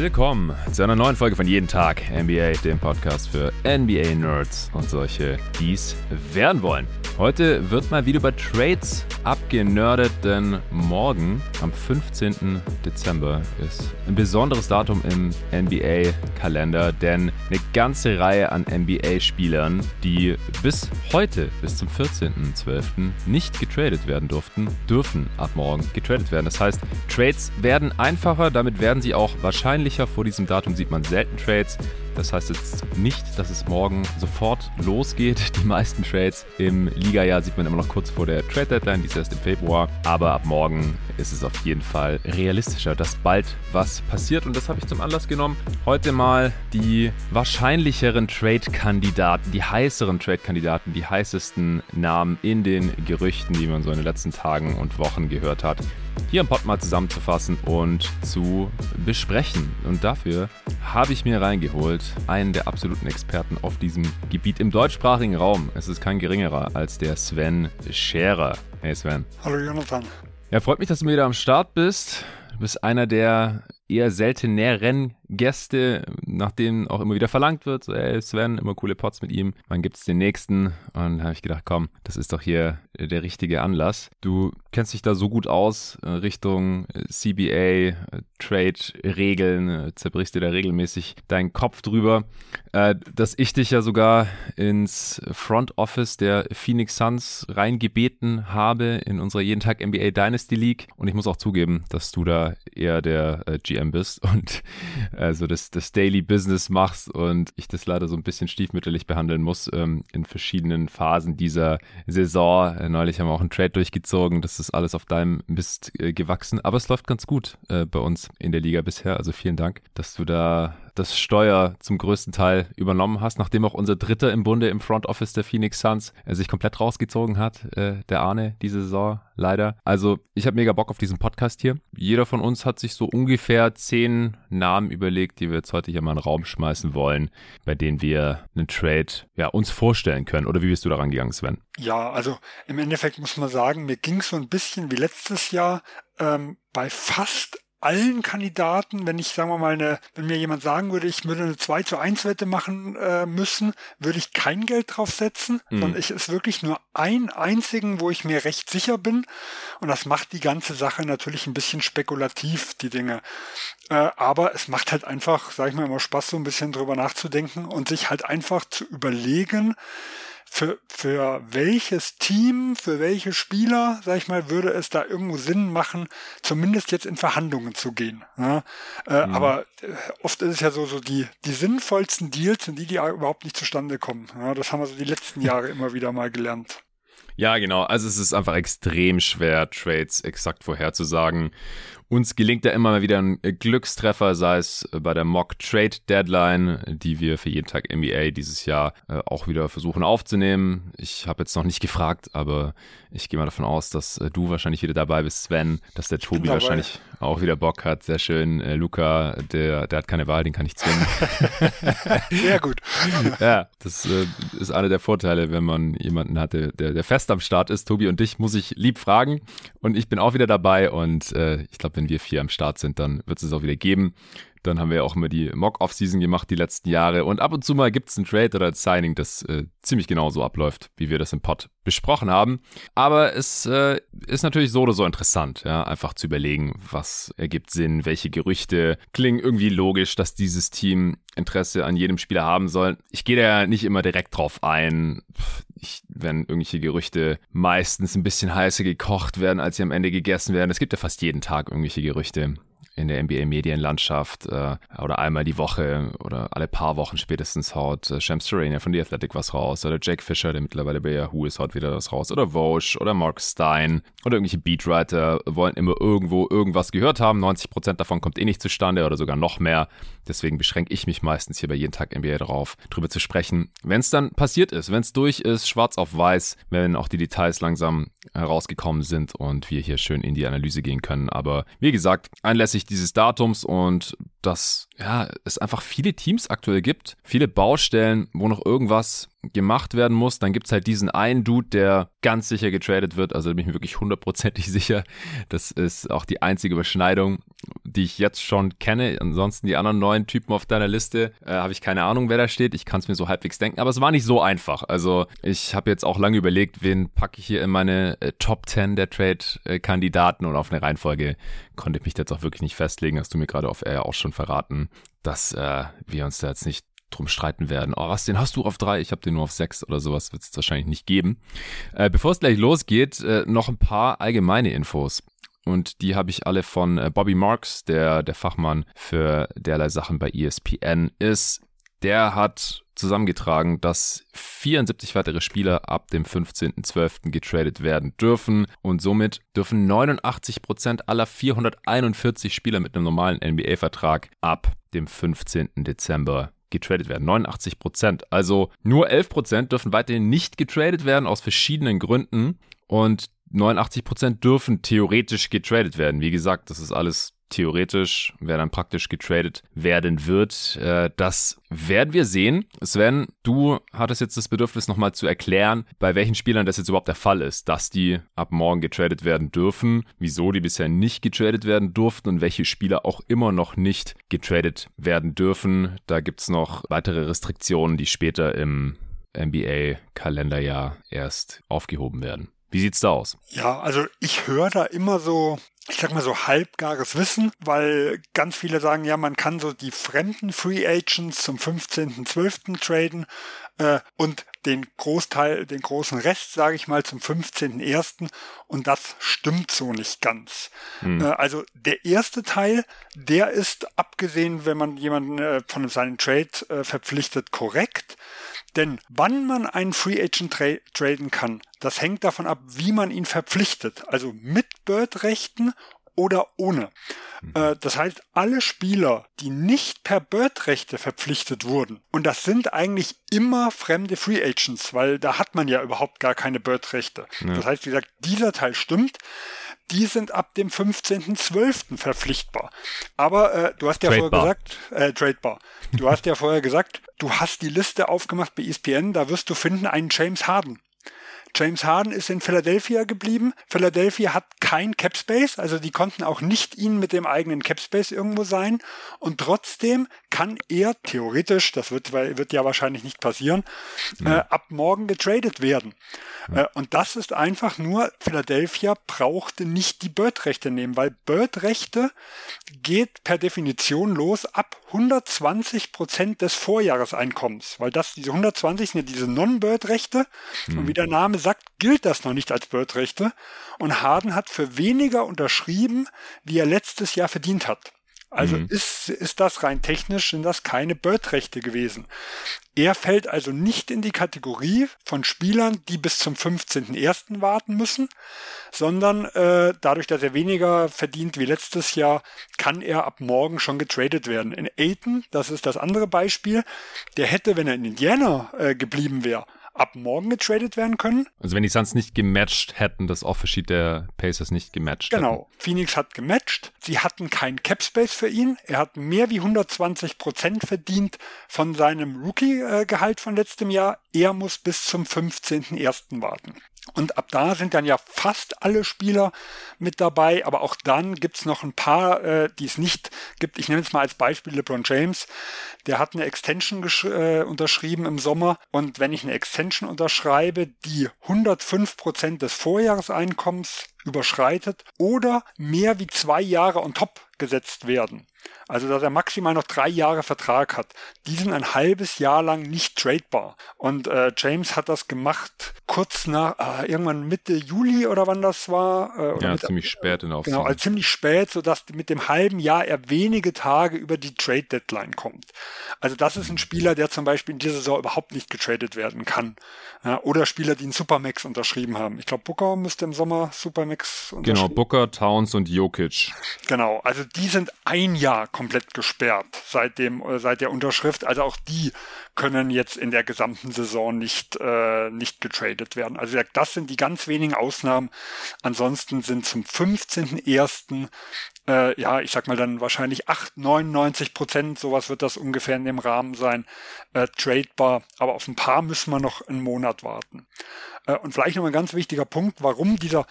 Willkommen zu einer neuen Folge von Jeden Tag NBA, dem Podcast für NBA-Nerds und solche, die es werden wollen. Heute wird mal wieder über Trades abgenördet, denn morgen, am 15. Dezember, ist ein besonderes Datum im NBA-Kalender, denn eine ganze Reihe an NBA-Spielern, die bis heute, bis zum 14.12. nicht getradet werden durften, dürfen ab morgen getradet werden. Das heißt, Trades werden einfacher, damit werden sie auch wahrscheinlicher. Vor diesem Datum sieht man selten Trades. Das heißt jetzt nicht, dass es morgen sofort losgeht. Die meisten Trades im Liga-Jahr sieht man immer noch kurz vor der Trade-Deadline, die ist erst im Februar. Aber ab morgen ist es auf jeden Fall realistischer, dass bald was passiert. Und das habe ich zum Anlass genommen, heute mal die wahrscheinlicheren Trade-Kandidaten, die heißeren Trade-Kandidaten, die heißesten Namen in den Gerüchten, die man so in den letzten Tagen und Wochen gehört hat, hier im Pod mal zusammenzufassen und zu besprechen. Und dafür habe ich mir reingeholt einen der absoluten Experten auf diesem Gebiet im deutschsprachigen Raum. Es ist kein geringerer als der Sven Scherer. Hey Sven. Hallo Jonathan. Ja, freut mich, dass du wieder am Start bist. Du bist einer der eher selteneren Gäste, nach denen auch immer wieder verlangt wird, so ey Sven, immer coole Pods mit ihm, wann gibt's den nächsten? Und da habe ich gedacht, komm, das ist doch hier der richtige Anlass. Du kennst dich da so gut aus, Richtung CBA, Trade-Regeln, zerbrichst dir da regelmäßig deinen Kopf drüber, dass ich dich ja sogar ins Front Office der Phoenix Suns reingebeten habe in unserer Jeden Tag NBA Dynasty League, und ich muss auch zugeben, dass du da eher der GM bist und so das Daily Business machst und ich das leider so ein bisschen stiefmütterlich behandeln muss in verschiedenen Phasen dieser Saison. Neulich haben wir auch einen Trade durchgezogen, das ist alles auf deinem Mist gewachsen, aber es läuft ganz gut bei uns in der Liga bisher, also vielen Dank, dass du da das Steuer zum größten Teil übernommen hast, nachdem auch unser Dritter im Bunde im Front Office der Phoenix Suns sich komplett rausgezogen hat, der Arne, diese Saison, leider. Also ich habe mega Bock auf diesen Podcast hier. Jeder von uns hat sich so ungefähr 10 Namen überlegt, die wir jetzt heute hier mal in den Raum schmeißen wollen, bei denen wir einen Trade uns vorstellen können. Oder wie bist du daran gegangen, Sven? Ja, also im Endeffekt muss man sagen, mir ging es so ein bisschen wie letztes Jahr bei fast allen Kandidaten, wenn ich, sagen wir mal, wenn mir jemand sagen würde, ich würde eine 2:1 Wette machen müssen, würde ich kein Geld drauf setzen, sondern es ist wirklich nur einen einzigen, wo ich mir recht sicher bin, und das macht die ganze Sache natürlich ein bisschen spekulativ, die Dinge. Aber es macht halt einfach, sag ich mal, immer Spaß, so ein bisschen drüber nachzudenken und sich halt einfach zu überlegen, für welches Team, für welche Spieler, sag ich mal, würde es da irgendwo Sinn machen, zumindest jetzt in Verhandlungen zu gehen. Ja? Aber oft ist es ja so die sinnvollsten Deals sind die überhaupt nicht zustande kommen. Ja? Das haben wir so die letzten Jahre immer wieder mal gelernt. Ja, genau. Also es ist einfach extrem schwer, Trades exakt vorherzusagen. Uns gelingt ja immer mal wieder ein Glückstreffer, sei es bei der Mock Trade Deadline, die wir für Jeden Tag NBA dieses Jahr auch wieder versuchen aufzunehmen. Ich habe jetzt noch nicht gefragt, aber ich gehe mal davon aus, dass du wahrscheinlich wieder dabei bist, Sven, dass der Tobi wahrscheinlich auch wieder Bock hat. Sehr schön. Luca, der hat keine Wahl, den kann ich zwingen. Sehr gut. Ja, das ist einer der Vorteile, wenn man jemanden hatte, der fest am Start ist. Tobi und dich muss ich lieb fragen, und ich bin auch wieder dabei, und ich glaube, wenn wir 4 am Start sind, dann wird es auch wieder geben. Dann haben wir ja auch immer die Mock-Off-Season gemacht die letzten Jahre, und ab und zu mal gibt es ein Trade oder ein Signing, das ziemlich genau so abläuft, wie wir das im Pod besprochen haben. Aber es ist natürlich so oder so interessant, ja, einfach zu überlegen, was ergibt Sinn, welche Gerüchte klingen irgendwie logisch, dass dieses Team Interesse an jedem Spieler haben soll. Ich gehe da ja nicht immer direkt drauf ein, wenn irgendwelche Gerüchte meistens ein bisschen heißer gekocht werden, als sie am Ende gegessen werden. Es gibt ja fast jeden Tag irgendwelche Gerüchte in der NBA-Medienlandschaft oder einmal die Woche oder alle paar Wochen spätestens haut Shams Charania von The Athletic was raus, oder Jake Fisher, der mittlerweile bei Yahoo ist, haut wieder was raus, oder Woj oder Mark Stein oder irgendwelche Beatwriter wollen immer irgendwo irgendwas gehört haben. 90% davon kommt eh nicht zustande oder sogar noch mehr. Deswegen beschränke ich mich meistens hier bei Jeden Tag NBA darauf, drüber zu sprechen, wenn es dann passiert ist, wenn es durch ist, schwarz auf weiß, wenn auch die Details langsam herausgekommen sind und wir hier schön in die Analyse gehen können. Aber wie gesagt, anlässlich dieses Datums und dass es einfach viele Teams aktuell gibt, viele Baustellen, wo noch irgendwas gemacht werden muss. Dann gibt es halt diesen einen Dude, der ganz sicher getradet wird. Also da bin ich mir wirklich 100%ig sicher. Das ist auch die einzige Überschneidung, die ich jetzt schon kenne. Ansonsten die anderen 9 Typen auf deiner Liste, habe ich keine Ahnung, wer da steht. Ich kann es mir so halbwegs denken, aber es war nicht so einfach. Also ich habe jetzt auch lange überlegt, wen packe ich hier in meine Top 10 der Trade-Kandidaten, und auf eine Reihenfolge konnte ich mich jetzt auch wirklich nicht festlegen. Hast du mir gerade auf Air auch schon verraten, dass wir uns da jetzt nicht drum streiten werden. Oh, den hast du auf 3? Ich habe den nur auf 6 oder sowas, wird es wahrscheinlich nicht geben. Bevor es gleich losgeht, noch ein paar allgemeine Infos. Und die habe ich alle von Bobby Marks, der Fachmann für derlei Sachen bei ESPN ist. Der hat zusammengetragen, dass 74 weitere Spieler ab dem 15.12. getradet werden dürfen. Und somit dürfen 89% aller 441 Spieler mit einem normalen NBA-Vertrag ab dem 15. Dezember getradet werden. 89%. Also nur 11% dürfen weiterhin nicht getradet werden, aus verschiedenen Gründen. Und 89% dürfen theoretisch getradet werden. Wie gesagt, das ist alles theoretisch, wer dann praktisch getradet werden wird. Das werden wir sehen. Sven, du hattest jetzt das Bedürfnis, nochmal zu erklären, bei welchen Spielern das jetzt überhaupt der Fall ist, dass die ab morgen getradet werden dürfen, wieso die bisher nicht getradet werden durften und welche Spieler auch immer noch nicht getradet werden dürfen. Da gibt's noch weitere Restriktionen, die später im NBA-Kalenderjahr erst aufgehoben werden. Wie sieht's da aus? Ja, also ich höre da immer so, ich sag mal so halbgares Wissen, weil ganz viele sagen, ja, man kann so die fremden Free Agents zum 15.12. traden und den großen Rest, sage ich mal, zum 15.01. Und das stimmt so nicht ganz. Also der erste Teil, der ist, abgesehen, wenn man jemanden von seinem Trade verpflichtet, korrekt. Denn wann man einen Free Agent traden kann, das hängt davon ab, wie man ihn verpflichtet. Also mit Bird-Rechten oder ohne. Das heißt, alle Spieler, die nicht per Bird-Rechte verpflichtet wurden, und das sind eigentlich immer fremde Free Agents, weil da hat man ja überhaupt gar keine Bird-Rechte. Ja. Das heißt, wie gesagt, dieser Teil stimmt. Die sind ab dem 15.12. verpflichtbar. Aber du hast ja vorher gesagt, tradebar. Du hast ja vorher gesagt, du hast die Liste aufgemacht bei ESPN, da wirst du finden einen James Harden. James Harden ist in Philadelphia geblieben. Philadelphia hat kein Capspace, also die konnten auch nicht ihn mit dem eigenen Capspace irgendwo sein. Und trotzdem kann er theoretisch, das wird ja wahrscheinlich nicht passieren, ab morgen getradet werden. Und das ist einfach nur, Philadelphia brauchte nicht die Bird-Rechte nehmen, weil Bird-Rechte geht per Definition los ab 120% des Vorjahreseinkommens, weil diese 120 sind ja diese Non-Bird-Rechte und wie der Name sagt, gilt das noch nicht als Bird-Rechte und Harden hat für weniger unterschrieben, wie er letztes Jahr verdient hat. Also ist das rein technisch, sind das keine Bird-Rechte gewesen. Er fällt also nicht in die Kategorie von Spielern, die bis zum 15.01. warten müssen, sondern dadurch, dass er weniger verdient wie letztes Jahr, kann er ab morgen schon getradet werden. In Ayton, das ist das andere Beispiel, der hätte, wenn er in Indiana geblieben wäre, ab morgen getradet werden können. Also wenn die Suns nicht gematcht hätten, das Offersheet der Pacers nicht gematcht hätten. Genau. Phoenix hat gematcht. Sie hatten keinen Capspace für ihn. Er hat mehr wie 120% verdient von seinem Rookie-Gehalt von letztem Jahr. Er muss bis zum 15.01. warten. Und ab da sind dann ja fast alle Spieler mit dabei, aber auch dann gibt's noch ein paar, die es nicht gibt. Ich nehme jetzt mal als Beispiel LeBron James. Der hat eine Extension unterschrieben im Sommer und wenn ich eine Extension unterschreibe, die 105% des Vorjahreseinkommens überschreitet oder mehr wie 2 Jahre on top gesetzt werden, also dass er maximal noch 3 Jahre Vertrag hat, die sind ein halbes Jahr lang nicht tradebar. Und James hat das gemacht kurz nach, irgendwann Mitte Juli oder wann das war. Oder ziemlich spät in der Offseason. Genau, also ziemlich spät, sodass mit dem halben Jahr er wenige Tage über die Trade-Deadline kommt. Also das ist ein Spieler, der zum Beispiel in dieser Saison überhaupt nicht getradet werden kann. Ja, oder Spieler, die einen Supermax unterschrieben haben. Ich glaube, Booker müsste im Sommer Supermax unterschrieben. Genau, Booker, Towns und Jokic. Genau, also die sind ein Jahr komplett gesperrt seit der Unterschrift. Also auch die können jetzt in der gesamten Saison nicht getradet werden. Also das sind die ganz wenigen Ausnahmen. Ansonsten sind zum 15.01. Ich sag mal dann wahrscheinlich 99%, sowas wird das ungefähr in dem Rahmen sein, tradebar. Aber auf ein paar müssen wir noch einen Monat warten. Und vielleicht noch ein ganz wichtiger Punkt, warum dieser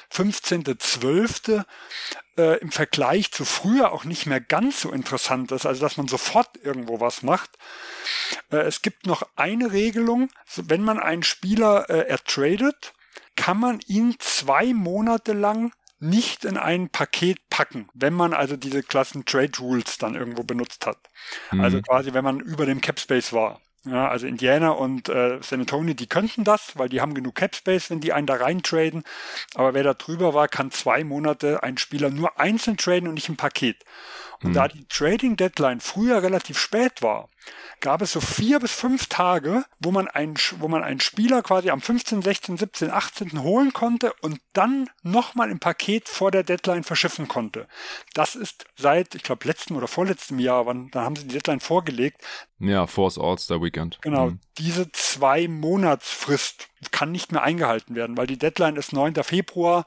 15.12. Im Vergleich zu früher auch nicht mehr ganz so interessant ist, also dass man sofort irgendwo was macht. Es gibt noch eine Regelung, wenn man einen Spieler ertradet, kann man ihn 2 Monate lang nicht in ein Paket packen, wenn man also diese Klassen Trade Rules dann irgendwo benutzt hat. Also quasi, wenn man über dem Cap Space war. Ja, also Indiana und San Antonio, die könnten das, weil die haben genug Cap Space, wenn die einen da rein traden. Aber wer da drüber war, kann 2 Monate einen Spieler nur einzeln traden und nicht im Paket. Und da die Trading Deadline früher relativ spät war, gab es so 4 bis 5 Tage, wo man einen Spieler quasi am 15., 16., 17., 18. holen konnte und dann nochmal im Paket vor der Deadline verschiffen konnte. Das ist seit, ich glaube, letztem oder vorletztem Jahr, da haben sie die Deadline vorgelegt. Ja, Force All-Star Weekend. Genau, diese 2 Monatsfrist kann nicht mehr eingehalten werden, weil die Deadline ist 9. Februar.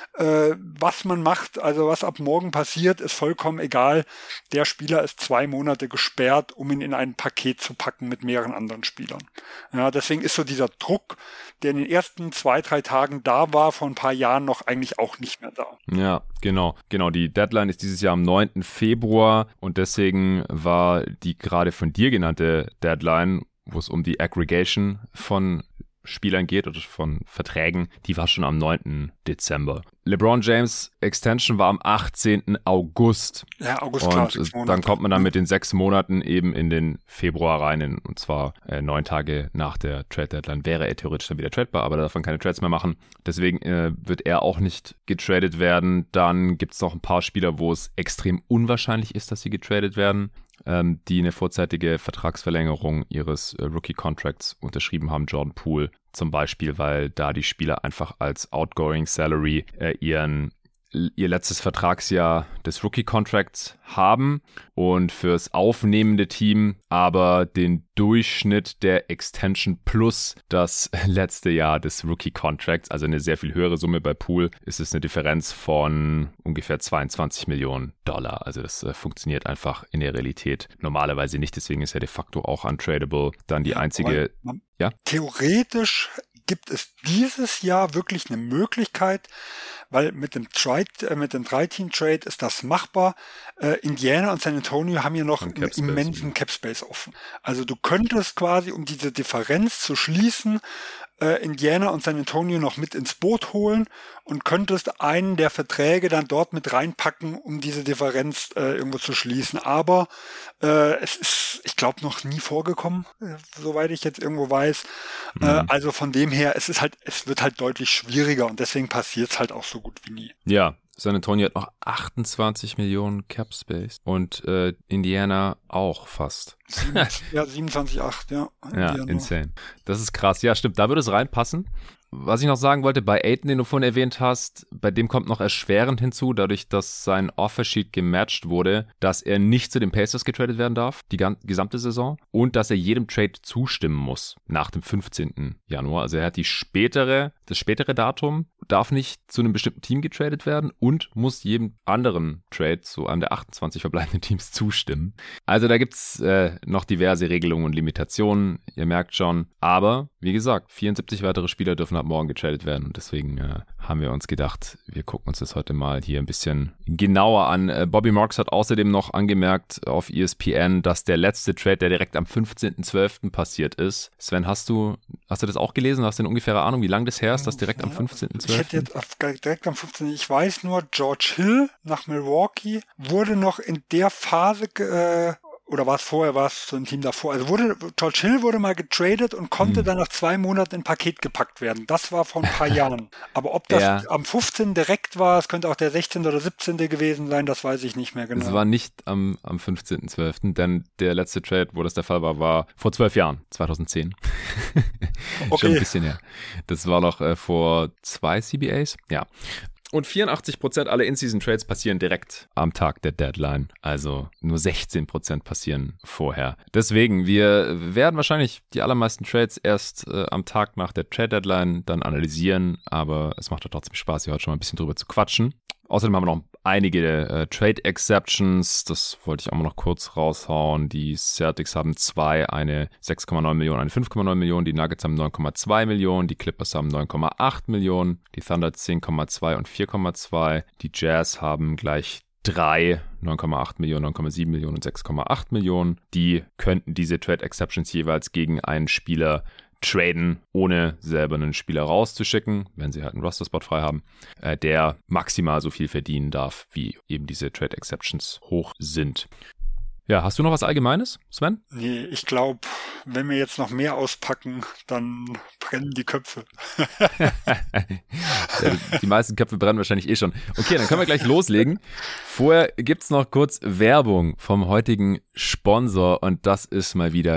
Was man macht, also was ab morgen passiert, ist vollkommen egal. Der Spieler ist 2 Monate gesperrt, um ihn in ein Paket zu packen mit mehreren anderen Spielern. Ja, deswegen ist so dieser Druck, der in den ersten 2, 3 Tagen da war, vor ein paar Jahren noch eigentlich auch nicht mehr da. Ja, genau. Die Deadline ist dieses Jahr am 9. Februar und deswegen war die gerade von dir genannte Deadline, wo es um die Aggregation von Spielern geht oder von Verträgen, die war schon am 9. Dezember. LeBron James Extension war am 18. August. Ja, August, und klar. Dann kommt man dann mit den 6 Monaten eben in den Februar rein, und zwar 9 Tage nach der Trade Deadline wäre er theoretisch dann wieder tradebar, aber da darf man keine Trades mehr machen. Deswegen wird er auch nicht getradet werden. Dann gibt es noch ein paar Spieler, wo es extrem unwahrscheinlich ist, dass sie getradet werden, die eine vorzeitige Vertragsverlängerung ihres Rookie-Contracts unterschrieben haben. Jordan Poole zum Beispiel, weil da die Spieler einfach als Outgoing Salary ihr letztes Vertragsjahr des Rookie-Contracts haben und fürs aufnehmende Team aber den Durchschnitt der Extension plus das letzte Jahr des Rookie-Contracts, also eine sehr viel höhere Summe bei Poole, ist es eine Differenz von ungefähr 22 Millionen Dollar. Also das funktioniert einfach in der Realität normalerweise nicht, deswegen ist er de facto auch untradable. Dann die einzige... Ja? Theoretisch gibt es dieses Jahr wirklich eine Möglichkeit, weil mit dem 3-Team-Trade ist das machbar. Indiana und San Antonio haben hier noch einen immensen Cap-Space offen. Also du könntest quasi, um diese Differenz zu schließen, Indiana und San Antonio noch mit ins Boot holen und könntest einen der Verträge dann dort mit reinpacken, um diese Differenz irgendwo zu schließen. Aber es ist, ich glaube, noch nie vorgekommen, soweit ich jetzt irgendwo weiß. Also von dem her, es wird halt deutlich schwieriger und deswegen passiert es halt auch so gut wie nie. Ja. San Antonio hat noch 28 Millionen Cap Space und Indiana auch fast. 27,8, ja. Ja, insane. Das ist krass. Ja, stimmt, da würde es reinpassen. Was ich noch sagen wollte, bei Ayton, den du vorhin erwähnt hast, bei dem kommt noch erschwerend hinzu, dadurch, dass sein Offersheet gematcht wurde, dass er nicht zu den Pacers getradet werden darf, die gesamte Saison, und dass er jedem Trade zustimmen muss nach dem 15. Januar. Also er hat das spätere Datum, darf nicht zu einem bestimmten Team getradet werden und muss jedem anderen Trade zu einem der 28 verbleibenden Teams zustimmen. Also da gibt's noch diverse Regelungen und Limitationen, ihr merkt schon. Aber, wie gesagt, 74 weitere Spieler dürfen ab morgen getradet werden und deswegen haben wir uns gedacht, wir gucken uns das heute mal hier ein bisschen genauer an. Bobby Marks hat außerdem noch angemerkt auf ESPN, dass der letzte Trade, der direkt am 15.12. passiert ist. Sven, hast du das auch gelesen? Hast du eine ungefähre Ahnung, wie lange das her ist, dass direkt am 15.12.? Ich hätte jetzt direkt am 15. Ich weiß nur, George Hill nach Milwaukee wurde noch in der Phase oder war es so ein Team davor? Also George Hill wurde mal getradet und konnte dann nach 2 Monaten in ein Paket gepackt werden. Das war vor ein paar Jahren. Aber ob das am 15. direkt war, es könnte auch der 16. oder 17. gewesen sein, das weiß ich nicht mehr genau. Es war nicht am 15.12., denn der letzte Trade, wo das der Fall war vor 12 Jahren, 2010. Okay. Schon ein bisschen her. Das war noch vor 2 CBAs. Ja. Und 84% aller In-Season-Trades passieren direkt am Tag der Deadline. Also nur 16% passieren vorher. Deswegen, wir werden wahrscheinlich die allermeisten Trades erst am Tag nach der Trade-Deadline dann analysieren. Aber es macht doch trotzdem Spaß, hier heute schon mal ein bisschen drüber zu quatschen. Außerdem haben wir noch einige Trade-Exceptions. Das wollte ich auch mal noch kurz raushauen. Die Celtics haben 2, eine 6,9 Millionen, eine 5,9 Millionen. Die Nuggets haben 9,2 Millionen. Die Clippers haben 9,8 Millionen. Die Thunder 10,2 und 4,2. Die Jazz haben gleich 3, 9,8 Millionen, 9,7 Millionen und 6,8 Millionen. Die könnten diese Trade-Exceptions jeweils gegen einen Spieler traden, ohne selber einen Spieler rauszuschicken, wenn sie halt einen Roster-Spot frei haben, der maximal so viel verdienen darf, wie eben diese Trade-Exceptions hoch sind. Ja, hast du noch was Allgemeines, Sven? Nee, ich glaube, wenn wir jetzt noch mehr auspacken, dann brennen die Köpfe. Die meisten Köpfe brennen wahrscheinlich eh schon. Okay, dann können wir gleich loslegen. Vorher gibt's noch kurz Werbung vom heutigen Sponsor und das ist mal wieder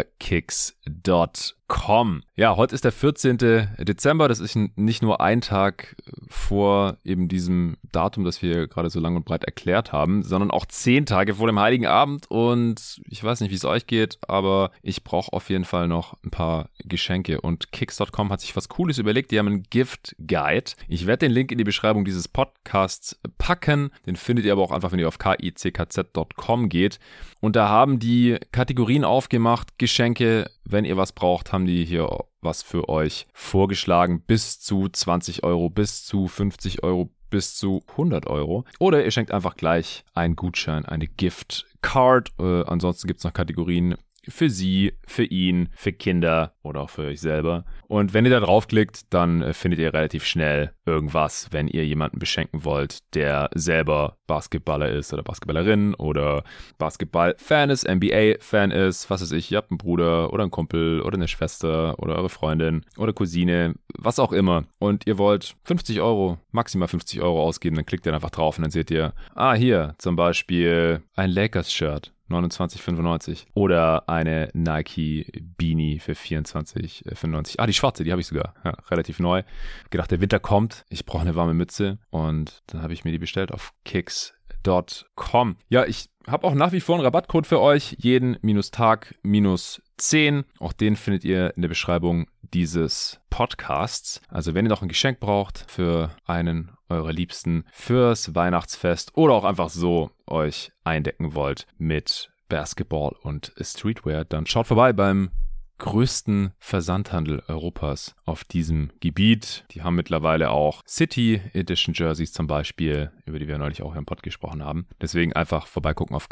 Kicks.com. Ja, heute ist der 14. Dezember. Das ist nicht nur ein Tag vor eben diesem Datum, das wir gerade so lang und breit erklärt haben, sondern auch 10 Tage vor dem Heiligen Abend. Und ich weiß nicht, wie es euch geht, aber ich brauche auf jeden Fall noch ein paar Geschenke. Und Kicks.com hat sich was Cooles überlegt. Die haben einen Gift Guide. Ich werde den Link in die Beschreibung dieses Podcasts packen. Den findet ihr aber auch einfach, wenn ihr auf kickz.com geht. Und da haben die Kategorien aufgemacht. Geschenke, wenn ihr was braucht, haben die hier was für euch vorgeschlagen. Bis zu 20 Euro, bis zu 50 Euro, bis zu 100 Euro. Oder ihr schenkt einfach gleich einen Gutschein, eine Gift Card. Ansonsten gibt es noch Kategorien für sie, für ihn, für Kinder oder auch für euch selber. Und wenn ihr da draufklickt, dann findet ihr relativ schnell irgendwas, wenn ihr jemanden beschenken wollt, der selber Basketballer ist oder Basketballerin oder Basketball-Fan ist, NBA-Fan ist, was weiß ich, ihr habt einen Bruder oder einen Kumpel oder eine Schwester oder eure Freundin oder Cousine, was auch immer. Und ihr wollt 50 Euro, maximal 50 Euro ausgeben, dann klickt ihr einfach drauf und dann seht ihr, hier zum Beispiel ein Lakers-Shirt. 29,95 oder eine Nike Beanie für 24,95. Die schwarze, die habe ich sogar. Ja, relativ neu. Gedacht, der Winter kommt. Ich brauche eine warme Mütze und dann habe ich mir die bestellt auf kicks.com. Ja, ich habe auch nach wie vor einen Rabattcode für euch. Jeden Tag -10. Auch den findet ihr in der Beschreibung dieses Podcasts. Also wenn ihr noch ein Geschenk braucht für einen eurer Liebsten, fürs Weihnachtsfest oder auch einfach so euch eindecken wollt mit Basketball und Streetwear, dann schaut vorbei beim größten Versandhandel Europas auf diesem Gebiet. Die haben mittlerweile auch City Edition Jerseys zum Beispiel, über die wir neulich auch im Pod gesprochen haben. Deswegen einfach vorbeigucken auf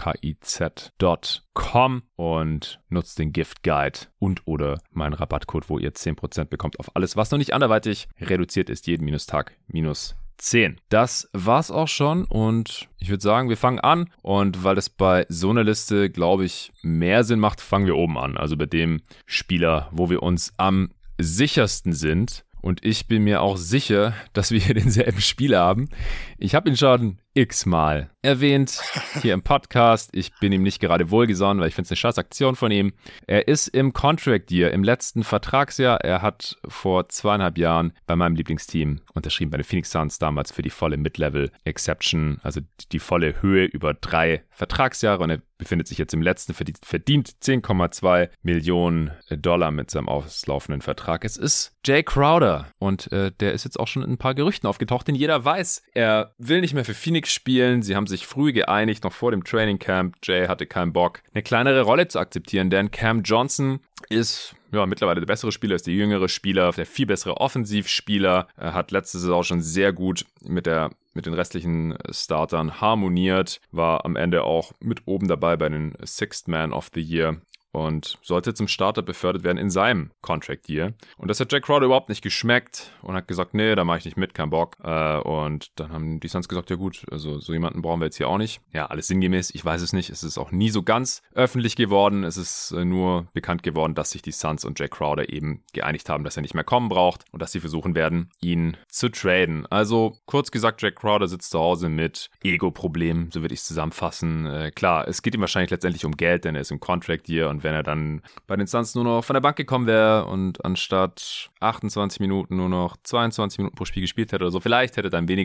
kiz.com und nutzt den Gift Guide und oder meinen Rabattcode, wo ihr 10% bekommt auf alles, was noch nicht anderweitig reduziert ist, jeden Tag -10. Das war's auch schon und ich würde sagen, wir fangen an und weil das bei so einer Liste, glaube ich, mehr Sinn macht, fangen wir oben an. Also bei dem Spieler, wo wir uns am sichersten sind und ich bin mir auch sicher, dass wir hier denselben Spieler haben. Ich habe ihn schon x-mal erwähnt hier im Podcast. Ich bin ihm nicht gerade wohlgesonnen, weil ich finde es eine scheiß Aktion von ihm. Er ist im Contract Year, im letzten Vertragsjahr. Er hat vor 2,5 Jahren bei meinem Lieblingsteam unterschrieben, bei den Phoenix Suns damals für die volle Mid-Level Exception, also die volle Höhe über 3 Vertragsjahre und er befindet sich jetzt im letzten, verdient 10,2 Millionen Dollar mit seinem auslaufenden Vertrag. Es ist Jay Crowder und der ist jetzt auch schon in ein paar Gerüchten aufgetaucht, denn jeder weiß, er will nicht mehr für Phoenix spielen. Sie haben sich früh geeinigt, noch vor dem Training Camp. Jay hatte keinen Bock, eine kleinere Rolle zu akzeptieren, denn Cam Johnson ist mittlerweile der bessere Spieler, ist der jüngere Spieler, der viel bessere Offensivspieler. Er hat letzte Saison schon sehr gut mit den restlichen Startern harmoniert, war am Ende auch mit oben dabei bei den Sixth Man of the Year und sollte zum Starter befördert werden in seinem Contract Year. Und das hat Jay Crowder überhaupt nicht geschmeckt und hat gesagt, nee, da mache ich nicht mit, kein Bock. Und dann haben die Suns gesagt, ja gut, also so jemanden brauchen wir jetzt hier auch nicht. Ja, alles sinngemäß, ich weiß es nicht. Es ist auch nie so ganz öffentlich geworden. Es ist nur bekannt geworden, dass sich die Suns und Jay Crowder eben geeinigt haben, dass er nicht mehr kommen braucht und dass sie versuchen werden, ihn zu traden. Also kurz gesagt, Jay Crowder sitzt zu Hause mit Ego-Problemen, so würde ich es zusammenfassen. Klar, es geht ihm wahrscheinlich letztendlich um Geld, denn er ist im Contract Year und wenn er dann bei den Suns nur noch von der Bank gekommen wäre und anstatt 28 Minuten nur noch 22 Minuten pro Spiel gespielt hätte oder so, vielleicht hätte er dann weniger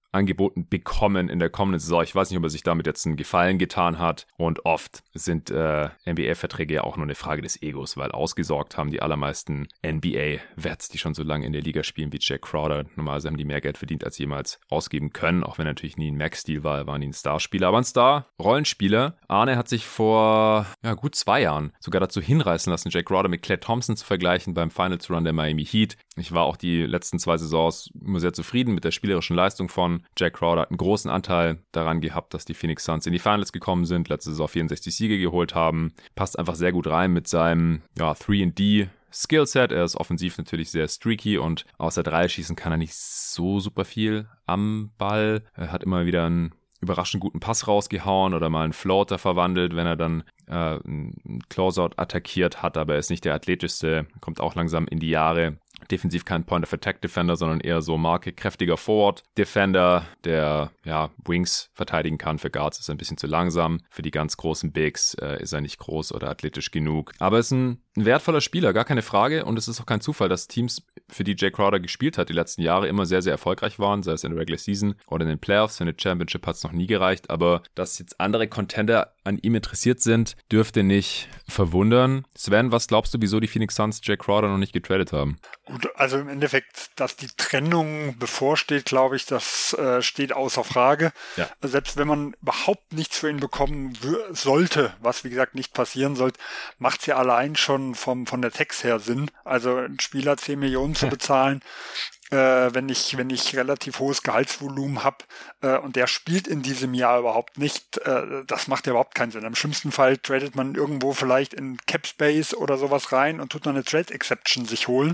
angeboten bekommen in der kommenden Saison. Ich weiß nicht, ob er sich damit jetzt einen Gefallen getan hat. Und oft sind NBA-Verträge ja auch nur eine Frage des Egos, weil ausgesorgt haben die allermeisten NBA-Vets, die schon so lange in der Liga spielen wie Jack Crowder. Normalerweise haben die mehr Geld verdient, als jemals ausgeben können, auch wenn er natürlich nie ein Max-Deal war, er war nie ein Starspieler. Aber ein Star-Rollenspieler. Arne hat sich vor gut 2 Jahren sogar dazu hinreißen lassen, Jack Crowder mit Klay Thompson zu vergleichen beim Finals-Run der Miami Heat. Ich war auch die letzten 2 Saisons immer sehr zufrieden mit der spielerischen Leistung von Jack Crowder. Hat einen großen Anteil daran gehabt, dass die Phoenix Suns in die Finals gekommen sind, letzte Saison 64 Siege geholt haben. Passt einfach sehr gut rein mit seinem 3&D Skillset. Er ist offensiv natürlich sehr streaky und außer Dreierschießen kann er nicht so super viel am Ball. Er hat immer wieder einen überraschend guten Pass rausgehauen oder mal einen Floater verwandelt, wenn er dann einen Closeout attackiert hat, aber er ist nicht der athletischste, kommt auch langsam in die Jahre. Defensiv kein Point-of-Attack-Defender, sondern eher so markekräftiger Forward-Defender, der Wings verteidigen kann. Für Guards ist er ein bisschen zu langsam. Für die ganz großen Bigs ist er nicht groß oder athletisch genug. Aber ist ein wertvoller Spieler, gar keine Frage. Und es ist auch kein Zufall, dass Teams, für die Jay Crowder gespielt hat, die letzten Jahre immer sehr, sehr erfolgreich waren, sei es in der Regular Season oder in den Playoffs. Für eine Championship hat es noch nie gereicht. Aber dass jetzt andere Contender an ihm interessiert sind, dürfte nicht verwundern. Sven, was glaubst du, wieso die Phoenix Suns Jay Crowder noch nicht getradet haben? Gut, also im Endeffekt, dass die Trennung bevorsteht, glaube ich, das steht außer Frage. Ja. Selbst wenn man überhaupt nichts für ihn bekommen sollte, was wie gesagt nicht passieren sollte, macht es ja allein schon von der Tax her Sinn. Also einen Spieler 10 Millionen zu bezahlen, wenn ich relativ hohes Gehaltsvolumen habe und der spielt in diesem Jahr überhaupt nicht, das macht ja überhaupt keinen Sinn. Im schlimmsten Fall tradet man irgendwo vielleicht in Cap Space oder sowas rein und tut noch eine Trade Exception sich holen.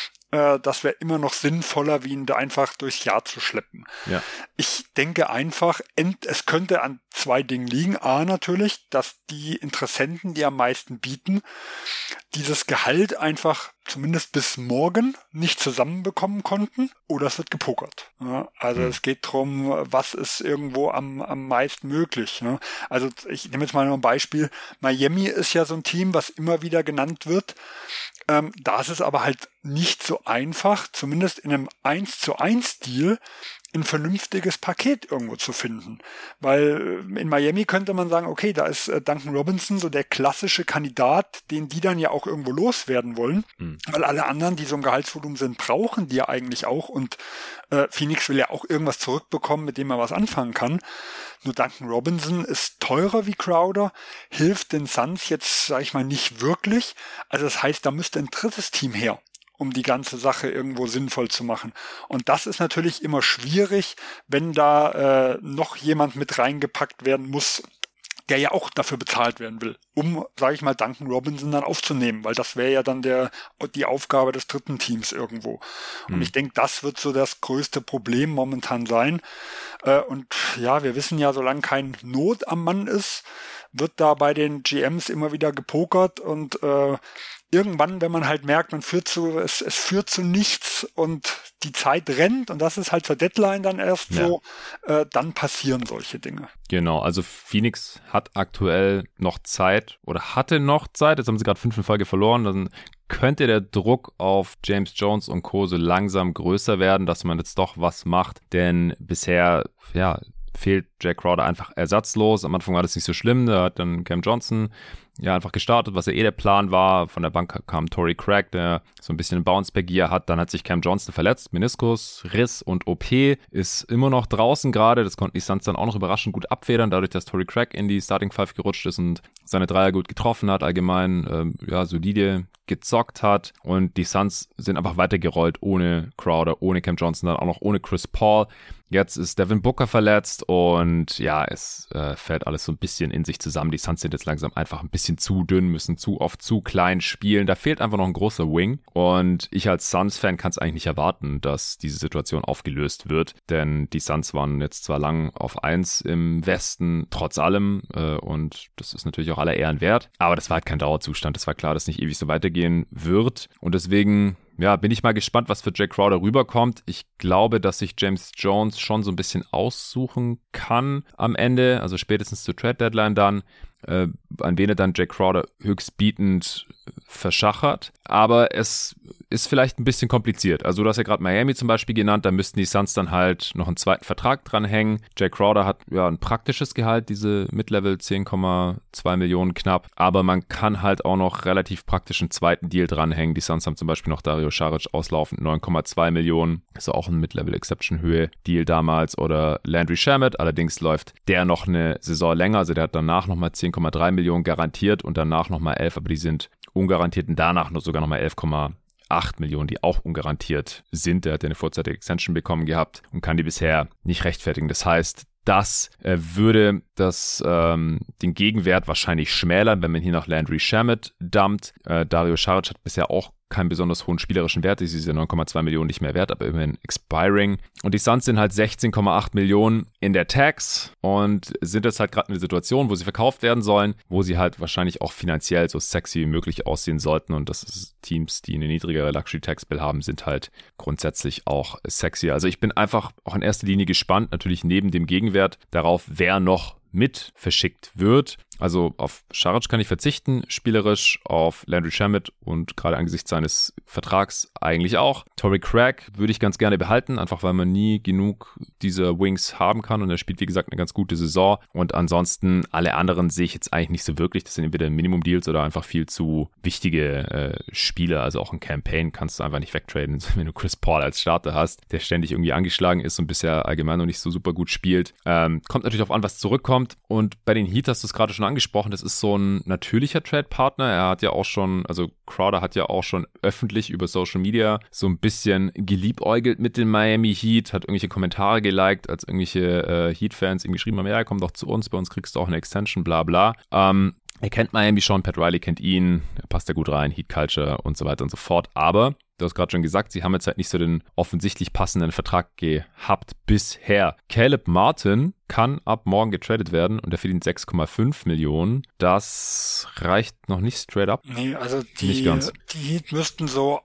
Das wäre immer noch sinnvoller, wie ihn da einfach durchs Jahr zu schleppen. Ja. Ich denke einfach, es könnte an 2 Dingen liegen. A, natürlich, dass die Interessenten, die am meisten bieten, dieses Gehalt einfach zumindest bis morgen nicht zusammenbekommen konnten oder es wird gepokert. Ja, also es geht darum, was ist irgendwo am meisten möglich. Ne? Also ich nehme jetzt mal noch ein Beispiel. Miami ist ja so ein Team, was immer wieder genannt wird. Da ist es aber halt nicht so einfach, zumindest in einem 1:1-Deal, ein vernünftiges Paket irgendwo zu finden. Weil in Miami könnte man sagen, okay, da ist Duncan Robinson so der klassische Kandidat, den die dann ja auch irgendwo loswerden wollen. Weil alle anderen, die so ein Gehaltsvolumen sind, brauchen die ja eigentlich auch. Und Phoenix will ja auch irgendwas zurückbekommen, mit dem man was anfangen kann. Nur Duncan Robinson ist teurer wie Crowder, hilft den Suns jetzt, sag ich mal, nicht wirklich. Also das heißt, da müsste ein drittes Team her, um die ganze Sache irgendwo sinnvoll zu machen. Und das ist natürlich immer schwierig, wenn da noch jemand mit reingepackt werden muss, der ja auch dafür bezahlt werden will, um, sage ich mal, Duncan Robinson dann aufzunehmen, weil das wäre ja dann die Aufgabe des dritten Teams irgendwo. Und ich denke, das wird so das größte Problem momentan sein. Und ja, wir wissen ja, solange kein Not am Mann ist, wird da bei den GMs immer wieder gepokert und irgendwann, wenn man halt merkt, es führt zu nichts und die Zeit rennt und das ist halt zur Deadline dann erst so, dann passieren solche Dinge. Genau, also Phoenix hat aktuell noch Zeit oder hatte noch Zeit, jetzt haben sie gerade 5 in Folge verloren, dann könnte der Druck auf James Jones und Co. so langsam größer werden, dass man jetzt doch was macht, denn bisher, fehlt Jack Crowder einfach ersatzlos. Am Anfang war das nicht so schlimm, da hat dann Cam Johnson einfach gestartet, was ja der Plan war. Von der Bank kam Torrey Craig, der so ein bisschen einen Bounce-Back-Gear hat. Dann hat sich Cam Johnson verletzt, Meniskus, Riss und OP, ist immer noch draußen gerade. Das konnten die Suns dann auch noch überraschend gut abfedern, dadurch, dass Torrey Craig in die Starting Five gerutscht ist und seine Dreier gut getroffen hat, allgemein solide gezockt hat. Und die Suns sind einfach weitergerollt ohne Crowder, ohne Cam Johnson, dann auch noch ohne Chris Paul. Jetzt ist Devin Booker verletzt und es fällt alles so ein bisschen in sich zusammen. Die Suns sind jetzt langsam einfach ein bisschen zu dünn, müssen zu oft zu klein spielen. Da fehlt einfach noch ein großer Wing. Und ich als Suns-Fan kann es eigentlich nicht erwarten, dass diese Situation aufgelöst wird. Denn die Suns waren jetzt zwar lang auf 1 im Westen, trotz allem. Und das ist natürlich auch aller Ehren wert. Aber das war halt kein Dauerzustand. Es war klar, dass nicht ewig so weitergehen wird. Und deswegen bin ich mal gespannt, was für Jack Crowder rüberkommt. Ich glaube, dass sich James Jones schon so ein bisschen aussuchen kann am Ende, also spätestens zur Trade-Deadline dann, an wen er dann Jack Crowder höchstbietend verschachert. Aber es ist vielleicht ein bisschen kompliziert. Also du hast ja gerade Miami zum Beispiel genannt, da müssten die Suns dann halt noch einen zweiten Vertrag dranhängen. Jay Crowder hat ja ein praktisches Gehalt, diese Mid-Level 10,2 Millionen knapp, aber man kann halt auch noch relativ praktischen zweiten Deal dranhängen. Die Suns haben zum Beispiel noch Dario Saric auslaufend 9,2 Millionen, also auch ein Mid-Level-Exception-Höhe-Deal damals, oder Landry Shamet, allerdings läuft der noch eine Saison länger, also der hat danach nochmal 10,3 Millionen garantiert und danach nochmal 11, aber die sind ungarantiert und danach nur sogar nochmal 11,8 Millionen, die auch ungarantiert sind. Der hat ja eine vorzeitige Extension bekommen gehabt und kann die bisher nicht rechtfertigen. Das heißt, das würde den Gegenwert wahrscheinlich schmälern, wenn man hier nach Landry Shamet dumpt. Dario Saric hat bisher auch keinen besonders hohen spielerischen Wert, ist diese 9,2 Millionen nicht mehr wert, aber immerhin expiring. Und die Suns sind halt 16,8 Millionen in der Tax und sind jetzt halt gerade in der Situation, wo sie verkauft werden sollen, wo sie halt wahrscheinlich auch finanziell so sexy wie möglich aussehen sollten, und das ist Teams, die eine niedrigere Luxury Tax Bill haben, sind halt grundsätzlich auch sexier. Also ich bin einfach auch in erster Linie gespannt, natürlich neben dem Gegenwert, darauf, wer noch mit verschickt wird. Also auf Saric kann ich verzichten, spielerisch auf Landry Shamet und gerade angesichts seines Vertrags eigentlich auch. Torrey Craig würde ich ganz gerne behalten, einfach weil man nie genug dieser Wings haben kann, und er spielt wie gesagt eine ganz gute Saison, und ansonsten alle anderen sehe ich jetzt eigentlich nicht so wirklich. Das sind entweder Minimum-Deals oder einfach viel zu wichtige Spieler, also auch ein Campaign kannst du einfach nicht wegtraden, wenn du Chris Paul als Starter hast, der ständig irgendwie angeschlagen ist und bisher allgemein noch nicht so super gut spielt. Kommt natürlich darauf an, was zurückkommt, und bei den Heat hast du es gerade schon angesprochen, das ist so ein natürlicher Trade-Partner. Er hat ja auch schon, also Crowder hat ja auch schon öffentlich über Social Media so ein bisschen geliebäugelt mit den Miami Heat, hat irgendwelche Kommentare geliked, als irgendwelche Heat-Fans ihm geschrieben haben, ja, komm doch zu uns, bei uns kriegst du auch eine Extension, bla bla. Er kennt Miami schon, Pat Riley kennt ihn, er passt da gut rein, Heat Culture und so weiter und so fort, aber du hast gerade schon gesagt, sie haben jetzt halt nicht so den offensichtlich passenden Vertrag gehabt bisher. Caleb Martin kann ab morgen getradet werden und er verdient 6,5 Millionen. Das reicht noch nicht straight up. Nee, also die Heat müssten so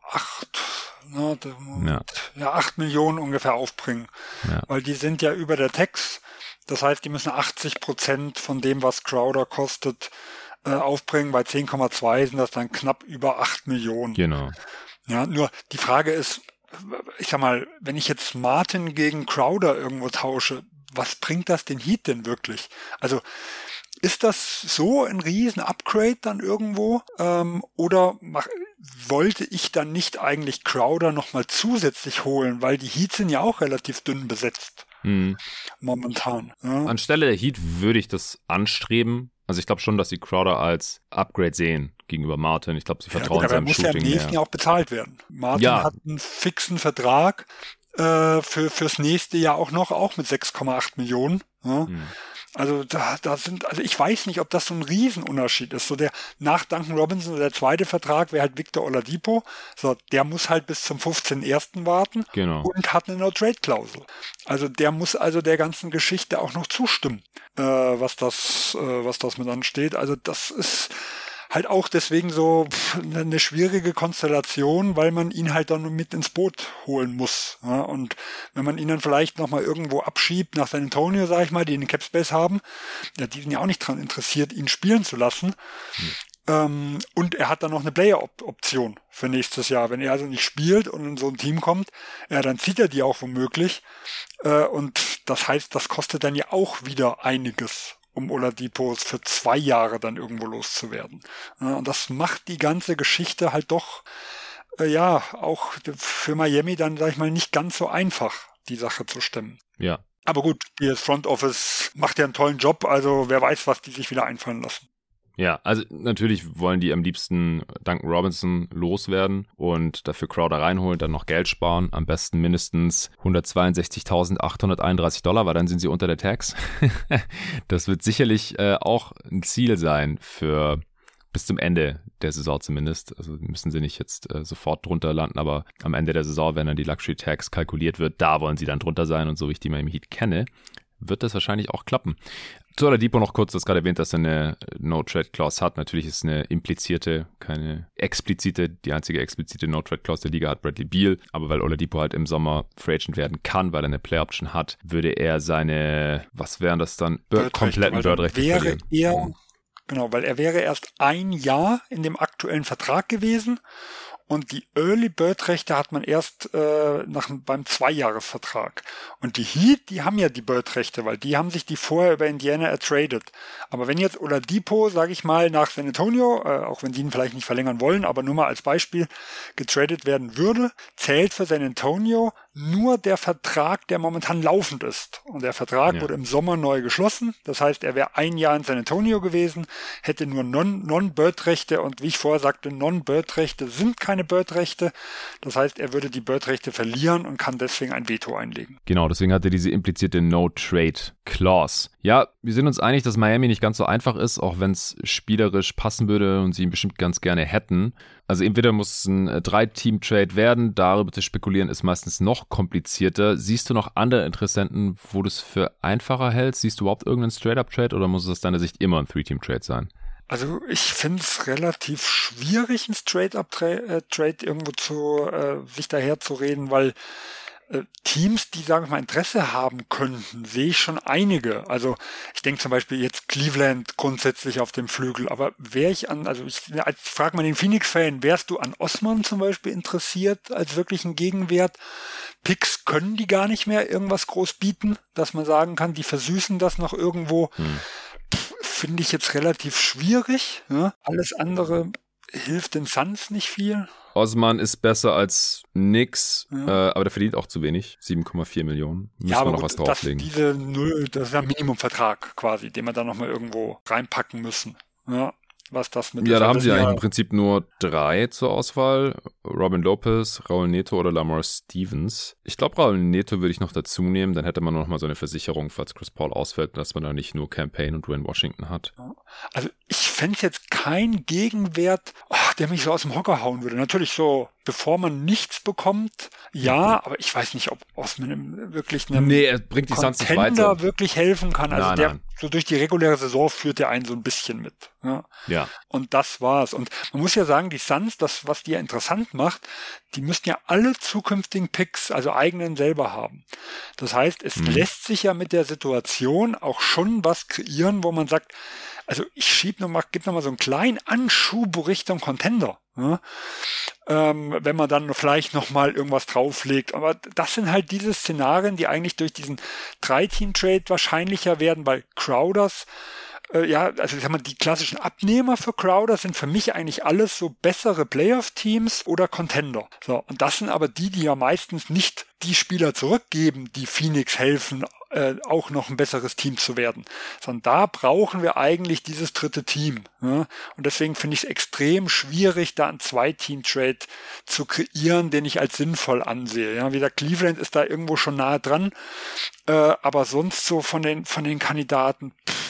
8 Millionen ungefähr aufbringen, weil die sind ja über der Tax. Das heißt, die müssen 80% von dem, was Crowder kostet, aufbringen. Bei 10,2 sind das dann knapp über 8 Millionen. Genau. Ja, nur die Frage ist, ich sag mal, wenn ich jetzt Martin gegen Crowder irgendwo tausche, was bringt das den Heat denn wirklich? Also ist das so ein riesen Upgrade dann irgendwo? Oder wollte ich dann nicht eigentlich Crowder nochmal zusätzlich holen? Weil die Heat sind ja auch relativ dünn besetzt. Momentan. Ja. Anstelle der Heat würde ich das anstreben. Also ich glaube schon, dass sie Crowder als Upgrade sehen gegenüber Martin. Ich glaube, sie vertrauen seinem Shooting mehr. Aber er muss ja im nächsten Jahr auch bezahlt werden. Martin hat einen fixen Vertrag fürs nächste Jahr auch mit 6,8 Millionen. Ja. Also also ich weiß nicht, ob das so ein Riesenunterschied ist. So der nach Duncan Robinson, der zweite Vertrag wäre halt Victor Oladipo. So, der muss halt bis zum 15.01. warten. Genau. Und hat eine No-Trade-Klausel. Also der muss also der ganzen Geschichte auch noch zustimmen, was das mit ansteht. Also das ist halt auch deswegen so eine schwierige Konstellation, weil man ihn halt dann mit ins Boot holen muss. Ja, und wenn man ihn dann vielleicht nochmal irgendwo abschiebt nach San Antonio, sag ich mal, die einen Capspace haben, ja, die sind ja auch nicht dran interessiert, ihn spielen zu lassen. Und er hat dann noch eine Player-Option für nächstes Jahr. Wenn er also nicht spielt und in so ein Team kommt, dann zieht er die auch womöglich. Und das heißt, das kostet dann ja auch wieder einiges, um Oladipo für 2 Jahre dann irgendwo loszuwerden. Und das macht die ganze Geschichte halt doch, auch für Miami dann, sag ich mal, nicht ganz so einfach, die Sache zu stemmen. Ja. Aber gut, das Front Office macht ja einen tollen Job, also wer weiß, was die sich wieder einfallen lassen. Ja, also natürlich wollen die am liebsten Duncan Robinson loswerden und dafür Crowder reinholen, dann noch Geld sparen, am besten mindestens $162.831, weil dann sind sie unter der Tax. Das wird sicherlich auch ein Ziel sein für bis zum Ende der Saison zumindest. Also müssen sie nicht jetzt sofort drunter landen, aber am Ende der Saison, wenn dann die Luxury Tax kalkuliert wird, da wollen sie dann drunter sein, und so wie ich die Miami Heat kenne, wird das wahrscheinlich auch klappen. Zu Oladipo noch kurz, das gerade erwähnt, dass er eine No-Trade-Clause hat. Natürlich ist eine implizierte, keine explizite, die einzige explizite No-Trade-Clause der Liga hat Bradley Beal. Aber weil Oladipo halt im Sommer Free Agent werden kann, weil er eine Play-Option hat, würde er seine, was wären das dann, kompletten Bird-Rechte verlieren. Genau, weil er wäre erst 1 Jahr in dem aktuellen Vertrag gewesen und die Early Bird Rechte hat man erst beim 2-Jahres-Vertrag. Und die Heat, die haben ja die Bird Rechte, weil die haben sich die vorher über Indiana ertradet. Aber wenn jetzt Oladipo, sage ich mal, nach San Antonio, auch wenn die ihn vielleicht nicht verlängern wollen, aber nur mal als Beispiel, getradet werden würde, zählt für San Antonio nur der Vertrag, der momentan laufend ist. Und der Vertrag wurde im Sommer neu geschlossen. Das heißt, er wäre 1 Jahr in San Antonio gewesen, hätte nur Non-Bird-Rechte und wie ich vorher sagte, Non-Bird-Rechte sind keine Bird-Rechte. Das heißt, er würde die Bird-Rechte verlieren und kann deswegen ein Veto einlegen. Genau, deswegen hat er diese implizierte No-Trade-Clause. Ja, wir sind uns einig, dass Miami nicht ganz so einfach ist, auch wenn es spielerisch passen würde und sie ihn bestimmt ganz gerne hätten. Also entweder muss es ein 3-Team-Trade werden, darüber zu spekulieren ist meistens noch komplizierter. Siehst du noch andere Interessenten, wo du es für einfacher hältst? Siehst du überhaupt irgendeinen Straight-Up-Trade oder muss es aus deiner Sicht immer ein 3-Team-Trade sein? Also ich finde es relativ schwierig, ein Straight-Up-Trade irgendwo sich daher zu reden, weil Teams, die, sagen wir mal, Interesse haben könnten, sehe ich schon einige. Also ich denke zum Beispiel jetzt Cleveland grundsätzlich auf dem Flügel, aber ich frage mal den Phoenix-Fan, wärst du an Osman zum Beispiel interessiert als wirklichen Gegenwert? Picks können die gar nicht mehr irgendwas groß bieten, dass man sagen kann, die versüßen das noch irgendwo. Finde ich jetzt relativ schwierig. Ja? Alles andere hilft den Suns nicht viel. Osman ist besser als nix, aber der verdient auch zu wenig. 7,4 Millionen. Müssen wir noch was drauflegen. Das ist ein Minimumvertrag quasi, den wir da nochmal irgendwo reinpacken müssen. Ja, was das mit da haben sie eigentlich im Prinzip nur 3 zur Auswahl. Robin Lopez, Raul Neto oder Lamar Stevens. Ich glaube, Raul Neto würde ich noch dazu nehmen. Dann hätte man noch mal so eine Versicherung, falls Chris Paul ausfällt, dass man da nicht nur Campaign und Dwayne Washington hat. Also ich fände jetzt keinen Gegenwert, der mich so aus dem Hocker hauen würde. Natürlich so, bevor man nichts bekommt, aber ich weiß nicht, ob Osman wirklich er bringt die Suns nicht weiter. Wirklich helfen kann. Also nein. So durch die reguläre Saison führt der einen so ein bisschen mit. Ja. Und das war's. Und man muss ja sagen, die Suns, das, was die ja interessant macht, die müssten ja alle zukünftigen Picks, also eigenen, selber haben. Das heißt, es lässt sich ja mit der Situation auch schon was kreieren, wo man sagt, also ich gebe noch mal so einen kleinen Anschub Richtung Contender. Ja? Wenn man dann vielleicht noch mal irgendwas drauflegt. Aber das sind halt diese Szenarien, die eigentlich durch diesen 3-Team-Trade wahrscheinlicher werden, weil Crowders also ich sag mal, die klassischen Abnehmer für Crowder sind für mich eigentlich alles so bessere Playoff-Teams oder Contender. So, und das sind aber die ja meistens nicht die Spieler zurückgeben, die Phoenix helfen, auch noch ein besseres Team zu werden. Sondern da brauchen wir eigentlich dieses dritte Team. Ja? Und deswegen finde ich es extrem schwierig, da einen 2-Team-Trade zu kreieren, den ich als sinnvoll ansehe. Ja, wie der Cleveland ist da irgendwo schon nahe dran, aber sonst so von den Kandidaten,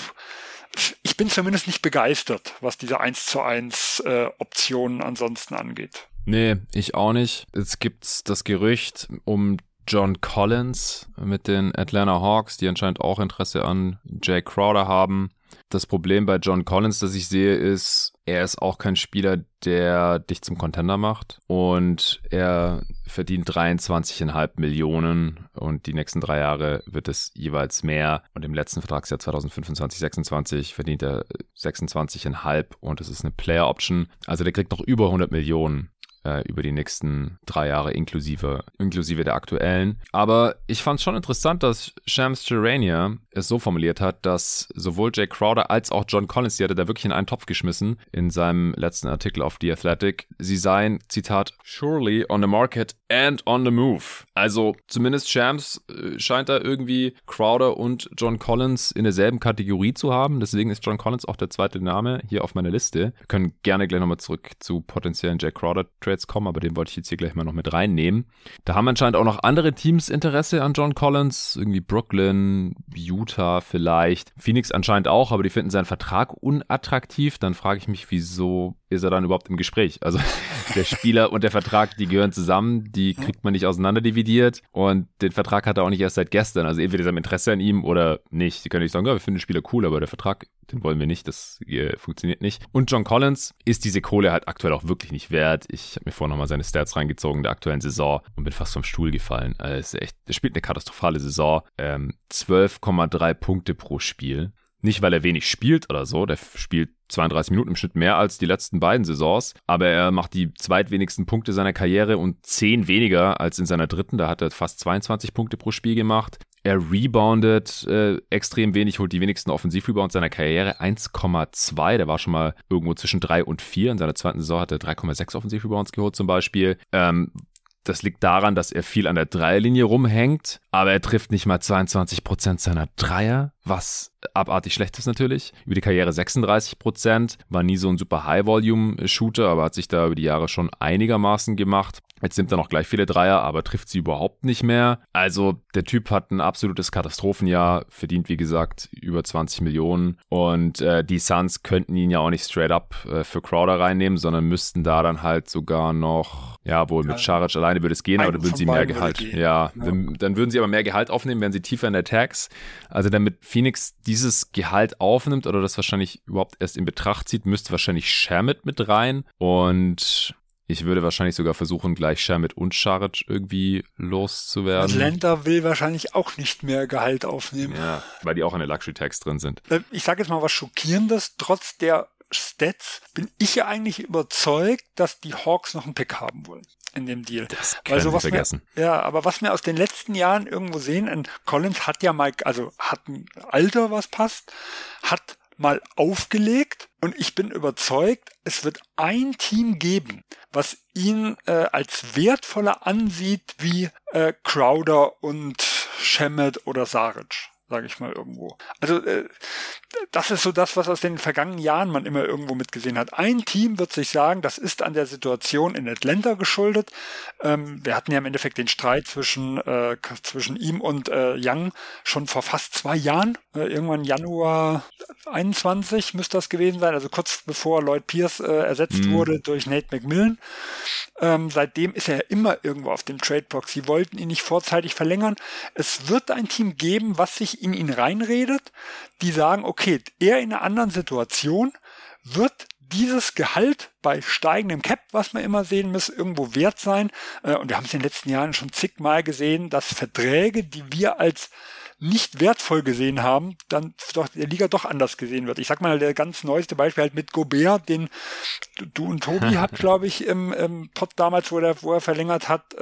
ich bin zumindest nicht begeistert, was diese 1:1 Optionen ansonsten angeht. Nee, ich auch nicht. Jetzt gibt's das Gerücht um John Collins mit den Atlanta Hawks, die anscheinend auch Interesse an Jay Crowder haben. Das Problem bei John Collins, das ich sehe, ist, er ist auch kein Spieler, der dich zum Contender macht. Und er verdient 23,5 Millionen und die nächsten 3 Jahre wird es jeweils mehr. Und im letzten Vertragsjahr 2025/26 verdient er 26,5 und es ist eine Player Option. Also der kriegt noch über 100 Millionen über die nächsten 3 Jahre inklusive der aktuellen. Aber ich fand es schon interessant, dass Shams Charania es so formuliert hat, dass sowohl Jay Crowder als auch John Collins, die hat er da wirklich in einen Topf geschmissen, in seinem letzten Artikel auf The Athletic, sie seien, Zitat, surely on the market and on the move. Also zumindest Shams scheint da irgendwie Crowder und John Collins in derselben Kategorie zu haben. Deswegen ist John Collins auch der zweite Name hier auf meiner Liste. Wir können gerne gleich nochmal zurück zu potenziellen Jay Crowder-Trades kommen, aber den wollte ich jetzt hier gleich mal noch mit reinnehmen. Da haben anscheinend auch noch andere Teams Interesse an John Collins, irgendwie Brooklyn, Utah vielleicht, Phoenix anscheinend auch, aber die finden seinen Vertrag unattraktiv. Dann frage ich mich, wieso ist er dann überhaupt im Gespräch? Also der Spieler und der Vertrag, die gehören zusammen, die kriegt man nicht auseinander dividiert und den Vertrag hat er auch nicht erst seit gestern. Also entweder ist er Interesse an ihm oder nicht. Sie können nicht sagen, ja, wir finden den Spieler cool, aber der Vertrag, den wollen wir nicht, das funktioniert nicht. Und John Collins ist diese Kohle halt aktuell auch wirklich nicht wert. Ich habe mir vorhin nochmal seine Stats reingezogen der aktuellen Saison und bin fast vom Stuhl gefallen. Also er spielt eine katastrophale Saison. 12,3 Punkte pro Spiel. Nicht, weil er wenig spielt oder so, der spielt 32 Minuten im Schnitt mehr als die letzten beiden Saisons, aber er macht die zweitwenigsten Punkte seiner Karriere und 10 weniger als in seiner dritten, da hat er fast 22 Punkte pro Spiel gemacht. Er reboundet extrem wenig, holt die wenigsten Offensivrebounds seiner Karriere, 1,2, der war schon mal irgendwo zwischen 3 und 4, in seiner zweiten Saison hat er 3,6 Offensivrebounds geholt zum Beispiel. Das liegt daran, dass er viel an der Dreierlinie rumhängt, aber er trifft nicht mal 22% seiner Dreier, was abartig schlecht ist natürlich. Über die Karriere 36%, war nie so ein super High-Volume-Shooter, aber hat sich da über die Jahre schon einigermaßen gemacht. Jetzt nimmt er noch gleich viele Dreier, aber trifft sie überhaupt nicht mehr. Also der Typ hat ein absolutes Katastrophenjahr, verdient wie gesagt über 20 Millionen und die Suns könnten ihn ja auch nicht straight up für Crowder reinnehmen, sondern müssten da dann halt sogar noch, ja wohl mit Šarić alleine würde es gehen, aber dann würden sie mehr Gehalt, dann würden sie aber mehr Gehalt aufnehmen, wären sie tiefer in der Tax. Also damit Phoenix dieses Gehalt aufnimmt oder das wahrscheinlich überhaupt erst in Betracht zieht, müsste wahrscheinlich Shamet mit rein und ich würde wahrscheinlich sogar versuchen, gleich Shamet und Šarić irgendwie loszuwerden. Atlanta will wahrscheinlich auch nicht mehr Gehalt aufnehmen. Ja, weil die auch in der Luxury-Tax drin sind. Ich sage jetzt mal was Schockierendes. Trotz der Stats bin ich ja eigentlich überzeugt, dass die Hawks noch einen Pick haben wollen in dem Deal. Das können Sie vergessen. Aber was wir aus den letzten Jahren irgendwo sehen, und Collins hat ja mal, also hat ein Alter, was passt, hat mal aufgelegt und ich bin überzeugt, es wird ein Team geben, was ihn als wertvoller ansieht wie Crowder und Shamet oder Šarić, sage ich mal irgendwo. Also das ist so das, was aus den vergangenen Jahren man immer irgendwo mitgesehen hat. Ein Team wird sich sagen, das ist an der Situation in Atlanta geschuldet. Wir hatten ja im Endeffekt den Streit zwischen ihm und Young schon vor fast 2 Jahren. Irgendwann Januar 21 müsste das gewesen sein, also kurz bevor Lloyd Pierce ersetzt wurde durch Nate McMillan. Seitdem ist er immer irgendwo auf dem Trade-Block. Sie wollten ihn nicht vorzeitig verlängern. Es wird ein Team geben, was sich in ihn reinredet, die sagen, okay, er in einer anderen Situation wird dieses Gehalt bei steigendem Cap, was man immer sehen muss, irgendwo wert sein. Und wir haben es in den letzten Jahren schon zigmal gesehen, dass Verträge, die wir als nicht wertvoll gesehen haben, dann doch der Liga doch anders gesehen wird. Ich sag mal, der ganz neueste Beispiel halt mit Gobert, den du und Tobi habt, glaube ich, im Pod damals, wo er verlängert hat,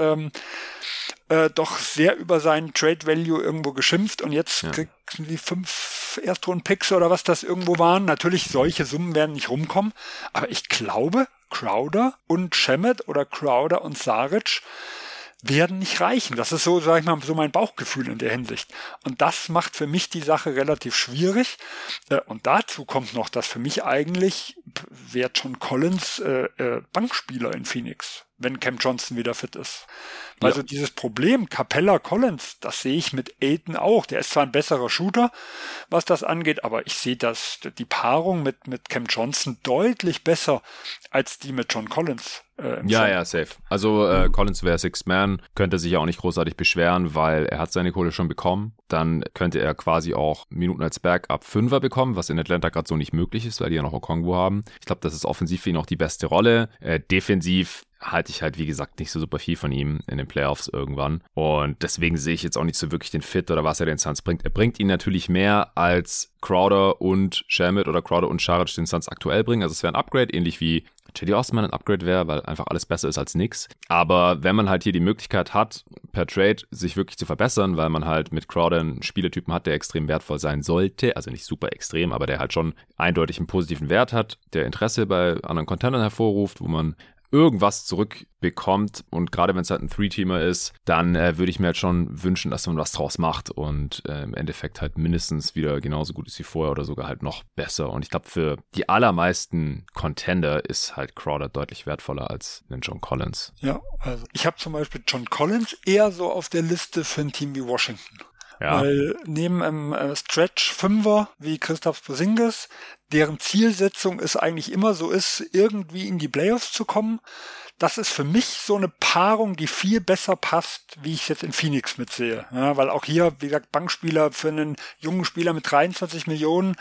doch sehr über seinen Trade Value irgendwo geschimpft und jetzt kriegt die 5 Erstrunden-Picks oder was das irgendwo waren. Natürlich, solche Summen werden nicht rumkommen, aber ich glaube, Crowder und Shamet oder Crowder und Šarić werden nicht reichen. Das ist so, sag ich mal, so mein Bauchgefühl in der Hinsicht. Und das macht für mich die Sache relativ schwierig. Und dazu kommt noch, dass für mich eigentlich wäre John Collins Bankspieler in Phoenix, wenn Cam Johnson wieder fit ist. Weil so dieses Problem Capella Collins, das sehe ich mit Ayton auch. Der ist zwar ein besserer Shooter, was das angeht, aber ich sehe die Paarung mit Cam Johnson deutlich besser als die mit John Collins. Ja, safe. Also Collins wäre Sixth Man, könnte sich ja auch nicht großartig beschweren, weil er hat seine Kohle schon bekommen. Dann könnte er quasi auch Minuten als Backup-Fünfer bekommen, was in Atlanta gerade so nicht möglich ist, weil die ja noch Okongwu haben. Ich glaube, das ist offensiv für ihn auch die beste Rolle. Defensiv halte ich halt, wie gesagt, nicht so super viel von ihm in den Playoffs irgendwann. Und deswegen sehe ich jetzt auch nicht so wirklich den Fit oder was er den Suns bringt. Er bringt ihn natürlich mehr als Crowder und Shamet oder Crowder und Šarić den Suns aktuell bringen. Also es wäre ein Upgrade, ähnlich wie Cedi Osman ein Upgrade wäre, weil einfach alles besser ist als nix. Aber wenn man halt hier die Möglichkeit hat, per Trade sich wirklich zu verbessern, weil man halt mit Crowder einen Spielertypen hat, der extrem wertvoll sein sollte, also nicht super extrem, aber der halt schon eindeutig einen positiven Wert hat, der Interesse bei anderen Contendern hervorruft, wo man irgendwas zurückbekommt und gerade wenn es halt ein Three-Teamer ist, dann würde ich mir halt schon wünschen, dass man was draus macht und im Endeffekt halt mindestens wieder genauso gut ist wie vorher oder sogar halt noch besser und ich glaube für die allermeisten Contender ist halt Crowder deutlich wertvoller als ein John Collins. Ja, also ich habe zum Beispiel John Collins eher so auf der Liste für ein Team wie Washington. Ja. Weil neben einem Stretch-Fünfer wie Kristaps Porzingis, deren Zielsetzung es eigentlich immer so ist, irgendwie in die Playoffs zu kommen, das ist für mich so eine Paarung, die viel besser passt, wie ich es jetzt in Phoenix mitsehe. Ja, weil auch hier, wie gesagt, Bankspieler für einen jungen Spieler mit 23 Millionen,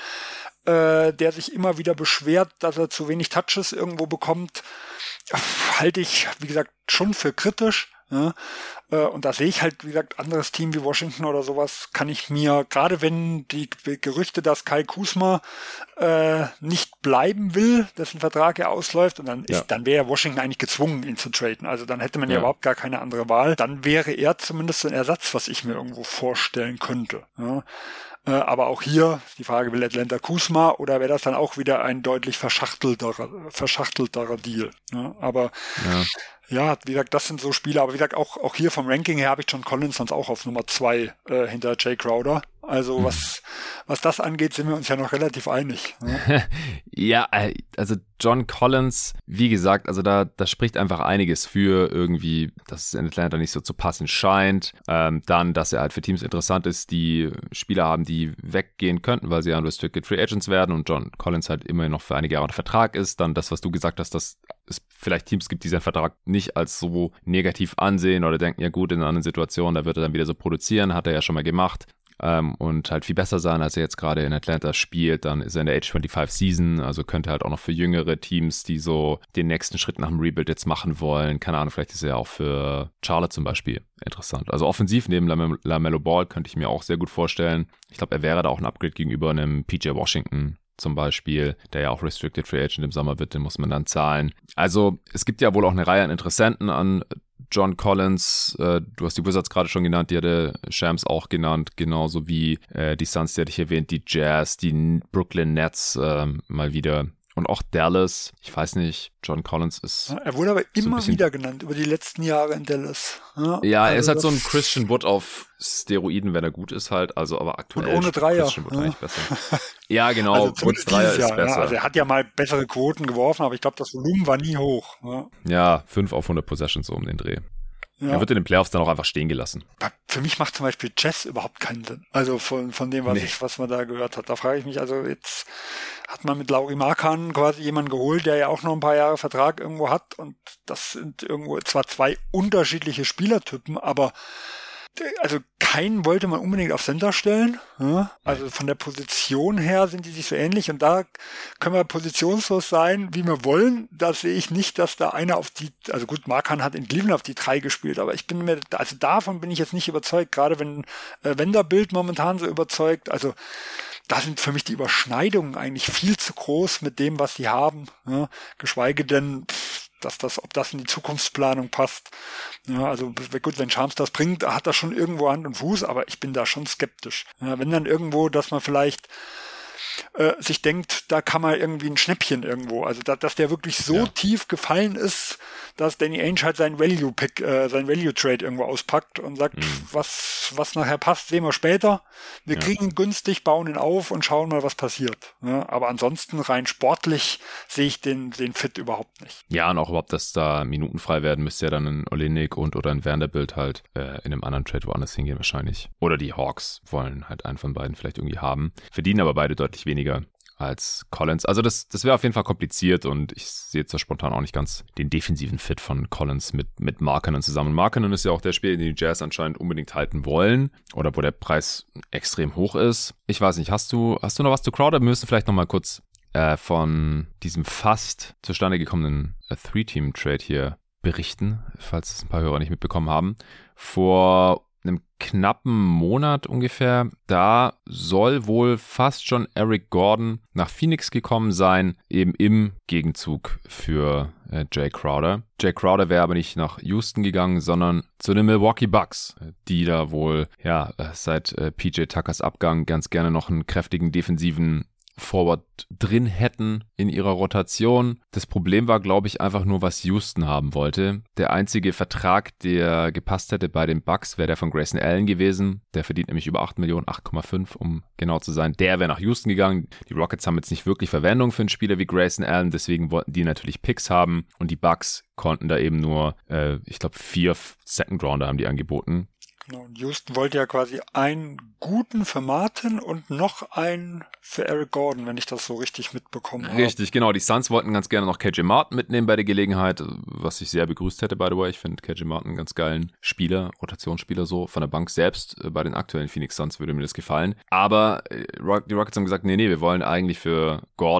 der sich immer wieder beschwert, dass er zu wenig Touches irgendwo bekommt, halte ich, wie gesagt, schon für kritisch. Ja? Und da sehe ich halt, wie gesagt, anderes Team wie Washington oder sowas kann ich mir, gerade wenn die Gerüchte, dass Kyle Kuzma nicht bleiben will, dessen Vertrag ja ausläuft, und dann wäre Washington eigentlich gezwungen, ihn zu traden. Also dann hätte man ja überhaupt gar keine andere Wahl. Dann wäre er zumindest ein Ersatz, was ich mir irgendwo vorstellen könnte. Ja? Aber auch hier die Frage, will Atlanta Kuzma oder wäre das dann auch wieder ein deutlich verschachtelterer Deal? Ja? Aber ja, wie gesagt, das sind so Spiele, aber wie gesagt, auch hier vom Ranking her habe ich John Collins sonst auch auf Nummer 2 hinter Jay Crowder. Also was das angeht, sind wir uns ja noch relativ einig. Ne? Ja, also John Collins, wie gesagt, also da spricht einfach einiges für irgendwie, dass es in Atlanta nicht so zu passen scheint. Dann, dass er halt für Teams interessant ist, die Spieler haben, die weggehen könnten, weil sie unrestricted Free Agents werden und John Collins halt immerhin noch für einige Jahre unter Vertrag ist. Dann das, was du gesagt hast, dass es vielleicht Teams gibt, die seinen Vertrag nicht als so negativ ansehen oder denken, ja gut, in einer anderen Situation, da wird er dann wieder so produzieren, hat er ja schon mal gemacht. Und halt viel besser sein, als er jetzt gerade in Atlanta spielt. Dann ist er in der Age 25 Season, also könnte halt auch noch für jüngere Teams, die so den nächsten Schritt nach dem Rebuild jetzt machen wollen. Keine Ahnung, vielleicht ist er auch für Charlotte zum Beispiel interessant. Also offensiv neben LaMelo Ball könnte ich mir auch sehr gut vorstellen. Ich glaube, er wäre da auch ein Upgrade gegenüber einem PJ Washington zum Beispiel, der ja auch Restricted Free Agent im Sommer wird, den muss man dann zahlen. Also es gibt ja wohl auch eine Reihe an Interessenten an John Collins, du hast die Wizards gerade schon genannt, die hatte Shams auch genannt, genauso wie die Suns, die hatte ich erwähnt, die Jazz, die Brooklyn Nets mal wieder. Und auch Dallas, ich weiß nicht, John Collins ist... Er wurde aber immer wieder genannt, über die letzten Jahre in Dallas. Ja, er ist halt so ein Christian Wood auf Steroiden, wenn er gut ist halt, also aber aktuell... Und ohne Dreier. Christian Wood eigentlich besser. Ja, genau, also Woods Dreier ist besser. Also er hat ja mal bessere Quoten geworfen, aber ich glaube, das Volumen war nie hoch. Ja, 5 auf 100 Possessions so um den Dreh. Ja. Er wird in den Playoffs dann auch einfach stehen gelassen. Für mich macht zum Beispiel Jazz überhaupt keinen Sinn. Also von dem, was man da gehört hat. Da frage ich mich, also jetzt hat man mit Lauri Markkanen quasi jemanden geholt, der ja auch noch ein paar Jahre Vertrag irgendwo hat. Und das sind irgendwo zwar zwei unterschiedliche Spielertypen, aber also keinen wollte man unbedingt auf Center stellen. Ja? Also von der Position her sind die sich so ähnlich und da können wir positionslos sein, wie wir wollen. Da sehe ich nicht, dass da einer auf die, also gut, Markkanen hat in Cleveland auf die 3 gespielt, aber ich bin mir, also davon bin ich jetzt nicht überzeugt, gerade wenn Vanderbilt momentan so überzeugt, also da sind für mich die Überschneidungen eigentlich viel zu groß mit dem, was sie haben. Ja? Geschweige denn, ob das in die Zukunftsplanung passt. Ja, also gut, wenn Shams das bringt, hat das schon irgendwo Hand und Fuß, aber ich bin da schon skeptisch. Ja, wenn dann irgendwo, dass man vielleicht sich denkt, da kann man irgendwie ein Schnäppchen irgendwo, also dass der wirklich so tief gefallen ist, dass Danny Ainge halt sein Value-Pick, sein Value-Trade irgendwo auspackt und sagt, was nachher passt, sehen wir später. Wir kriegen ihn günstig, bauen ihn auf und schauen mal, was passiert. Ja, aber ansonsten rein sportlich sehe ich den Fit überhaupt nicht. Ja, und auch überhaupt, dass da Minuten frei werden, müsste ja dann ein Olynyk oder ein Vanderbilt halt in einem anderen Trade woanders hingehen wahrscheinlich. Oder die Hawks wollen halt einen von beiden vielleicht irgendwie haben. Verdienen aber beide deutlich weniger als Collins. Also das wäre auf jeden Fall kompliziert und ich sehe jetzt spontan auch nicht ganz den defensiven Fit von Collins mit Markkanen zusammen. Markkanen ist ja auch der Spieler, den die Jazz anscheinend unbedingt halten wollen oder wo der Preis extrem hoch ist. Ich weiß nicht, hast du noch was zu Crowder? Wir müssen vielleicht noch mal kurz von diesem fast zustande gekommenen Three-Team-Trade hier berichten, falls es ein paar Hörer nicht mitbekommen haben. Vor einem knappen Monat ungefähr, da soll wohl fast schon Eric Gordon nach Phoenix gekommen sein, eben im Gegenzug für Jay Crowder. Jay Crowder wäre aber nicht nach Houston gegangen, sondern zu den Milwaukee Bucks, die da wohl seit PJ Tuckers Abgang ganz gerne noch einen kräftigen defensiven Forward drin hätten in ihrer Rotation. Das Problem war, glaube ich, einfach nur, was Houston haben wollte. Der einzige Vertrag, der gepasst hätte bei den Bucks, wäre der von Grayson Allen gewesen. Der verdient nämlich über 8 Millionen, 8,5 um genau zu sein. Der wäre nach Houston gegangen. Die Rockets haben jetzt nicht wirklich Verwendung für einen Spieler wie Grayson Allen, deswegen wollten die natürlich Picks haben und die Bucks konnten da eben nur, ich glaube 4 Second Rounder haben die angeboten. Genau, und Houston wollte ja quasi einen guten für Martin und noch einen für Eric Gordon, wenn ich das so richtig mitbekommen habe. Richtig, genau. Die Suns wollten ganz gerne noch KJ Martin mitnehmen bei der Gelegenheit, was ich sehr begrüßt hätte, by the way. Ich finde KJ Martin einen ganz geilen Spieler, Rotationsspieler so von der Bank selbst. Bei den aktuellen Phoenix Suns würde mir das gefallen. Aber die Rockets haben gesagt, nee, wir wollen eigentlich für Gordon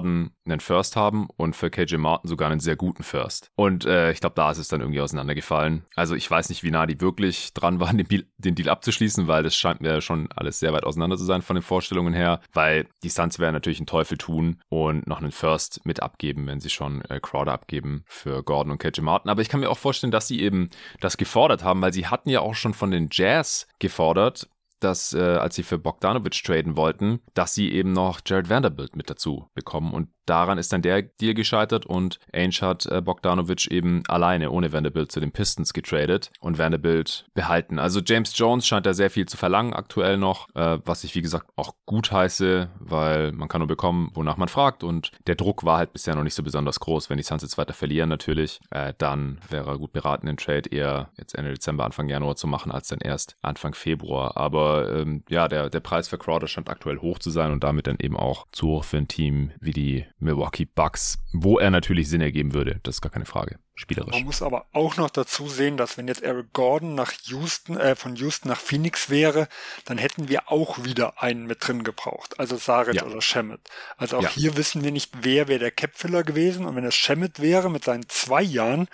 einen First haben und für KJ Martin sogar einen sehr guten First. Und ich glaube, da ist es dann irgendwie auseinandergefallen. Also ich weiß nicht, wie nah die wirklich dran waren, den Deal abzuschließen, weil das scheint mir schon alles sehr weit auseinander zu sein von den Vorstellungen her, weil die Suns werden natürlich einen Teufel tun und noch einen First mit abgeben, wenn sie schon Crowder abgeben für Gordon und KJ Martin. Aber ich kann mir auch vorstellen, dass sie eben das gefordert haben, weil sie hatten ja auch schon von den Jazz gefordert, dass, als sie für Bogdanovic traden wollten, dass sie eben noch Jared Vanderbilt mit dazu bekommen. Und daran ist dann der Deal gescheitert und Ainge hat Bogdanovic eben alleine ohne Vanderbilt zu den Pistons getradet und Vanderbilt behalten. Also James Jones scheint da sehr viel zu verlangen aktuell noch, was ich wie gesagt auch gut heiße, weil man kann nur bekommen, wonach man fragt, und der Druck war halt bisher noch nicht so besonders groß. Wenn die Suns jetzt weiter verlieren natürlich, dann wäre er gut beraten, den Trade eher jetzt Ende Dezember, Anfang Januar zu machen, als dann erst Anfang Februar. Aber der Preis für Crowder scheint aktuell hoch zu sein und damit dann eben auch zu hoch für ein Team wie die Milwaukee Bucks, wo er natürlich Sinn ergeben würde. Das ist gar keine Frage. Spielerisch. Man muss aber auch noch dazu sehen, dass wenn jetzt Eric Gordon von Houston nach Phoenix wäre, dann hätten wir auch wieder einen mit drin gebraucht. Also Saric oder Shamet. Also auch hier wissen wir nicht, wer wäre der Capfiller gewesen. Und wenn es Shamet wäre mit seinen 2 Jahren,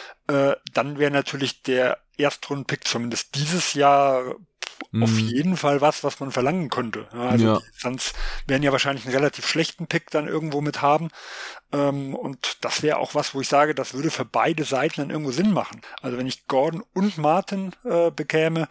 dann wäre natürlich der Erstrundenpick zumindest dieses Jahr auf jeden Fall was man verlangen könnte. Also die Suns werden ja wahrscheinlich einen relativ schlechten Pick dann irgendwo mit haben. Und das wäre auch was, wo ich sage, das würde für beide Seiten dann irgendwo Sinn machen. Also wenn ich Gordon und Martin bekäme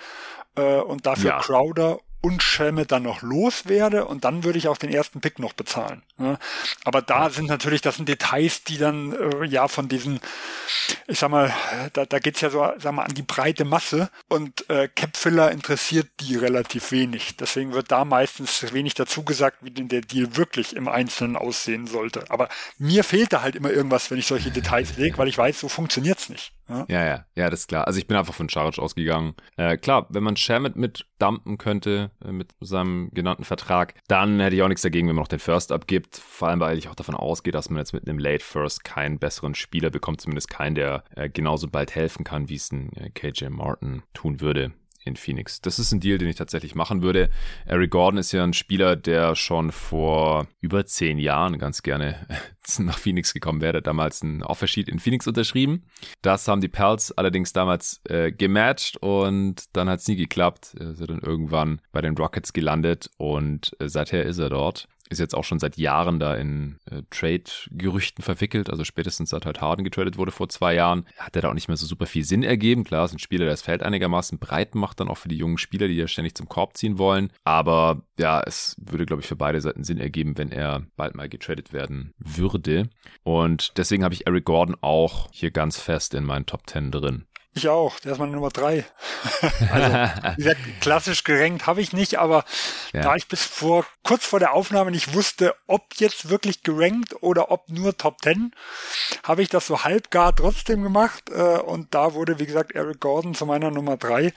und dafür Crowder und Shamet dann noch loswerde, und dann würde ich auch den ersten Pick noch bezahlen. Ja. Aber das sind Details, die dann von diesen, ich sag mal, da geht's ja so, sag mal, an die breite Masse, und Capfiller interessiert die relativ wenig. Deswegen wird da meistens wenig dazu gesagt, wie denn der Deal wirklich im Einzelnen aussehen sollte. Aber mir fehlt da halt immer irgendwas, wenn ich solche Details lege, weil ich weiß, so funktioniert's nicht. Ja, das ist klar. Also ich bin einfach von Saric ausgegangen. Klar, wenn man Shamet mit dumpen könnte, mit seinem genannten Vertrag, dann hätte ich auch nichts dagegen, wenn man noch den First abgibt. Vor allem, weil ich auch davon ausgehe, dass man jetzt mit einem Late First keinen besseren Spieler bekommt, zumindest keinen, der genauso bald helfen kann, wie es ein KJ Martin tun würde in Phoenix. Das ist ein Deal, den ich tatsächlich machen würde. Eric Gordon ist ja ein Spieler, der schon vor über 10 Jahren ganz gerne nach Phoenix gekommen wäre. Damals ein Offersheet in Phoenix unterschrieben. Das haben die Pels allerdings damals gematcht, und dann hat es nie geklappt. Er ist dann irgendwann bei den Rockets gelandet, und seither ist er dort. Ist jetzt auch schon seit Jahren da in Trade-Gerüchten verwickelt, also spätestens seit halt Harden getradet wurde vor 2 Jahren, hat er da auch nicht mehr so super viel Sinn ergeben. Klar, ist ein Spieler, der das Feld einigermaßen breit macht, dann auch für die jungen Spieler, die ja ständig zum Korb ziehen wollen. Aber ja, es würde, glaube ich, für beide Seiten Sinn ergeben, wenn er bald mal getradet werden würde. Und deswegen habe ich Eric Gordon auch hier ganz fest in meinen Top 10 drin. Ich auch, der ist meine Nummer 3. Also, wie gesagt, klassisch gerankt habe ich nicht, aber da ich kurz vor der Aufnahme nicht wusste, ob jetzt wirklich gerankt oder ob nur Top 10, habe ich das so halbgar trotzdem gemacht, und da wurde, wie gesagt, Eric Gordon zu meiner Nummer 3.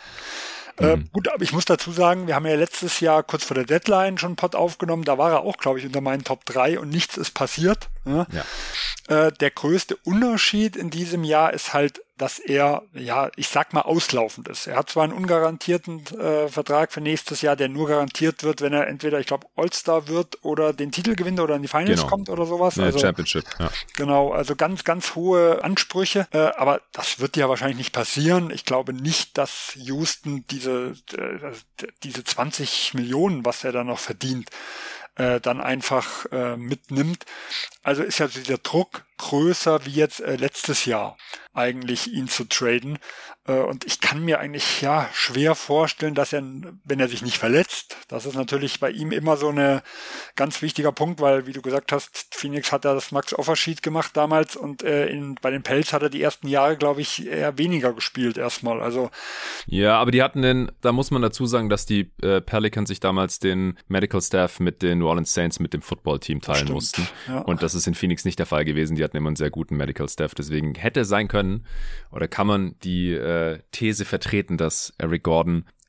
Gut, aber ich muss dazu sagen, wir haben ja letztes Jahr kurz vor der Deadline schon einen Pod aufgenommen, da war er auch, glaube ich, unter meinen Top 3 und nichts ist passiert. Ja. Der größte Unterschied in diesem Jahr ist halt, dass er, ich sag mal, auslaufend ist. Er hat zwar einen ungarantierten Vertrag für nächstes Jahr, der nur garantiert wird, wenn er entweder, ich glaube, All-Star wird oder den Titel gewinnt oder in die Finals kommt oder sowas. Ja, also, Championship, ja. Genau, also ganz, ganz hohe Ansprüche. Aber das wird ja wahrscheinlich nicht passieren. Ich glaube nicht, dass Houston diese 20 Millionen, was er da noch verdient, dann einfach mitnimmt. Also ist ja dieser Druck größer wie jetzt letztes Jahr eigentlich, ihn zu traden. Und ich kann mir eigentlich schwer vorstellen, dass er, wenn er sich nicht verletzt, das ist natürlich bei ihm immer so ein ganz wichtiger Punkt, weil, wie du gesagt hast, Phoenix hat ja das Max-Offer-Sheet gemacht damals, und bei den Pels hat er die ersten Jahre, glaube ich, eher weniger gespielt erstmal. Also ja, aber die hatten da muss man dazu sagen, dass die Pelicans sich damals den Medical Staff mit den New Orleans Saints, mit dem Football-Team teilen mussten. Ja. Und das ist in Phoenix nicht der Fall gewesen. Die hatten immer einen sehr guten Medical Staff. Deswegen hätte sein können, oder kann man die These vertreten, dass Eric Gordon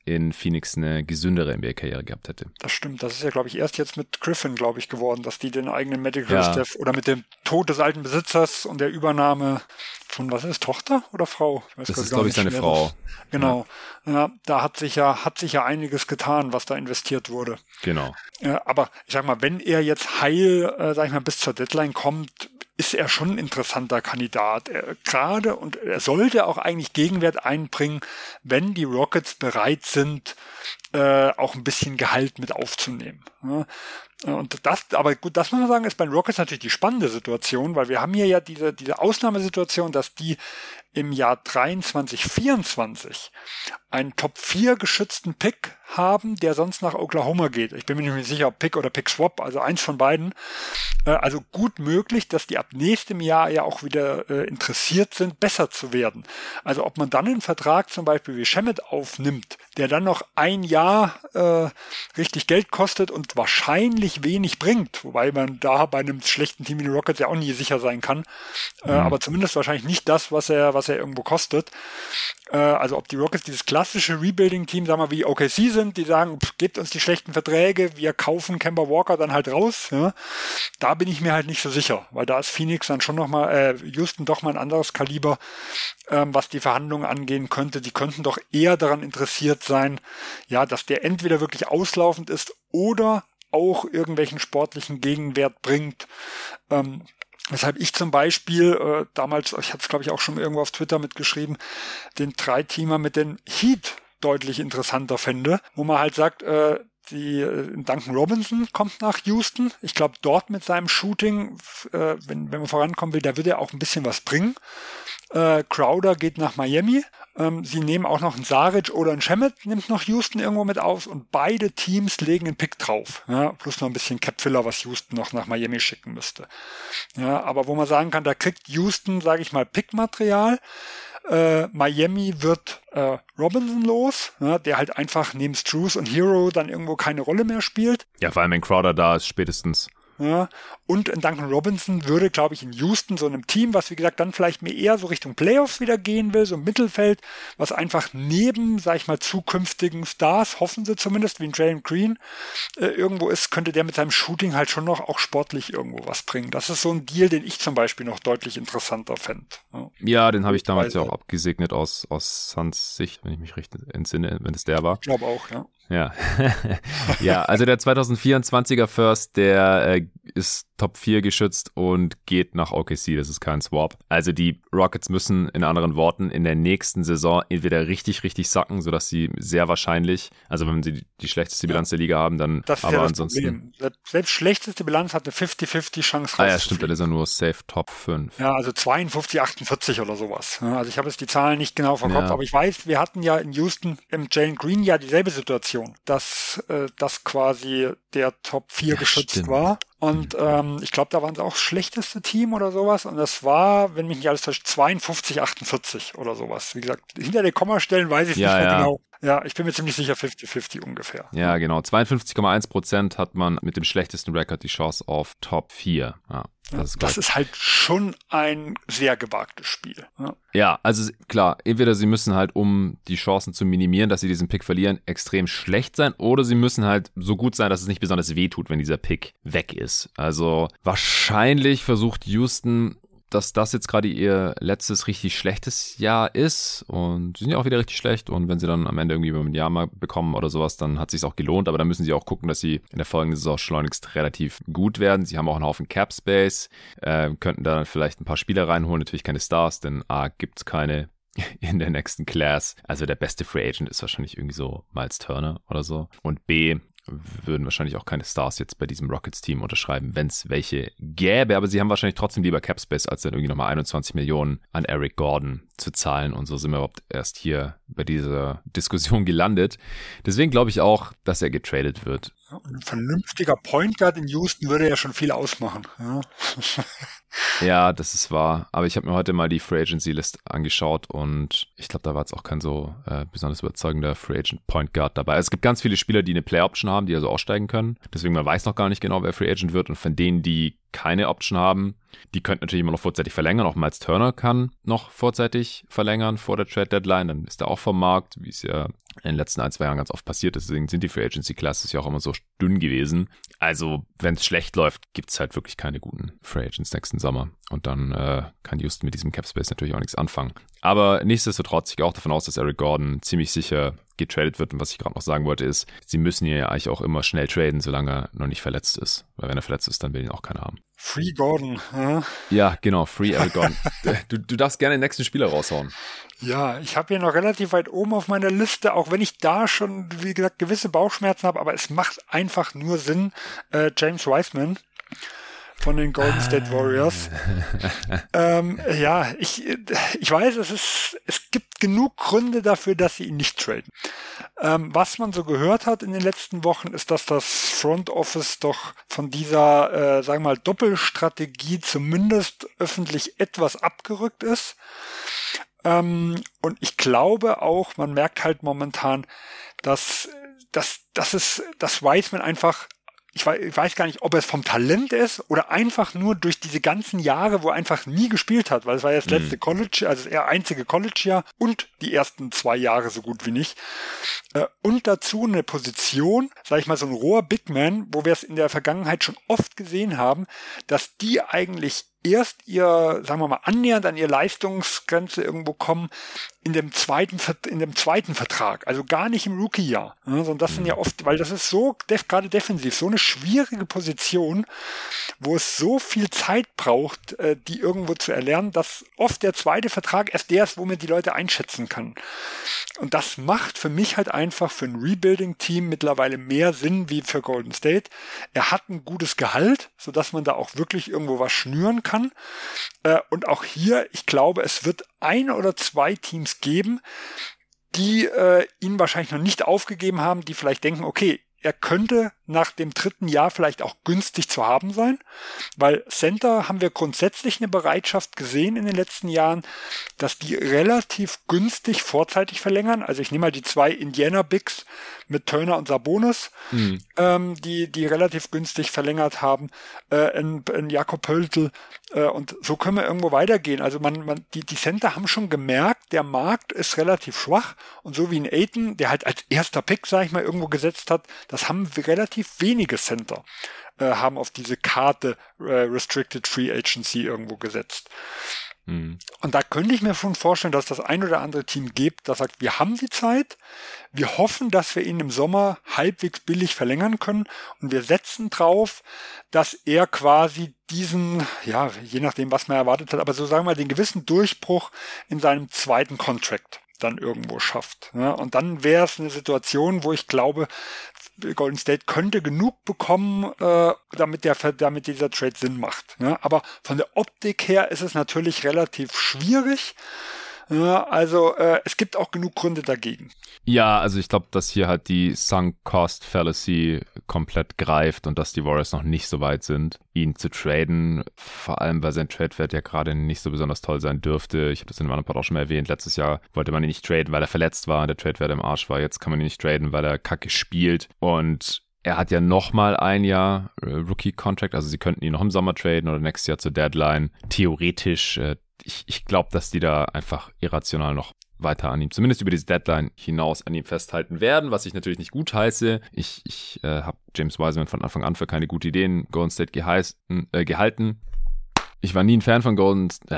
in Phoenix eine gesündere NBA-Karriere gehabt hätte. Das stimmt. Das ist ja, glaube ich, erst jetzt mit Griffin, glaube ich, geworden, dass die den eigenen Medical Staff oder mit dem Tod des alten Besitzers und der Übernahme von, was ist, Tochter oder Frau? Ich weiß das ist, glaube ich, seine Frau. Genau. Ja, da hat sich ja einiges getan, was da investiert wurde. Genau. Aber ich sag mal, wenn er jetzt heil, sag ich mal, bis zur Deadline kommt, ist er schon ein interessanter Kandidat. Gerade, und er sollte auch eigentlich Gegenwert einbringen, wenn die Rockets bereit sind, auch ein bisschen Gehalt mit aufzunehmen. Ja. Und das, aber gut, das muss man sagen, ist bei den Rockets natürlich die spannende Situation, weil wir haben hier ja diese Ausnahmesituation, dass die im Jahr 23, 24 einen Top 4 geschützten Pick haben, der sonst nach Oklahoma geht. Ich bin mir nicht sicher, ob Pick oder Pick Swap, also eins von beiden. Also gut möglich, dass die ab nächstem Jahr ja auch wieder interessiert sind, besser zu werden. Also ob man dann einen Vertrag zum Beispiel wie Shamet aufnimmt, der dann noch ein Jahr richtig Geld kostet und wahrscheinlich wenig bringt, wobei man da bei einem schlechten Team wie den Rockets ja auch nie sicher sein kann, aber zumindest wahrscheinlich nicht das, was er irgendwo kostet. Also ob die Rockets dieses klassische Rebuilding-Team, sagen wir wie OKC sind, die sagen, gebt uns die schlechten Verträge, wir kaufen Kemba Walker dann halt raus. Ja? Da bin ich mir halt nicht so sicher, weil da ist Phoenix dann schon nochmal, Houston doch mal ein anderes Kaliber, was die Verhandlungen angehen könnte. Die könnten doch eher daran interessiert sein, ja, dass der entweder wirklich auslaufend ist oder auch irgendwelchen sportlichen Gegenwert bringt. Weshalb ich zum Beispiel damals, ich hatte es glaube ich auch schon irgendwo auf Twitter mitgeschrieben, den Dreiteamer mit den Heat deutlich interessanter fände, wo man halt sagt, Duncan Robinson kommt nach Houston. Ich glaube, dort mit seinem Shooting, wenn man vorankommen will, da würde er auch ein bisschen was bringen. Crowder geht nach Miami. Sie nehmen auch noch einen Saric oder einen Shamet, nimmt noch Houston irgendwo mit auf und beide Teams legen einen Pick drauf. Ja, plus noch ein bisschen Cap-Filler, was Houston noch nach Miami schicken müsste. Ja, aber wo man sagen kann, da kriegt Houston, sage ich mal, Pick-Material. Miami wird Robinson los, ja, der halt einfach neben Strus und Hero dann irgendwo keine Rolle mehr spielt. Ja, vor allem wenn Crowder da ist, spätestens. Ja, und Duncan Robinson würde, glaube ich, in Houston, so einem Team, was wie gesagt dann vielleicht mehr eher so Richtung Playoffs wieder gehen will, so im Mittelfeld, was einfach neben, sag ich mal, zukünftigen Stars, hoffen sie zumindest, wie ein Jalen Green, irgendwo ist, könnte der mit seinem Shooting halt schon noch auch sportlich irgendwo was bringen. Das ist so ein Deal, den ich zum Beispiel noch deutlich interessanter fände. Ja, den habe ich damals ja auch abgesegnet aus Suns Sicht, wenn ich mich richtig entsinne, wenn es der war. Ich glaube auch, ja. Ja, ja, also der 2024er First, der ist Top 4 geschützt und geht nach OKC, das ist kein Swap. Also die Rockets müssen in anderen Worten in der nächsten Saison entweder richtig sacken, sodass sie sehr wahrscheinlich, also wenn sie die schlechteste Bilanz der Liga haben, dann das ist aber ja das ansonsten... Problem. Selbst schlechteste Bilanz hat eine 50-50 Chance raus. Ja, stimmt, dann ist er nur safe Top 5. Ja, also 52, 48 oder sowas. Also ich habe jetzt die Zahlen nicht genau vor Kopf, aber ich weiß, wir hatten ja in Houston im Jalen Green ja dieselbe Situation, dass das quasi der Top 4 geschützt war. Und ich glaube, da waren sie auch das schlechteste Team oder sowas. Und das war, wenn mich nicht alles täuscht, 52, 48 oder sowas. Wie gesagt, hinter den Kommastellen weiß ich nicht mehr genau. Ja, ich bin mir ziemlich sicher 50-50 ungefähr. Ja, genau. 52,1% hat man mit dem schlechtesten Rekord die Chance auf Top 4. Ja. Das ist halt schon ein sehr gewagtes Spiel. Ja, also klar, entweder sie müssen halt, um die Chancen zu minimieren, dass sie diesen Pick verlieren, extrem schlecht sein, oder sie müssen halt so gut sein, dass es nicht besonders wehtut, wenn dieser Pick weg ist. Also wahrscheinlich versucht Houston, dass das jetzt gerade ihr letztes richtig schlechtes Jahr ist, und sie sind ja auch wieder richtig schlecht, und wenn sie dann am Ende irgendwie über ein Jahr mal bekommen oder sowas, dann hat es sich auch gelohnt, aber dann müssen sie auch gucken, dass sie in der folgenden Saison schleunigst relativ gut werden. Sie haben auch einen Haufen Cap Space, könnten da vielleicht ein paar Spieler reinholen, natürlich keine Stars, denn A, gibt's keine in der nächsten Class. Also der beste Free Agent ist wahrscheinlich irgendwie so Miles Turner oder so, und B, würden wahrscheinlich auch keine Stars jetzt bei diesem Rockets-Team unterschreiben, wenn es welche gäbe, aber sie haben wahrscheinlich trotzdem lieber Capspace, als dann irgendwie nochmal 21 Millionen an Eric Gordon zu zahlen, und so sind wir überhaupt erst hier bei dieser Diskussion gelandet. Deswegen glaube ich auch, dass er getradet wird. Ja, ein vernünftiger Point Guard in Houston würde ja schon viel ausmachen. Ja. Ja, das ist wahr. Aber ich habe mir heute mal die Free Agency List angeschaut, und ich glaube, da war jetzt auch kein so besonders überzeugender Free Agent Point Guard dabei. Es gibt ganz viele Spieler, die eine Play Option haben, die also aussteigen können. Deswegen, man weiß noch gar nicht genau, wer Free Agent wird, und von denen, die keine Option haben, die könnten natürlich immer noch vorzeitig verlängern. Auch Miles Turner kann noch vorzeitig verlängern vor der Trade Deadline. Dann ist er auch vom Markt, wie es ja in den letzten 1-2 Jahren ganz oft passiert. Deswegen sind die Free Agency Classes ja auch immer so dünn gewesen. Also, wenn es schlecht läuft, gibt es halt wirklich keine guten Free Agents nächsten Sommer. Und dann kann Houston mit diesem Cap Space natürlich auch nichts anfangen. Aber nichtsdestotrotz, ich gehe auch davon aus, dass Eric Gordon ziemlich sicher getradet wird. Und was ich gerade noch sagen wollte ist, sie müssen ihn ja eigentlich auch immer schnell traden, solange er noch nicht verletzt ist. Weil wenn er verletzt ist, dann will ihn auch keiner haben. Free Gordon. Ja, genau, Free Eric Gordon. Du darfst gerne den nächsten Spieler raushauen. Ja, ich habe hier noch relativ weit oben auf meiner Liste, auch wenn ich da schon, wie gesagt, gewisse Bauchschmerzen habe, aber es macht einfach nur Sinn, James Wiseman von den Golden State Warriors. Ich weiß, es gibt genug Gründe dafür, dass sie ihn nicht traden. Was man so gehört hat in den letzten Wochen, ist, dass das Front Office doch von dieser, sagen wir mal, Doppelstrategie zumindest öffentlich etwas abgerückt ist. Und ich glaube auch, man merkt halt momentan, dass Wiseman einfach, ich weiß gar nicht, ob es vom Talent ist oder einfach nur durch diese ganzen Jahre, wo er einfach nie gespielt hat, weil es war ja das letzte College, also das einzige College-Jahr und die ersten 2 Jahre so gut wie nicht. Und dazu eine Position, sag ich mal, so ein roher Big Man, wo wir es in der Vergangenheit schon oft gesehen haben, dass die eigentlich erst sagen wir mal, annähernd an ihre Leistungsgrenze irgendwo kommen in dem zweiten Vertrag, also gar nicht im Rookie-Jahr, sondern das sind ja oft, weil das ist so, gerade defensiv, so eine schwierige Position, wo es so viel Zeit braucht, die irgendwo zu erlernen, dass oft der zweite Vertrag erst der ist, wo man die Leute einschätzen kann. Und das macht für mich halt einfach für ein Rebuilding-Team mittlerweile mehr Sinn wie für Golden State. Er hat ein gutes Gehalt, sodass man da auch wirklich irgendwo was schnüren kann. Und auch hier, ich glaube, es wird 1 oder 2 Teams geben, die ihn wahrscheinlich noch nicht aufgegeben haben, die vielleicht denken, okay, er könnte nach dem 3. Jahr vielleicht auch günstig zu haben sein, weil Center haben wir grundsätzlich eine Bereitschaft gesehen in den letzten Jahren, dass die relativ günstig vorzeitig verlängern. Also ich nehme mal die 2 Indiana Bigs mit Turner und Sabonis, die relativ günstig verlängert haben, in Jakob Poeltl, und so können wir irgendwo weitergehen. Also die Center haben schon gemerkt, der Markt ist relativ schwach und so wie ein Ayton, der halt als erster Pick, sag ich mal, irgendwo gesetzt hat, das haben relativ wenige Center haben auf diese Karte Restricted Free Agency irgendwo gesetzt. Und da könnte ich mir schon vorstellen, dass das ein oder andere Team gibt, das sagt, wir haben die Zeit, wir hoffen, dass wir ihn im Sommer halbwegs billig verlängern können und wir setzen drauf, dass er quasi diesen, ja, je nachdem, was man erwartet hat, aber so sagen wir mal, den gewissen Durchbruch in seinem zweiten Contract dann irgendwo schafft. Ja? Und dann wäre es eine Situation, wo ich glaube, Golden State könnte genug bekommen, damit dieser Trade Sinn macht. Ja? Aber von der Optik her ist es natürlich relativ schwierig. Ja, also es gibt auch genug Gründe dagegen. Ja, also ich glaube, dass hier halt die Sunk Cost Fallacy komplett greift und dass die Warriors noch nicht so weit sind, ihn zu traden. Vor allem, weil sein Trade-Wert ja gerade nicht so besonders toll sein dürfte. Ich habe das in einem anderen Part auch schon mal erwähnt. Letztes Jahr wollte man ihn nicht traden, weil er verletzt war, der Trade-Wert im Arsch war. Jetzt kann man ihn nicht traden, weil er kacke spielt. Und er hat ja nochmal 1 Jahr Rookie-Contract, also sie könnten ihn noch im Sommer traden oder nächstes Jahr zur Deadline. Theoretisch, ich glaube, dass die da einfach irrational noch weiter an ihm, zumindest über diese Deadline hinaus an ihm festhalten werden, was ich natürlich nicht gut heiße. Ich habe James Wiseman von Anfang an für keine gute Ideen Golden State gehalten. Ich war nie ein Fan von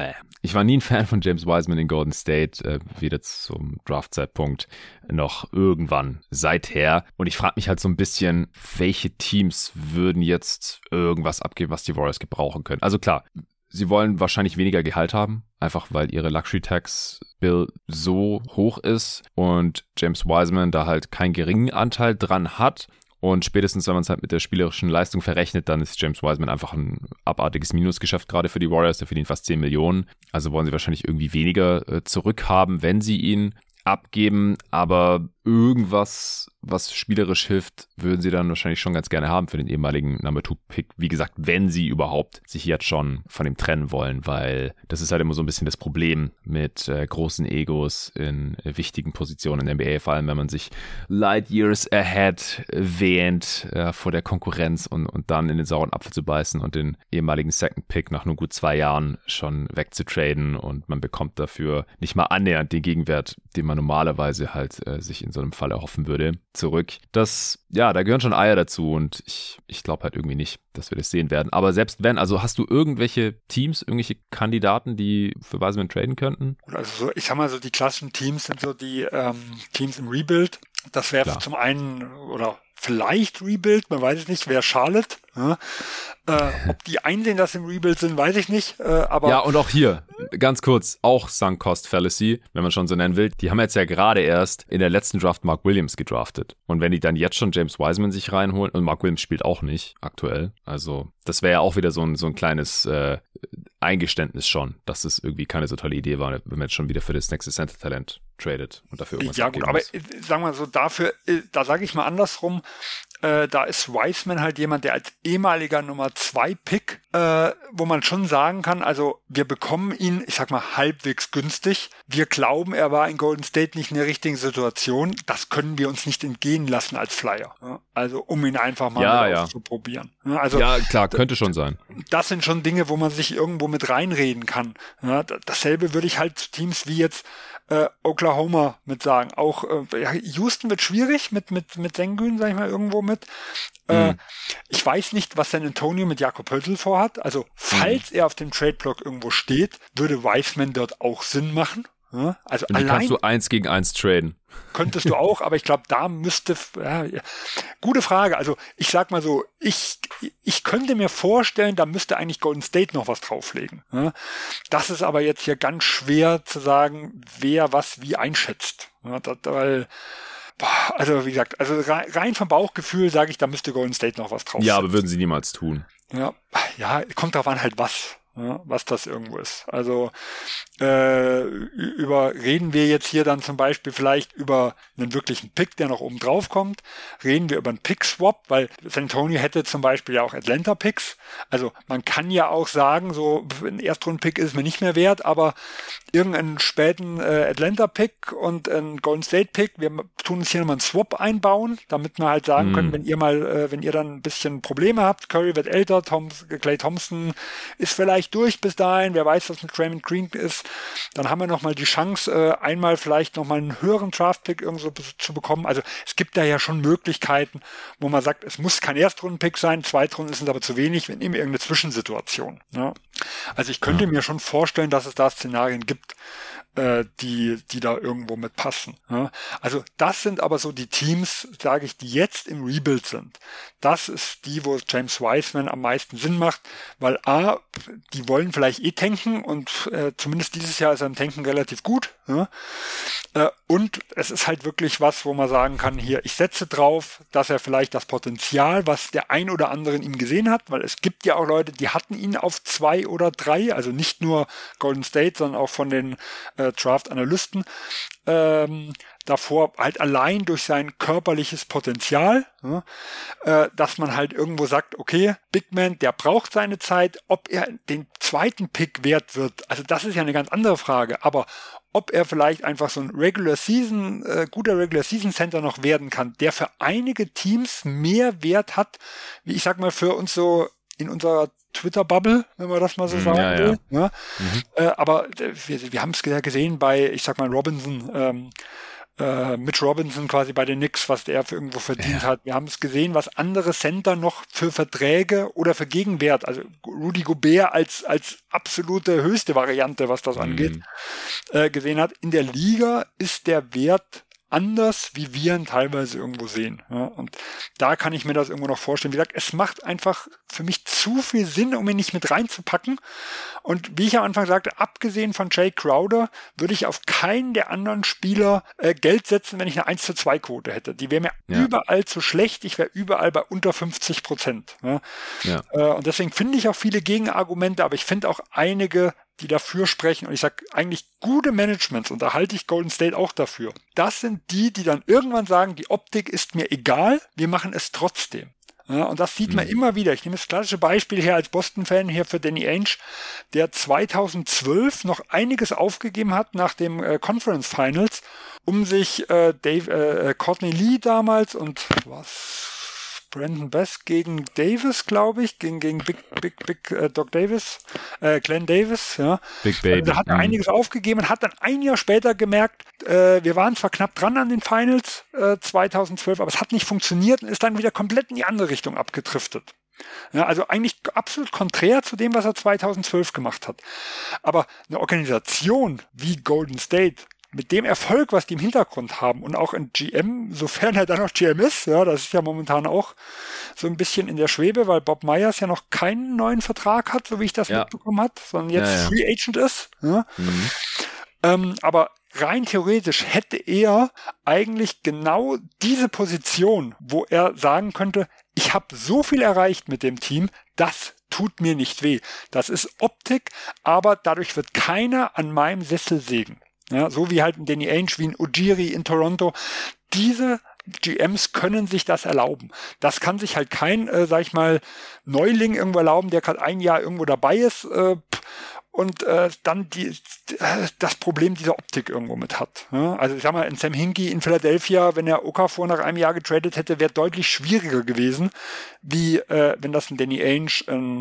James Wiseman in Golden State, weder zum Draft-Zeitpunkt noch irgendwann seither. Und ich frage mich halt so ein bisschen, welche Teams würden jetzt irgendwas abgeben, was die Warriors gebrauchen können. Also klar, sie wollen wahrscheinlich weniger Gehalt haben, einfach weil ihre Luxury-Tax-Bill so hoch ist und James Wiseman da halt keinen geringen Anteil dran hat. Und spätestens, wenn man es halt mit der spielerischen Leistung verrechnet, dann ist James Wiseman einfach ein abartiges Minusgeschäft, gerade für die Warriors. Der verdient fast 10 Millionen. Also wollen sie wahrscheinlich irgendwie weniger zurückhaben, wenn sie ihn abgeben. Aber irgendwas, was spielerisch hilft, würden sie dann wahrscheinlich schon ganz gerne haben für den ehemaligen Number-2-Pick. Wie gesagt, wenn sie überhaupt sich jetzt schon von ihm trennen wollen, weil das ist halt immer so ein bisschen das Problem mit großen Egos in wichtigen Positionen in der NBA, vor allem wenn man sich Light Years ahead wähnt vor der Konkurrenz und dann in den sauren Apfel zu beißen und den ehemaligen Second-Pick nach nur gut 2 Jahren schon wegzutraden und man bekommt dafür nicht mal annähernd den Gegenwert, den man normalerweise halt sich in so so einem Fall erhoffen würde, zurück. Da gehören schon Eier dazu und ich glaube halt irgendwie nicht, dass wir das sehen werden. Aber selbst wenn, also hast du irgendwelche Teams, irgendwelche Kandidaten, die für Wiseman traden könnten? Also ich sag mal so, die klassischen Teams sind so die Teams im Rebuild. Das wäre zum einen, oder vielleicht Rebuild, man weiß es nicht, wäre Charlotte. Ja. Ob die einsehen, dass sie im Rebuild sind, weiß ich nicht. Aber ja, und auch hier, ganz kurz, auch Sunk Cost Fallacy, wenn man schon so nennen will. Die haben jetzt ja gerade erst in der letzten Draft Mark Williams gedraftet. Und wenn die dann jetzt schon James Wiseman sich reinholen, und Mark Williams spielt auch nicht aktuell, also das wäre ja auch wieder so ein kleines Eingeständnis schon, dass es irgendwie keine so tolle Idee war, wenn man jetzt schon wieder für das nächste Center-Talent tradet und dafür irgendwas ja gut, aber sagen wir so, dafür, da sage ich mal andersrum, da ist Wiseman halt jemand, der als ehemaliger Nummer 2 Pick, wo man schon sagen kann, also wir bekommen ihn, ich sag mal, halbwegs günstig. Wir glauben, er war in Golden State nicht in der richtigen Situation. Das können wir uns nicht entgehen lassen als Flyer. Ja? Also um ihn einfach mal auszuprobieren. Ja, also, ja, klar, könnte schon sein. Das sind schon Dinge, wo man sich irgendwo mit reinreden kann. Ja, dasselbe würde ich halt zu Teams wie jetzt Oklahoma mit sagen. Auch Houston wird schwierig mit Sengun, sag ich mal, irgendwo mit. Ich weiß nicht, was San Antonio mit Jakob Poeltl vorhat. Also, falls er auf dem Trade-Block irgendwo steht, würde Wiseman dort auch Sinn machen. Ja, also und die kannst du 1 gegen 1 traden. Könntest du auch, aber ich glaube, da müsste, gute Frage. Also ich sag mal so, ich könnte mir vorstellen, da müsste eigentlich Golden State noch was drauflegen. Ja, das ist aber jetzt hier ganz schwer zu sagen, wer was wie einschätzt. Ja, weil, also wie gesagt, also rein vom Bauchgefühl sage ich, da müsste Golden State noch was drauflegen. Ja, aber würden sie niemals tun. Ja, kommt drauf an halt was das irgendwo ist. Also reden wir jetzt hier dann zum Beispiel vielleicht über einen wirklichen Pick, der noch oben drauf kommt. Reden wir über einen Pick-Swap, weil San Antonio hätte zum Beispiel ja auch Atlanta-Picks. Also man kann ja auch sagen, so ein Erstrunden-Pick ist mir nicht mehr wert, aber irgendeinen späten Atlanta-Pick und einen Golden State-Pick, wir tun uns hier nochmal einen Swap einbauen, damit wir halt sagen können, wenn ihr dann ein bisschen Probleme habt, Curry wird älter, Klay Thompson ist vielleicht durch bis dahin, wer weiß, was mit Draymond Green ist, dann haben wir nochmal die Chance, einmal vielleicht nochmal einen höheren Draft-Pick irgendwo zu bekommen. Also es gibt da ja schon Möglichkeiten, wo man sagt, es muss kein Erstrunden-Pick sein, Zweitrunden ist es aber zu wenig, wenn eben irgendeine Zwischensituation. Ja. Also ich könnte mir schon vorstellen, dass es da Szenarien gibt, die da irgendwo mit passen. Ja. Also das sind aber so die Teams, sage ich, die jetzt im Rebuild sind. Das ist die, wo James Wiseman am meisten Sinn macht, weil die wollen vielleicht tanken und zumindest dieses Jahr ist er im Tanken relativ gut. Ja. Und es ist halt wirklich was, wo man sagen kann, hier, ich setze drauf, dass er vielleicht das Potenzial, was der ein oder andere in ihm gesehen hat, weil es gibt ja auch Leute, die hatten ihn auf 2 oder 3, also nicht nur Golden State, sondern auch von den Draft-Analysten, davor halt allein durch sein körperliches Potenzial, dass man halt irgendwo sagt, okay, Big Man, der braucht seine Zeit, ob er den zweiten Pick wert wird, also das ist ja eine ganz andere Frage, aber ob er vielleicht einfach so ein guter Regular Season Center noch werden kann, der für einige Teams mehr Wert hat, wie ich sag mal für uns so in unserer Twitter-Bubble, wenn man das mal so sagen will. Ja. Aber wir haben es ja gesehen bei, ich sag mal, Robinson, Mitch Robinson quasi bei den Knicks, was der für irgendwo verdient hat. Wir haben es gesehen, was andere Center noch für Verträge oder für Gegenwert, also Rudy Gobert als absolute höchste Variante, was das angeht, gesehen hat. In der Liga ist der Wert anders, wie wir ihn teilweise irgendwo sehen. Ja, und da kann ich mir das irgendwo noch vorstellen. Wie gesagt, es macht einfach für mich zu viel Sinn, um ihn nicht mit reinzupacken. Und wie ich am Anfang sagte, abgesehen von Jay Crowder, würde ich auf keinen der anderen Spieler Geld setzen, wenn ich eine 1:2 Quote hätte. Die wäre mir überall zu schlecht. Ich wäre überall bei unter 50%. Ja. Und deswegen finde ich auch viele Gegenargumente, aber ich finde auch einige, die dafür sprechen. Und ich sage eigentlich gute Managements, und da halte ich Golden State auch dafür. Das sind die dann irgendwann sagen, die Optik ist mir egal, wir machen es trotzdem. Ja, und das sieht man immer wieder. Ich nehme das klassische Beispiel hier als Boston-Fan hier für Danny Ainge, der 2012 noch einiges aufgegeben hat nach dem Conference Finals, um sich Courtney Lee damals und Brandon Bass gegen Davis, glaube ich, gegen Big Doc Davis, Glenn Davis, ja. Big Baby. Da hat er einiges aufgegeben und hat dann ein Jahr später gemerkt, wir waren zwar knapp dran an den Finals 2012, aber es hat nicht funktioniert und ist dann wieder komplett in die andere Richtung abgedriftet. Ja, also eigentlich absolut konträr zu dem, was er 2012 gemacht hat. Aber eine Organisation wie Golden State, mit dem Erfolg, was die im Hintergrund haben und auch ein GM, sofern er dann noch GM ist, ja, das ist ja momentan auch so ein bisschen in der Schwebe, weil Bob Myers ja noch keinen neuen Vertrag hat, so wie ich das mitbekommen habe, sondern jetzt Free Agent ist. Ja. Aber rein theoretisch hätte er eigentlich genau diese Position, wo er sagen könnte, ich habe so viel erreicht mit dem Team, das tut mir nicht weh. Das ist Optik, aber dadurch wird keiner an meinem Sessel sägen. Ja, so wie halt ein Danny Ainge, wie ein Ujiri in Toronto. Diese GMs können sich das erlauben. Das kann sich halt kein, sag ich mal, Neuling irgendwo erlauben, der gerade ein Jahr irgendwo dabei ist und dann das Problem dieser Optik irgendwo mit hat. Ja? Also ich sag mal, ein Sam Hinkie in Philadelphia, wenn er Okafor nach einem Jahr getradet hätte, wäre deutlich schwieriger gewesen, wie wenn das ein Danny Ainge,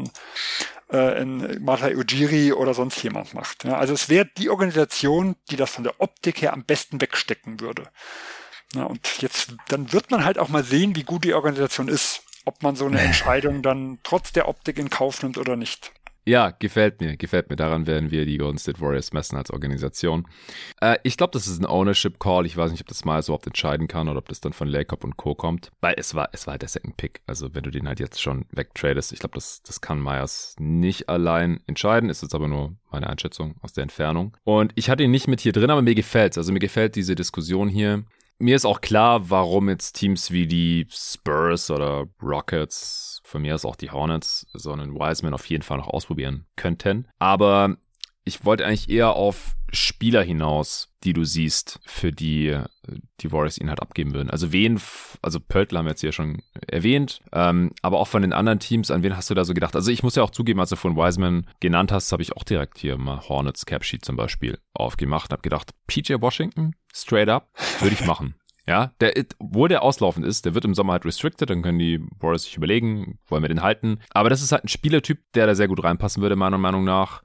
ein Masai Ujiri oder sonst jemand macht. Ja? Also es wäre die Organisation, die das von der Optik her am besten wegstecken würde. Ja, und jetzt, dann wird man halt auch mal sehen, wie gut die Organisation ist, ob man so eine Entscheidung dann trotz der Optik in Kauf nimmt oder nicht. Ja, gefällt mir. Daran werden wir die Golden State Warriors messen als Organisation. Ich glaube, das ist ein Ownership-Call. Ich weiß nicht, ob das Myers überhaupt entscheiden kann oder ob das dann von Lacob und Co. kommt. Weil es war halt der Second Pick. Also wenn du den halt jetzt schon wegtradest, ich glaube, das kann Myers nicht allein entscheiden. Ist jetzt aber nur meine Einschätzung aus der Entfernung. Und ich hatte ihn nicht mit hier drin, aber mir gefällt's. Also mir gefällt diese Diskussion hier. Mir ist auch klar, warum jetzt Teams wie die Spurs oder Rockets, von mir aus auch die Hornets, so einen Wiseman auf jeden Fall noch ausprobieren könnten. Aber ich wollte eigentlich eher auf Spieler hinaus, die du siehst, für die Warriors ihn halt abgeben würden. Also Pöltl haben wir jetzt hier schon erwähnt, aber auch von den anderen Teams, an wen hast du da so gedacht? Also ich muss ja auch zugeben, als du von Wiseman genannt hast, habe ich auch direkt hier mal Hornets Capsheet zum Beispiel aufgemacht und habe gedacht, PJ Washington, straight up, würde ich machen. Ja, obwohl der auslaufend ist, der wird im Sommer halt restricted, dann können die Warriors sich überlegen, wollen wir den halten. Aber das ist halt ein Spielertyp, der da sehr gut reinpassen würde, meiner Meinung nach.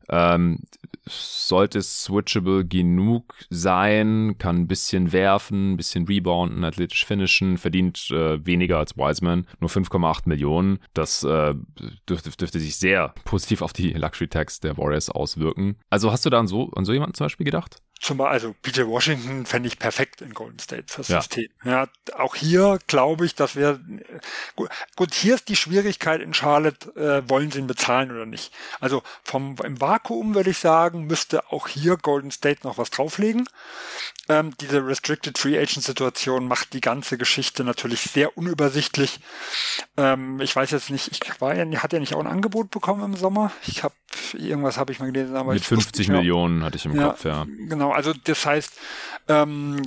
Sollte switchable genug sein, kann ein bisschen werfen, ein bisschen rebounden, athletisch finishen, verdient weniger als Wiseman, nur 5,8 Millionen. Das dürfte sich sehr positiv auf die Luxury Tax der Warriors auswirken. Also hast du da an so jemanden zum Beispiel gedacht? Also PJ Washington fände ich perfekt in Golden State fürs System. Ja, auch hier glaube ich, dass wir gut, hier ist die Schwierigkeit in Charlotte, wollen sie ihn bezahlen oder nicht. Also im Vakuum würde ich sagen, müsste auch hier Golden State noch was drauflegen. Diese Restricted Free Agent Situation macht die ganze Geschichte natürlich sehr unübersichtlich. Ich weiß jetzt nicht, hat er nicht auch ein Angebot bekommen im Sommer? Irgendwas habe ich mal gelesen. Aber mit 50 Millionen hatte ich im Kopf, ja. Genau, also das heißt, sagen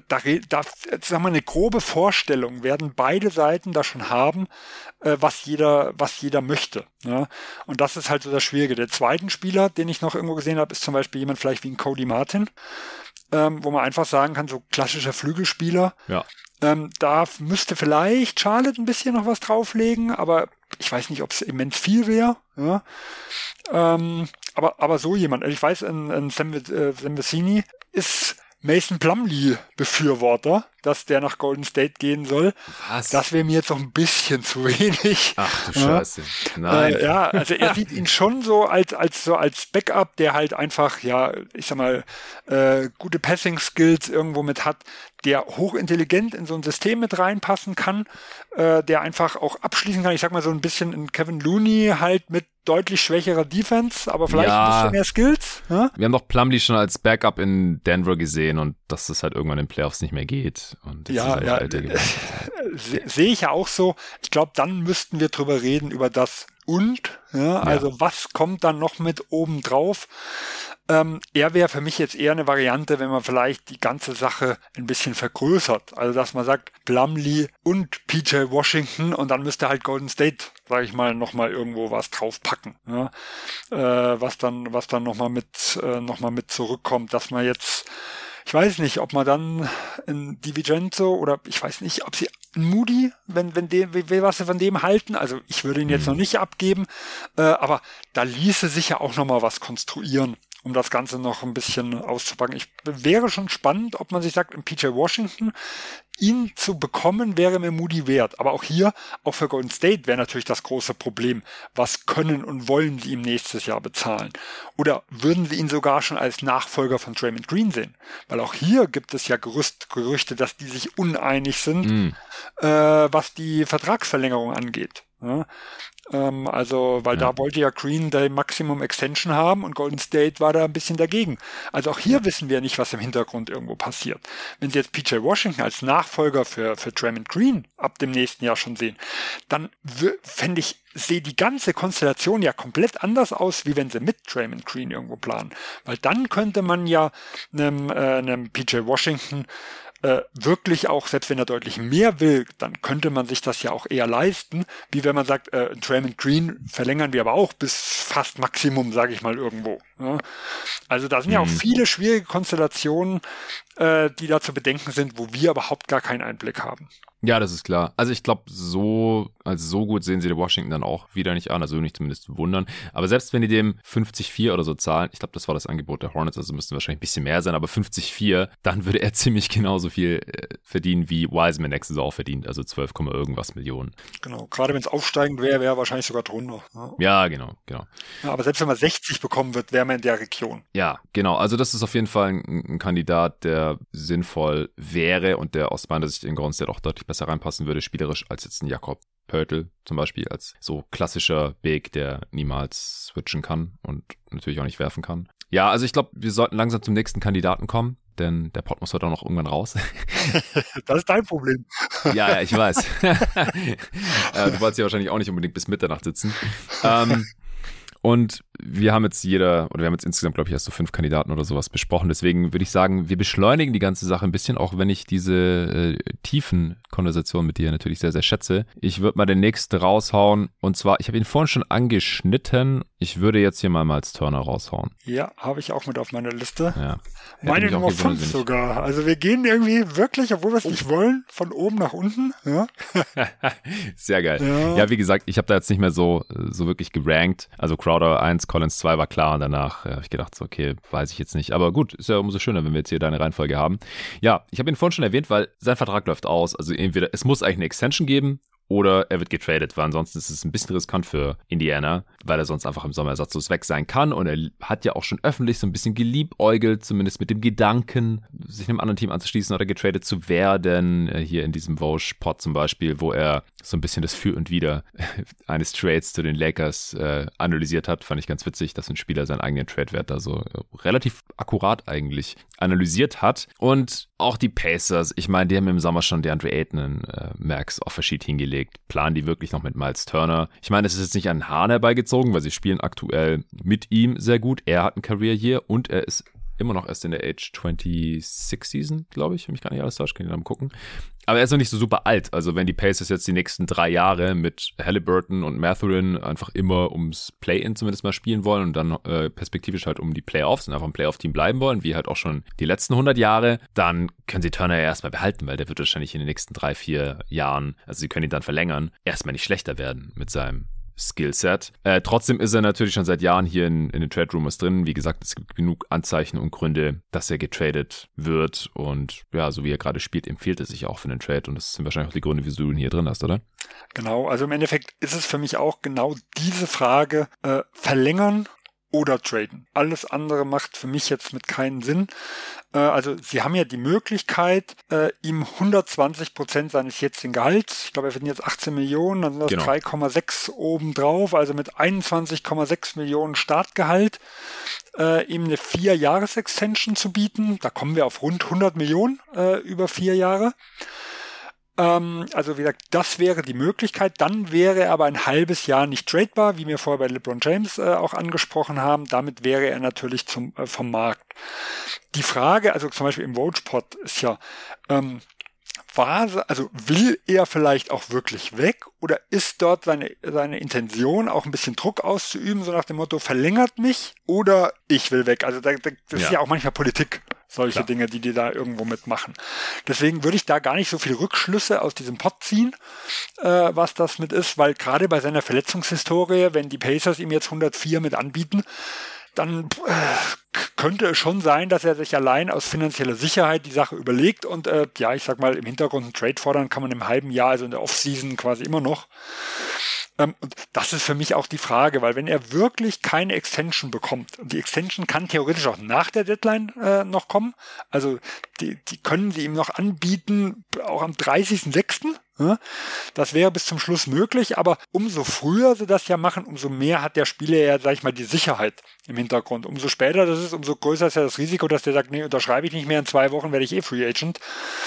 wir eine grobe Vorstellung werden beide Seiten da schon haben, was jeder möchte. Ja? Und das ist halt so das Schwierige. Der zweite Spieler, den ich noch irgendwo gesehen habe, ist zum Beispiel jemand vielleicht wie ein Cody Martin, wo man einfach sagen kann, so klassischer Flügelspieler. Ja. Da müsste vielleicht Charlotte ein bisschen noch was drauflegen, aber ich weiß nicht, ob es immens viel wäre. Ja? Aber so jemand, also ich weiß, ein Sam Vecini ist Mason Plumlee-Befürworter, dass der nach Golden State gehen soll. Was? Das wäre mir jetzt noch ein bisschen zu wenig. Ach du Scheiße. Nein. Also er sieht ihn schon so als Backup, der halt einfach, ich sag mal, gute Passing-Skills irgendwo mit hat, der hochintelligent in so ein System mit reinpassen kann, der einfach auch abschließen kann. Ich sag mal so ein bisschen in Kevin Looney halt mit deutlich schwächerer Defense, aber vielleicht ein bisschen mehr Skills. Ja? Wir haben doch Plumlee schon als Backup in Denver gesehen und dass das halt irgendwann in den Playoffs nicht mehr geht. Und sehe ich ja auch so. Ich glaube, dann müssten wir drüber reden, über das also was kommt dann noch mit oben drauf? Er wäre für mich jetzt eher eine Variante, wenn man vielleicht die ganze Sache ein bisschen vergrößert. Also dass man sagt, Plumlee und PJ Washington und dann müsste halt Golden State, sage ich mal, nochmal irgendwo was draufpacken. Ja? Was dann nochmal mit zurückkommt, dass man jetzt Ich weiß nicht, ob man dann in DiVincenzo oder ich weiß nicht, ob sie Moody, was sie von dem halten. Also ich würde ihn jetzt noch nicht abgeben, aber da ließe sich ja auch nochmal was konstruieren, um das Ganze noch ein bisschen auszupacken. Wäre schon spannend, ob man sich sagt, im PJ Washington, ihn zu bekommen, wäre mir Moody wert. Aber auch hier, auch für Golden State wäre natürlich das große Problem. Was können und wollen sie ihm nächstes Jahr bezahlen? Oder würden sie ihn sogar schon als Nachfolger von Draymond Green sehen? Weil auch hier gibt es ja Gerüchte, dass die sich uneinig sind, was die Vertragsverlängerung angeht. Ja? Weil da wollte ja Green die Maximum Extension haben und Golden State war da ein bisschen dagegen. Also auch hier wissen wir nicht, was im Hintergrund irgendwo passiert. Wenn sie jetzt PJ Washington als Nachfolger für Draymond Green ab dem nächsten Jahr schon sehen, dann sehe die ganze Konstellation ja komplett anders aus, wie wenn sie mit Draymond Green irgendwo planen. Weil dann könnte man ja einem PJ Washington wirklich auch, selbst wenn er deutlich mehr will, dann könnte man sich das ja auch eher leisten, wie wenn man sagt, Draymond Green verlängern wir aber auch bis fast Maximum, sage ich mal irgendwo. Ja? Also da sind ja auch viele schwierige Konstellationen, die da zu bedenken sind, wo wir überhaupt gar keinen Einblick haben. Ja, das ist klar. Also ich glaube, so gut sehen sie den Washington dann auch wieder nicht an, also würde mich zumindest wundern. Aber selbst wenn die dem 50-4 oder so zahlen, ich glaube, das war das Angebot der Hornets, also müssten wahrscheinlich ein bisschen mehr sein, aber 50-4, dann würde er ziemlich genauso viel verdienen, wie Wiseman nächste Saison verdient, also 12, irgendwas Millionen. Genau, gerade wenn es aufsteigend wäre er wahrscheinlich sogar drunter. Ja, genau. Ja, aber selbst wenn man 60 bekommen wird, wäre man in der Region. Ja, genau. Also das ist auf jeden Fall ein Kandidat, der sinnvoll wäre und der aus meiner Sicht in Golden State auch deutlich besser reinpassen würde, spielerisch, als jetzt ein Jakob Poeltl zum Beispiel, als so klassischer Big, der niemals switchen kann und natürlich auch nicht werfen kann. Ja, also ich glaube, wir sollten langsam zum nächsten Kandidaten kommen, denn der Pod muss heute auch noch irgendwann raus. Das ist dein Problem. Ja, ich weiß. Du wolltest ja wahrscheinlich auch nicht unbedingt bis Mitternacht sitzen. Und wir haben jetzt insgesamt, glaube ich, erst so 5 Kandidaten oder sowas besprochen. Deswegen würde ich sagen, wir beschleunigen die ganze Sache ein bisschen, auch wenn ich diese tiefen Konversationen mit dir natürlich sehr, sehr schätze. Ich würde mal den nächsten raushauen. Und zwar, ich habe ihn vorhin schon angeschnitten. Ich würde jetzt hier mal Miles Turner raushauen. Ja, habe ich auch mit auf meiner Liste. Ja. Meine Nummer 5 sogar. Also wir gehen irgendwie wirklich, obwohl wir es nicht wollen, von oben nach unten. Ja. Sehr geil. Ja, wie gesagt, ich habe da jetzt nicht mehr so wirklich gerankt. Also Crowder 1, Collins 2 war klar und danach habe ich gedacht, so, okay, weiß ich jetzt nicht. Aber gut, ist ja umso schöner, wenn wir jetzt hier deine Reihenfolge haben. Ja, ich habe ihn vorhin schon erwähnt, weil sein Vertrag läuft aus. Also entweder es muss eigentlich eine Extension geben oder er wird getradet, weil ansonsten ist es ein bisschen riskant für Indiana, weil er sonst einfach im Sommer ersatzlos weg sein kann. Und er hat ja auch schon öffentlich so ein bisschen geliebäugelt, zumindest mit dem Gedanken, sich einem anderen Team anzuschließen oder getradet zu werden. Hier in diesem Vosch-Pod zum Beispiel, wo er so ein bisschen das Für und Wider eines Trades zu den Lakers analysiert hat. Fand ich ganz witzig, dass ein Spieler seinen eigenen Trade-Wert da so relativ akkurat eigentlich analysiert hat. Und auch die Pacers, ich meine, die haben im Sommer schon DeAndre Ayton einen Max-Offer-Sheet hingelegt. Planen die wirklich noch mit Miles Turner? Ich meine, es ist jetzt nicht an den Haaren herbeigezogen, weil sie spielen aktuell mit ihm sehr gut. Er hat ein Career Year und er ist immer noch erst in der Age 26 Season, glaube ich, wenn mich gar nicht alles täuscht, kann ich dann gucken. Aber er ist noch nicht so super alt. Also wenn die Pacers jetzt die nächsten 3 Jahre mit Halliburton und Mathurin einfach immer ums Play-In zumindest mal spielen wollen und dann perspektivisch halt um die Playoffs und einfach ein Playoff-Team bleiben wollen, wie halt auch schon die letzten 100 Jahre, dann können sie Turner ja erstmal behalten, weil der wird wahrscheinlich in den nächsten 3-4 Jahren, also sie können ihn dann verlängern, erstmal nicht schlechter werden mit seinem Skillset. Trotzdem ist er natürlich schon seit Jahren hier in den Trade Rumors drin. Wie gesagt, es gibt genug Anzeichen und Gründe, dass er getradet wird. Und ja, so wie er gerade spielt, empfiehlt er sich auch für den Trade. Und das sind wahrscheinlich auch die Gründe, wieso du ihn hier drin hast, oder? Genau, also im Endeffekt ist es für mich auch genau diese Frage, verlängern oder traden. Alles andere macht für mich jetzt mit keinen Sinn. Also sie haben ja die Möglichkeit, ihm 120% seines jetzigen Gehalts, ich glaube, er verdient jetzt 18 Millionen, dann sind das 3,6 obendrauf, also mit 21,6 Millionen Startgehalt, ihm eine 4-Jahres-Extension zu bieten. Da kommen wir auf rund 100 Millionen über 4 Jahre. Also wie gesagt, das wäre die Möglichkeit. Dann wäre er aber ein halbes Jahr nicht tradebar, wie wir vorher bei LeBron James auch angesprochen haben. Damit wäre er natürlich vom Markt. Die Frage, also zum Beispiel im Vogue-Pod ist ja, will er vielleicht auch wirklich weg oder ist dort seine Intention auch ein bisschen Druck auszuüben, so nach dem Motto, verlängert mich oder ich will weg. Also das ist ja auch manchmal Politik. solche Dinge, die da irgendwo mitmachen. Deswegen würde ich da gar nicht so viel Rückschlüsse aus diesem Pot ziehen, was das mit ist, weil gerade bei seiner Verletzungshistorie, wenn die Pacers ihm jetzt 104 mit anbieten, dann könnte es schon sein, dass er sich allein aus finanzieller Sicherheit die Sache überlegt und ich sag mal, im Hintergrund einen Trade fordern kann man im halben Jahr, also in der Offseason quasi immer noch. Und das ist für mich auch die Frage, weil wenn er wirklich keine Extension bekommt, und die Extension kann theoretisch auch nach der Deadline noch kommen, also die können sie ihm noch anbieten, auch am 30.06., das wäre bis zum Schluss möglich, aber umso früher sie das ja machen, umso mehr hat der Spieler ja, sag ich mal, die Sicherheit im Hintergrund. Umso später das ist, umso größer ist ja das Risiko, dass der sagt, nee, unterschreibe ich nicht mehr, in 2 Wochen werde ich Free Agent.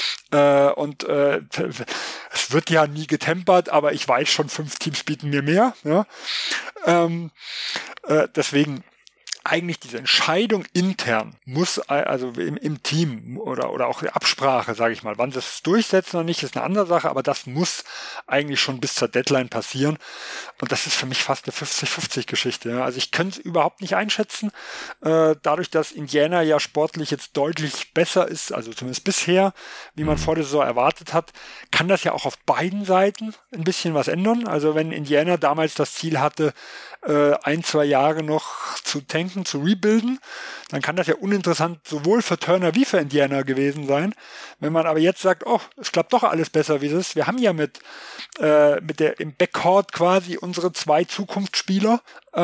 Es wird ja nie getempert, aber ich weiß schon, 5 Teams bieten mir mehr. Ja? Deswegen eigentlich diese Entscheidung intern muss, also im Team oder auch die Absprache, sage ich mal, wann sie es durchsetzen oder nicht, ist eine andere Sache, aber das muss eigentlich schon bis zur Deadline passieren und das ist für mich fast eine 50-50-Geschichte. Ja. Also ich könnte es überhaupt nicht einschätzen, dadurch, dass Indiana ja sportlich jetzt deutlich besser ist, also zumindest bisher, wie man vor der Saison erwartet hat, kann das ja auch auf beiden Seiten ein bisschen was ändern. Also wenn Indiana damals das Ziel hatte, 1-2 Jahre noch zu tanken, zu rebuilden, dann kann das ja uninteressant sowohl für Turner wie für Indiana gewesen sein. Wenn man aber jetzt sagt, oh, es klappt doch alles besser, wie es ist. Wir haben ja mit im Backcourt quasi unsere 2 Zukunftsspieler.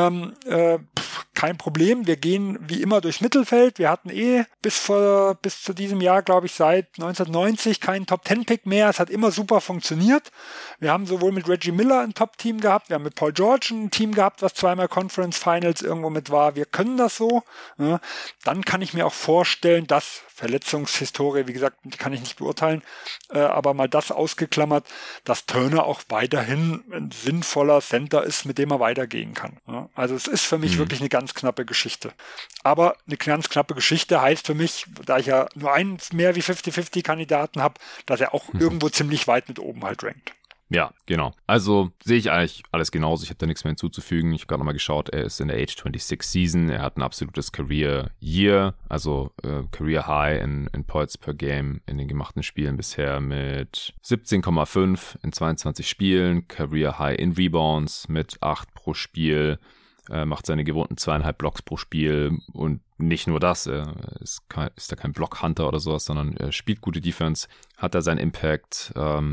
Kein Problem. Wir gehen wie immer durchs Mittelfeld. Wir hatten bis zu diesem Jahr, glaube ich, seit 1990 keinen Top-10-Pick mehr. Es hat immer super funktioniert. Wir haben sowohl mit Reggie Miller ein Top-Team gehabt, wir haben mit Paul George ein Team gehabt, was 2-mal Conference Finals irgendwo mit war. Wir können das so. Ja. Dann kann ich mir auch vorstellen, dass Verletzungshistorie, wie gesagt, kann ich nicht beurteilen, aber mal das ausgeklammert, dass Turner auch weiterhin ein sinnvoller Center ist, mit dem er weitergehen kann. Ja. Also es ist für mich wirklich eine ganz knappe Geschichte. Aber eine ganz knappe Geschichte heißt für mich, da ich ja nur einen mehr wie 50-50-Kandidaten habe, dass er auch irgendwo ziemlich weit mit oben halt rankt. Ja, genau. Also sehe ich eigentlich alles genauso. Ich habe da nichts mehr hinzuzufügen. Ich habe gerade nochmal geschaut, er ist in der Age 26 Season. Er hat ein absolutes Career Year, also Career High in Points per Game in den gemachten Spielen bisher mit 17,5 in 22 Spielen. Career High in Rebounds mit 8 pro Spiel. Macht seine gewohnten 2,5 Blocks pro Spiel und nicht nur das, er ist da kein Blockhunter oder sowas, sondern er spielt gute Defense, hat da seinen Impact,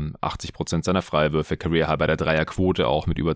80% seiner Freiwürfe, Career High bei der Dreierquote auch mit über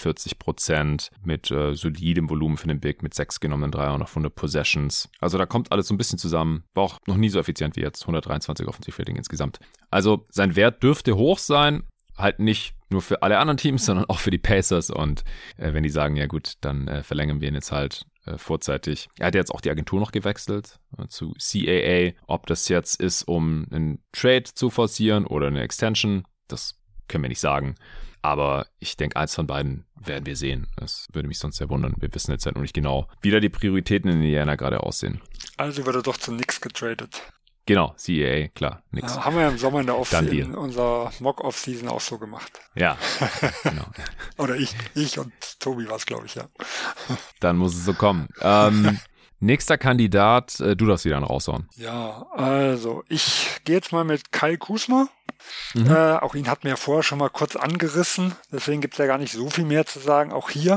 42%, mit solidem Volumen für den Big, mit 6 genommenen Dreier und auf 100 Possessions. Also da kommt alles so ein bisschen zusammen, war auch noch nie so effizient wie jetzt, 123 Offensivrating insgesamt. Also sein Wert dürfte hoch sein, halt nicht nur für alle anderen Teams, sondern auch für die Pacers und wenn die sagen, ja gut, dann verlängern wir ihn jetzt halt vorzeitig. Er hat jetzt auch die Agentur noch gewechselt zu CAA. Ob das jetzt ist, um einen Trade zu forcieren oder eine Extension, das können wir nicht sagen. Aber ich denke, eins von beiden werden wir sehen. Das würde mich sonst sehr wundern. Wir wissen jetzt halt noch nicht genau, wie da die Prioritäten in Indiana gerade aussehen. Also wird er doch zu Knicks getradet. Genau, CAA, klar, nix. Ja, haben wir ja im Sommer in der Offseason, in unserer Mock-Off-Season auch so gemacht. Ja, genau. Oder ich und Tobi war es, glaube ich, ja. Dann muss es so kommen. Nächster Kandidat, du darfst wieder einen raushauen. Ja, also ich gehe jetzt mal mit Kyle Kuzma. Auch ihn hatten wir ja vorher schon mal kurz angerissen, deswegen gibt es ja gar nicht so viel mehr zu sagen. Auch hier,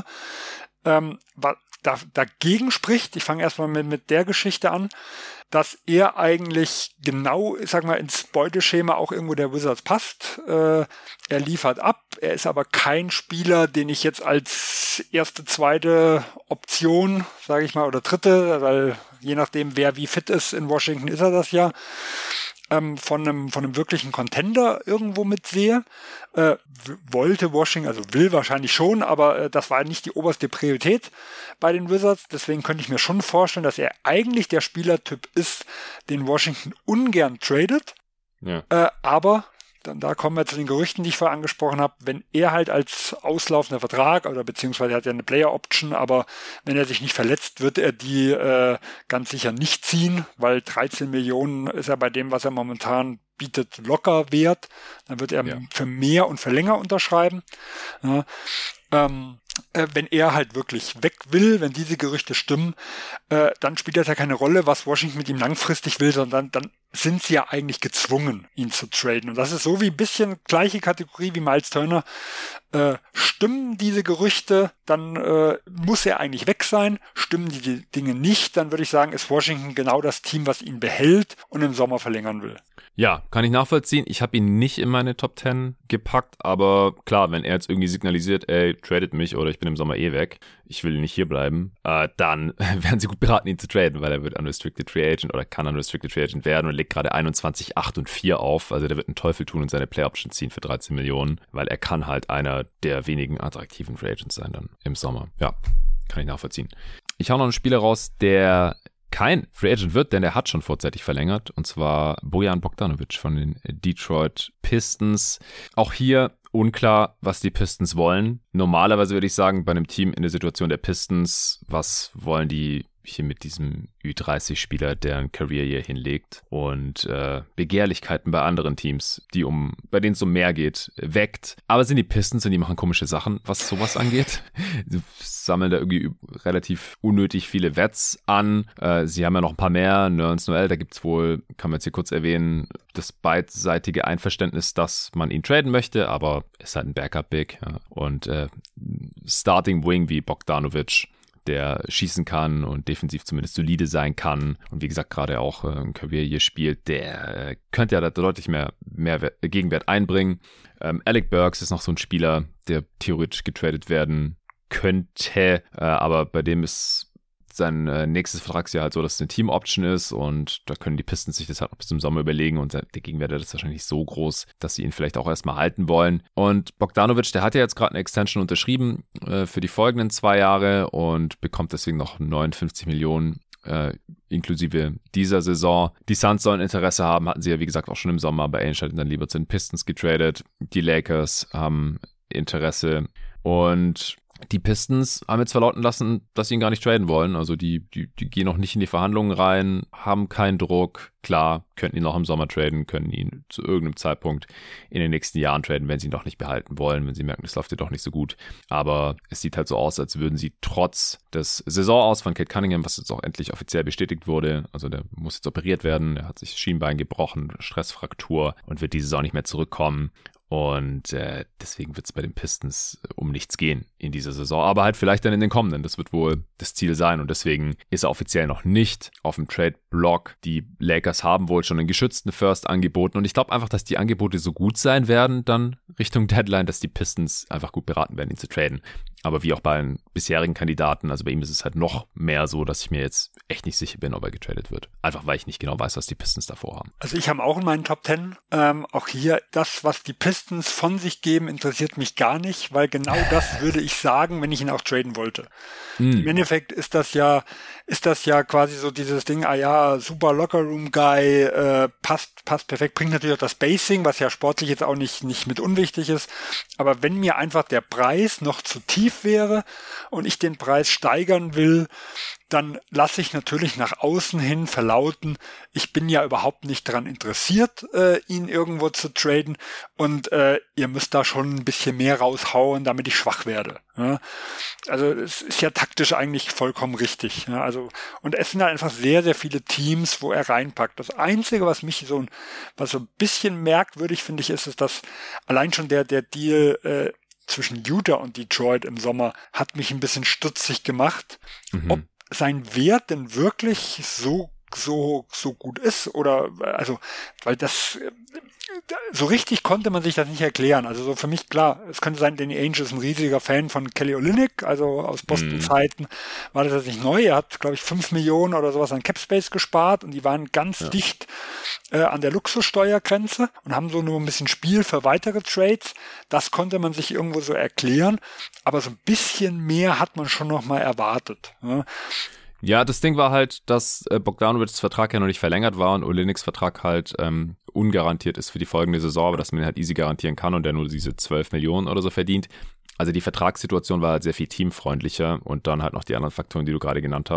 dagegen spricht, ich fange erstmal mit der Geschichte an, dass er eigentlich genau, ich sag mal, ins Beuteschema auch irgendwo der Wizards passt. Er liefert ab, er ist aber kein Spieler, den ich jetzt als erste, zweite Option, sage ich mal, oder dritte, weil je nachdem, wer wie fit ist in Washington, ist er das ja, von einem wirklichen Contender irgendwo mitsehe. Wollte Washington, also will wahrscheinlich schon, aber das war nicht die oberste Priorität bei den Wizards. Deswegen könnte ich mir schon vorstellen, dass er eigentlich der Spielertyp ist, den Washington ungern tradet. Ja. Aber da kommen wir zu den Gerüchten, die ich vorher angesprochen habe. Wenn er halt als auslaufender Vertrag oder beziehungsweise er hat ja eine Player Option, aber wenn er sich nicht verletzt, wird er die ganz sicher nicht ziehen, weil 13 Millionen ist er bei dem, was er momentan bietet, locker wert. Dann wird er für mehr und für länger unterschreiben. Ja. wenn er halt wirklich weg will, wenn diese Gerüchte stimmen, dann spielt das ja keine Rolle, was Washington mit ihm langfristig will, sondern dann sind sie ja eigentlich gezwungen, ihn zu traden. Und das ist so wie ein bisschen gleiche Kategorie wie Miles Turner. Stimmen diese Gerüchte, dann muss er eigentlich weg sein. Stimmen die Dinge nicht, dann würde ich sagen, ist Washington genau das Team, was ihn behält und im Sommer verlängern will. Ja, kann ich nachvollziehen. Ich habe ihn nicht in meine Top 10 gepackt, aber klar, wenn er jetzt irgendwie signalisiert, ey, tradet mich oder ich bin im Sommer eh weg, ich will nicht hier bleiben, dann werden sie gut beraten, ihn zu traden, weil er wird Unrestricted Free Agent oder kann Unrestricted Free Agent werden und legt gerade 21, 8 und 4 auf. Also der wird einen Teufel tun und seine Play Option ziehen für 13 Millionen, weil er kann halt einer der wenigen attraktiven Free Agents sein dann im Sommer. Ja, kann ich nachvollziehen. Ich hau noch einen Spieler raus, der kein Free Agent wird, denn er hat schon vorzeitig verlängert, und zwar Bojan Bogdanovic von den Detroit Pistons. Auch hier unklar, was die Pistons wollen. Normalerweise würde ich sagen, bei einem Team in der Situation der Pistons, was wollen die hier mit diesem Ü30-Spieler, der ein Career hier hinlegt und Begehrlichkeiten bei anderen Teams, bei denen es um mehr geht, weckt. Aber es sind die Pistons und die machen komische Sachen, was sowas angeht. Sie sammeln da irgendwie relativ unnötig viele Vets an. Sie haben ja noch ein paar mehr. Nerlens Noel, da gibt's wohl, kann man jetzt hier kurz erwähnen, das beidseitige Einverständnis, dass man ihn traden möchte, aber ist halt ein Backup-Big. Ja. Und Starting Wing wie Bogdanovic, der schießen kann und defensiv zumindest solide sein kann und wie gesagt gerade auch ein Career hier spielt, der könnte ja da deutlich mehr Gegenwert einbringen. Alec Burks ist noch so ein Spieler, der theoretisch getradet werden könnte, aber bei dem ist sein nächstes Vertragsjahr halt so, dass es eine Team-Option ist und da können die Pistons sich das halt noch bis zum Sommer überlegen und der Gegenwert ist wahrscheinlich so groß, dass sie ihn vielleicht auch erstmal halten wollen. Und Bogdanovic, der hat ja jetzt gerade eine Extension unterschrieben für die folgenden 2 Jahre und bekommt deswegen noch 59 Millionen inklusive dieser Saison. Die Suns sollen Interesse haben, hatten sie ja wie gesagt auch schon im Sommer, aber Ainge hat dann lieber zu den Pistons getradet. Die Lakers haben Interesse und die Pistons haben jetzt verlauten lassen, dass sie ihn gar nicht traden wollen. Also die gehen noch nicht in die Verhandlungen rein, haben keinen Druck. Klar, könnten ihn noch im Sommer traden, können ihn zu irgendeinem Zeitpunkt in den nächsten Jahren traden, wenn sie ihn noch nicht behalten wollen, wenn sie merken, das läuft ja doch nicht so gut. Aber es sieht halt so aus, als würden sie trotz des Saisonaus von Cade Cunningham, was jetzt auch endlich offiziell bestätigt wurde, also der muss jetzt operiert werden, er hat sich das Schienbein gebrochen, Stressfraktur und wird diese Saison nicht mehr zurückkommen. Und deswegen wird es bei den Pistons um nichts gehen in dieser Saison, aber halt vielleicht dann in den kommenden. Das wird wohl das Ziel sein und deswegen ist er offiziell noch nicht auf dem Trade-Block. Die Lakers haben wohl schon einen geschützten First angeboten und ich glaube einfach, dass die Angebote so gut sein werden dann Richtung Deadline, dass die Pistons einfach gut beraten werden, ihn zu traden. Aber wie auch bei den bisherigen Kandidaten, also bei ihm ist es halt noch mehr so, dass ich mir jetzt echt nicht sicher bin, ob er getradet wird. Einfach weil ich nicht genau weiß, was die Pistons davor haben. Also ich habe auch in meinen Top 10, auch hier das, was die Pistons von sich geben, interessiert mich gar nicht, weil genau das würde ich sagen, wenn ich ihn auch traden wollte. Im Endeffekt ist das ja quasi so dieses Ding, super Lockerroom-Guy, passt perfekt, bringt natürlich auch das Spacing, was ja sportlich jetzt auch nicht mit unwichtig ist, aber wenn mir einfach der Preis noch zu tief wäre und ich den Preis steigern will, dann lasse ich natürlich nach außen hin verlauten, ich bin ja überhaupt nicht daran interessiert, ihn irgendwo zu traden und ihr müsst da schon ein bisschen mehr raushauen, damit ich schwach werde. Ja? Also es ist ja taktisch eigentlich vollkommen richtig. Ja? Also, und es sind halt einfach sehr, sehr viele Teams, wo er reinpackt. Das Einzige, was so ein bisschen merkwürdig finde ich, ist, dass allein schon der Deal zwischen Utah und Detroit im Sommer hat mich ein bisschen stutzig gemacht. Ob sein Wert denn wirklich so gut ist oder also, weil das so richtig konnte man sich das nicht erklären. Also so für mich klar, es könnte sein, Danny Ainge ist ein riesiger Fan von Kelly Olynyk, also aus Boston-Zeiten war das jetzt nicht neu. Er hat, glaube ich, 5 Millionen oder sowas an Capspace gespart und die waren ganz dicht an der Luxussteuergrenze und haben so nur ein bisschen Spiel für weitere Trades. Das konnte man sich irgendwo so erklären, aber so ein bisschen mehr hat man schon noch mal erwartet. Ja. Ja, das Ding war halt, dass Bogdanovics Vertrag ja noch nicht verlängert war und Olynyks Vertrag halt ungarantiert ist für die folgende Saison, aber dass man ihn halt easy garantieren kann und der nur diese 12 Millionen oder so verdient. Also die Vertragssituation war halt sehr viel teamfreundlicher und dann halt noch die anderen Faktoren, die du gerade genannt hast.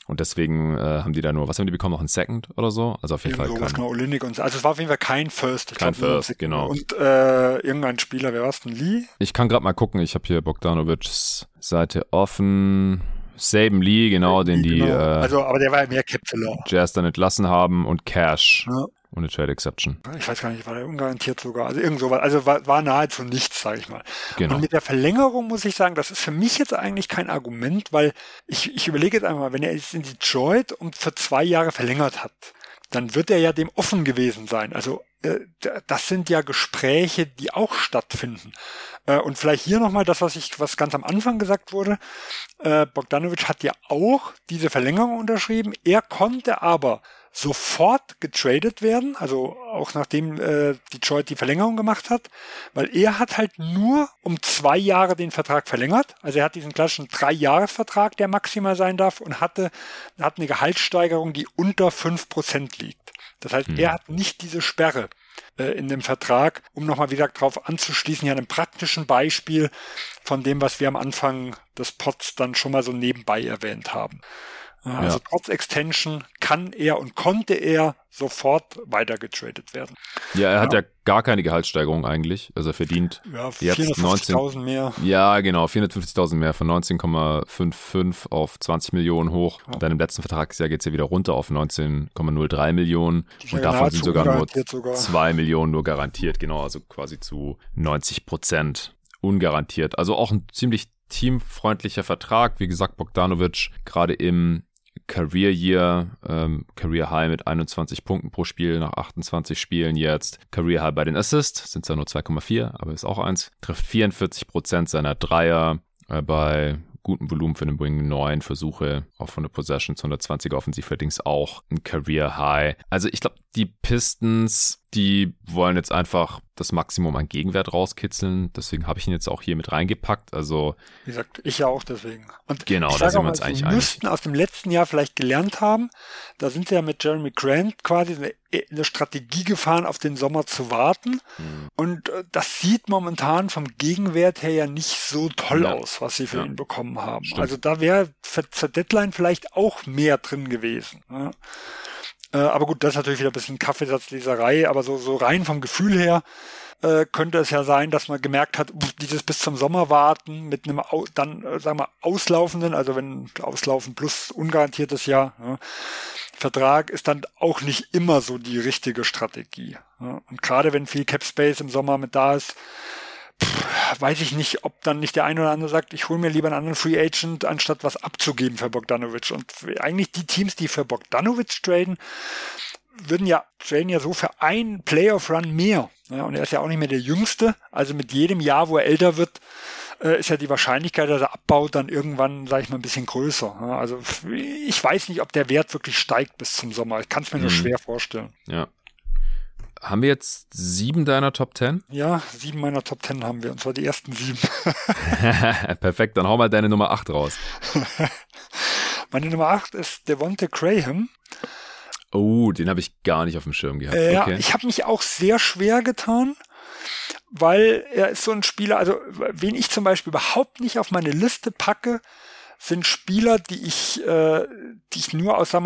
Und deswegen haben die da nur, was haben die bekommen, noch einen Second oder so? Also auf jeden Fall sowas, genau, Olynyk und so. Also es war auf jeden Fall kein First. Kein First, genau. Und irgendein Spieler, wer war es denn, Lee? Ich kann gerade mal gucken, ich habe hier Bogdanovics Seite offen. Saben Lee, genau, den die aber der war ja mehr Cap-Filler. Jazz dann entlassen haben und Cash. Ja. Ohne Trade Exception. Ich weiß gar nicht, war der ungarantiert sogar. Also irgend sowas. Also war nahezu nichts, sage ich mal. Genau. Und mit der Verlängerung muss ich sagen, das ist für mich jetzt eigentlich kein Argument, weil ich überlege jetzt einmal, wenn er jetzt in Detroit und für 2 Jahre verlängert hat, dann wird er ja dem offen gewesen sein. Also das sind ja Gespräche, die auch stattfinden. Und vielleicht hier nochmal das, was ganz am Anfang gesagt wurde. Bogdanovic hat ja auch diese Verlängerung unterschrieben. Er konnte aber sofort getradet werden, also auch nachdem Detroit die Verlängerung gemacht hat, weil er hat halt nur um 2 Jahre den Vertrag verlängert. Also er hat diesen klassischen 3-Jahres-Vertrag, der maximal sein darf, und hat eine Gehaltssteigerung, die unter 5% liegt. Das heißt, er hat nicht diese Sperre in dem Vertrag, um nochmal wieder darauf anzuschließen, ja, einem praktischen Beispiel von dem, was wir am Anfang des Pods dann schon mal so nebenbei erwähnt haben. Also trotz Extension kann er und konnte er sofort weitergetradet werden. Ja, er hat ja gar keine Gehaltssteigerung eigentlich. Also er verdient jetzt 450.000 mehr. Ja, genau, 450.000 mehr, von 19,55 auf 20 Millionen hoch. Und dann im letzten Vertragsjahr geht es ja wieder runter auf 19,03 Millionen. Und davon sind sogar nur 2 Millionen nur garantiert. Genau, also quasi zu 90% ungarantiert. Also auch ein ziemlich teamfreundlicher Vertrag. Wie gesagt, Bogdanovic gerade im Career Year, Career High mit 21 Punkten pro Spiel nach 28 Spielen jetzt. Career High bei den Assists, sind zwar nur 2,4, aber ist auch eins. Trifft 44% seiner Dreier bei gutem Volumen für den Wing, 9 Versuche, auch von der Possessions, 120er Offensivratings, auch ein Career High. Also ich glaube, die Pistons, die wollen jetzt einfach das Maximum an Gegenwert rauskitzeln. Deswegen habe ich ihn jetzt auch hier mit reingepackt. Also wie gesagt, ich ja auch deswegen. Und genau, da sind wir uns eigentlich einig. Wir müssten aus dem letzten Jahr vielleicht gelernt haben, da sind sie ja mit Jeremy Grant quasi eine Strategie gefahren, auf den Sommer zu warten. Und das sieht momentan vom Gegenwert her ja nicht so toll aus, was sie für ihn bekommen haben. Stimmt. Also da wäre zur Deadline vielleicht auch mehr drin gewesen. Ja. Aber gut, das ist natürlich wieder ein bisschen Kaffeesatzleserei, aber so rein vom Gefühl her könnte es ja sein, dass man gemerkt hat, dieses bis zum Sommer warten mit einem dann, sagen wir, auslaufenden, also wenn auslaufen plus ungarantiertes Jahr, Vertrag ist dann auch nicht immer so die richtige Strategie. Ja. Und gerade wenn viel Cap Space im Sommer mit da ist, weiß ich nicht, ob dann nicht der eine oder andere sagt, ich hole mir lieber einen anderen Free Agent, anstatt was abzugeben für Bogdanovic. Und eigentlich die Teams, die für Bogdanovic traden, traden ja so für einen Playoff-Run mehr. Ja, und er ist ja auch nicht mehr der Jüngste. Also mit jedem Jahr, wo er älter wird, ist ja die Wahrscheinlichkeit, dass er abbaut, dann irgendwann, sage ich mal, ein bisschen größer. Ja, also ich weiß nicht, ob der Wert wirklich steigt bis zum Sommer. Ich kann es mir nur schwer vorstellen. Ja. Haben wir jetzt 7 deiner Top 10? Ja, 7 meiner Top 10 haben wir, und zwar die ersten 7. Perfekt, dann hau mal deine Nummer 8 raus. Meine Nummer 8 ist Devonte Graham. Oh, den habe ich gar nicht auf dem Schirm gehabt. Ja, okay. Ich habe mich auch sehr schwer getan, weil er ist so ein Spieler, also wen ich zum Beispiel überhaupt nicht auf meine Liste packe, sind Spieler, die ich nur aus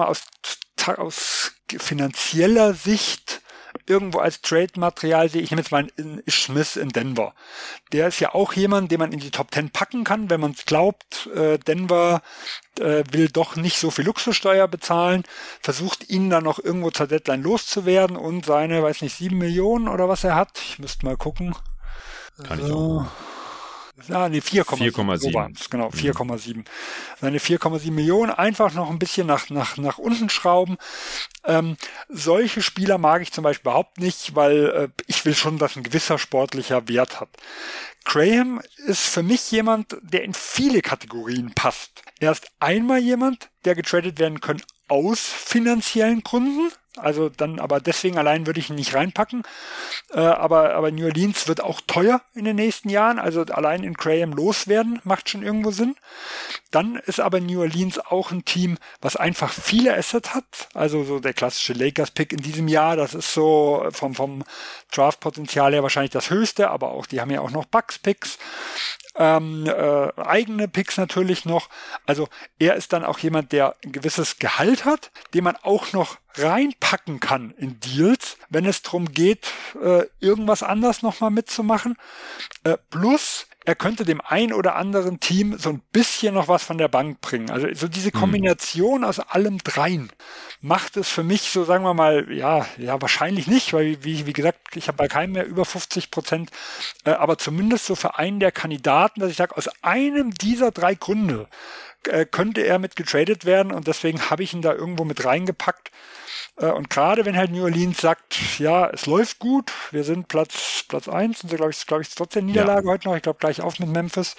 finanzieller Sicht irgendwo als Trade-Material sehe. Ich nehme jetzt mal einen Ish Smith in Denver. Der ist ja auch jemand, den man in die Top 10 packen kann, wenn man es glaubt. Denver will doch nicht so viel Luxussteuer bezahlen, versucht ihn dann noch irgendwo zur Deadline loszuwerden und seine, 7 Millionen oder was er hat. Ich müsste mal gucken. Kann ich auch. Ja, nee, 4,7. So waren es, genau, 4,7. Seine 4,7 Millionen einfach noch ein bisschen nach unten schrauben. Solche Spieler mag ich zum Beispiel überhaupt nicht, weil ich will schon, dass ein gewisser sportlicher Wert hat. Graham ist für mich jemand, der in viele Kategorien passt. Er ist einmal jemand, der getradet werden kann aus finanziellen Gründen. Also dann, aber deswegen allein würde ich ihn nicht reinpacken. Aber New Orleans wird auch teuer in den nächsten Jahren. Also allein in Graham loswerden macht schon irgendwo Sinn. Dann ist aber New Orleans auch ein Team, was einfach viele Assets hat. Also so der klassische Lakers-Pick in diesem Jahr. Das ist so vom Draft-Potenzial her wahrscheinlich das höchste. Aber auch die haben ja auch noch Bucks-Picks. eigene Picks natürlich noch. Also er ist dann auch jemand, der ein gewisses Gehalt hat, den man auch noch reinpacken kann in Deals, wenn es darum geht, irgendwas anders nochmal mitzumachen. Plus er könnte dem ein oder anderen Team so ein bisschen noch was von der Bank bringen. Also so diese Kombination aus allem dreien macht es für mich so, sagen wir mal, ja, wahrscheinlich nicht, weil wie gesagt, ich habe bei keinem mehr über 50%, aber zumindest so für einen der Kandidaten, dass ich sage, aus einem dieser drei Gründe könnte er mit getradet werden und deswegen habe ich ihn da irgendwo mit reingepackt. Und gerade wenn halt New Orleans sagt, ja, es läuft gut, wir sind Platz 1, und so glaube ich, trotzdem Niederlage heute noch, ich glaube gleich auf mit Memphis.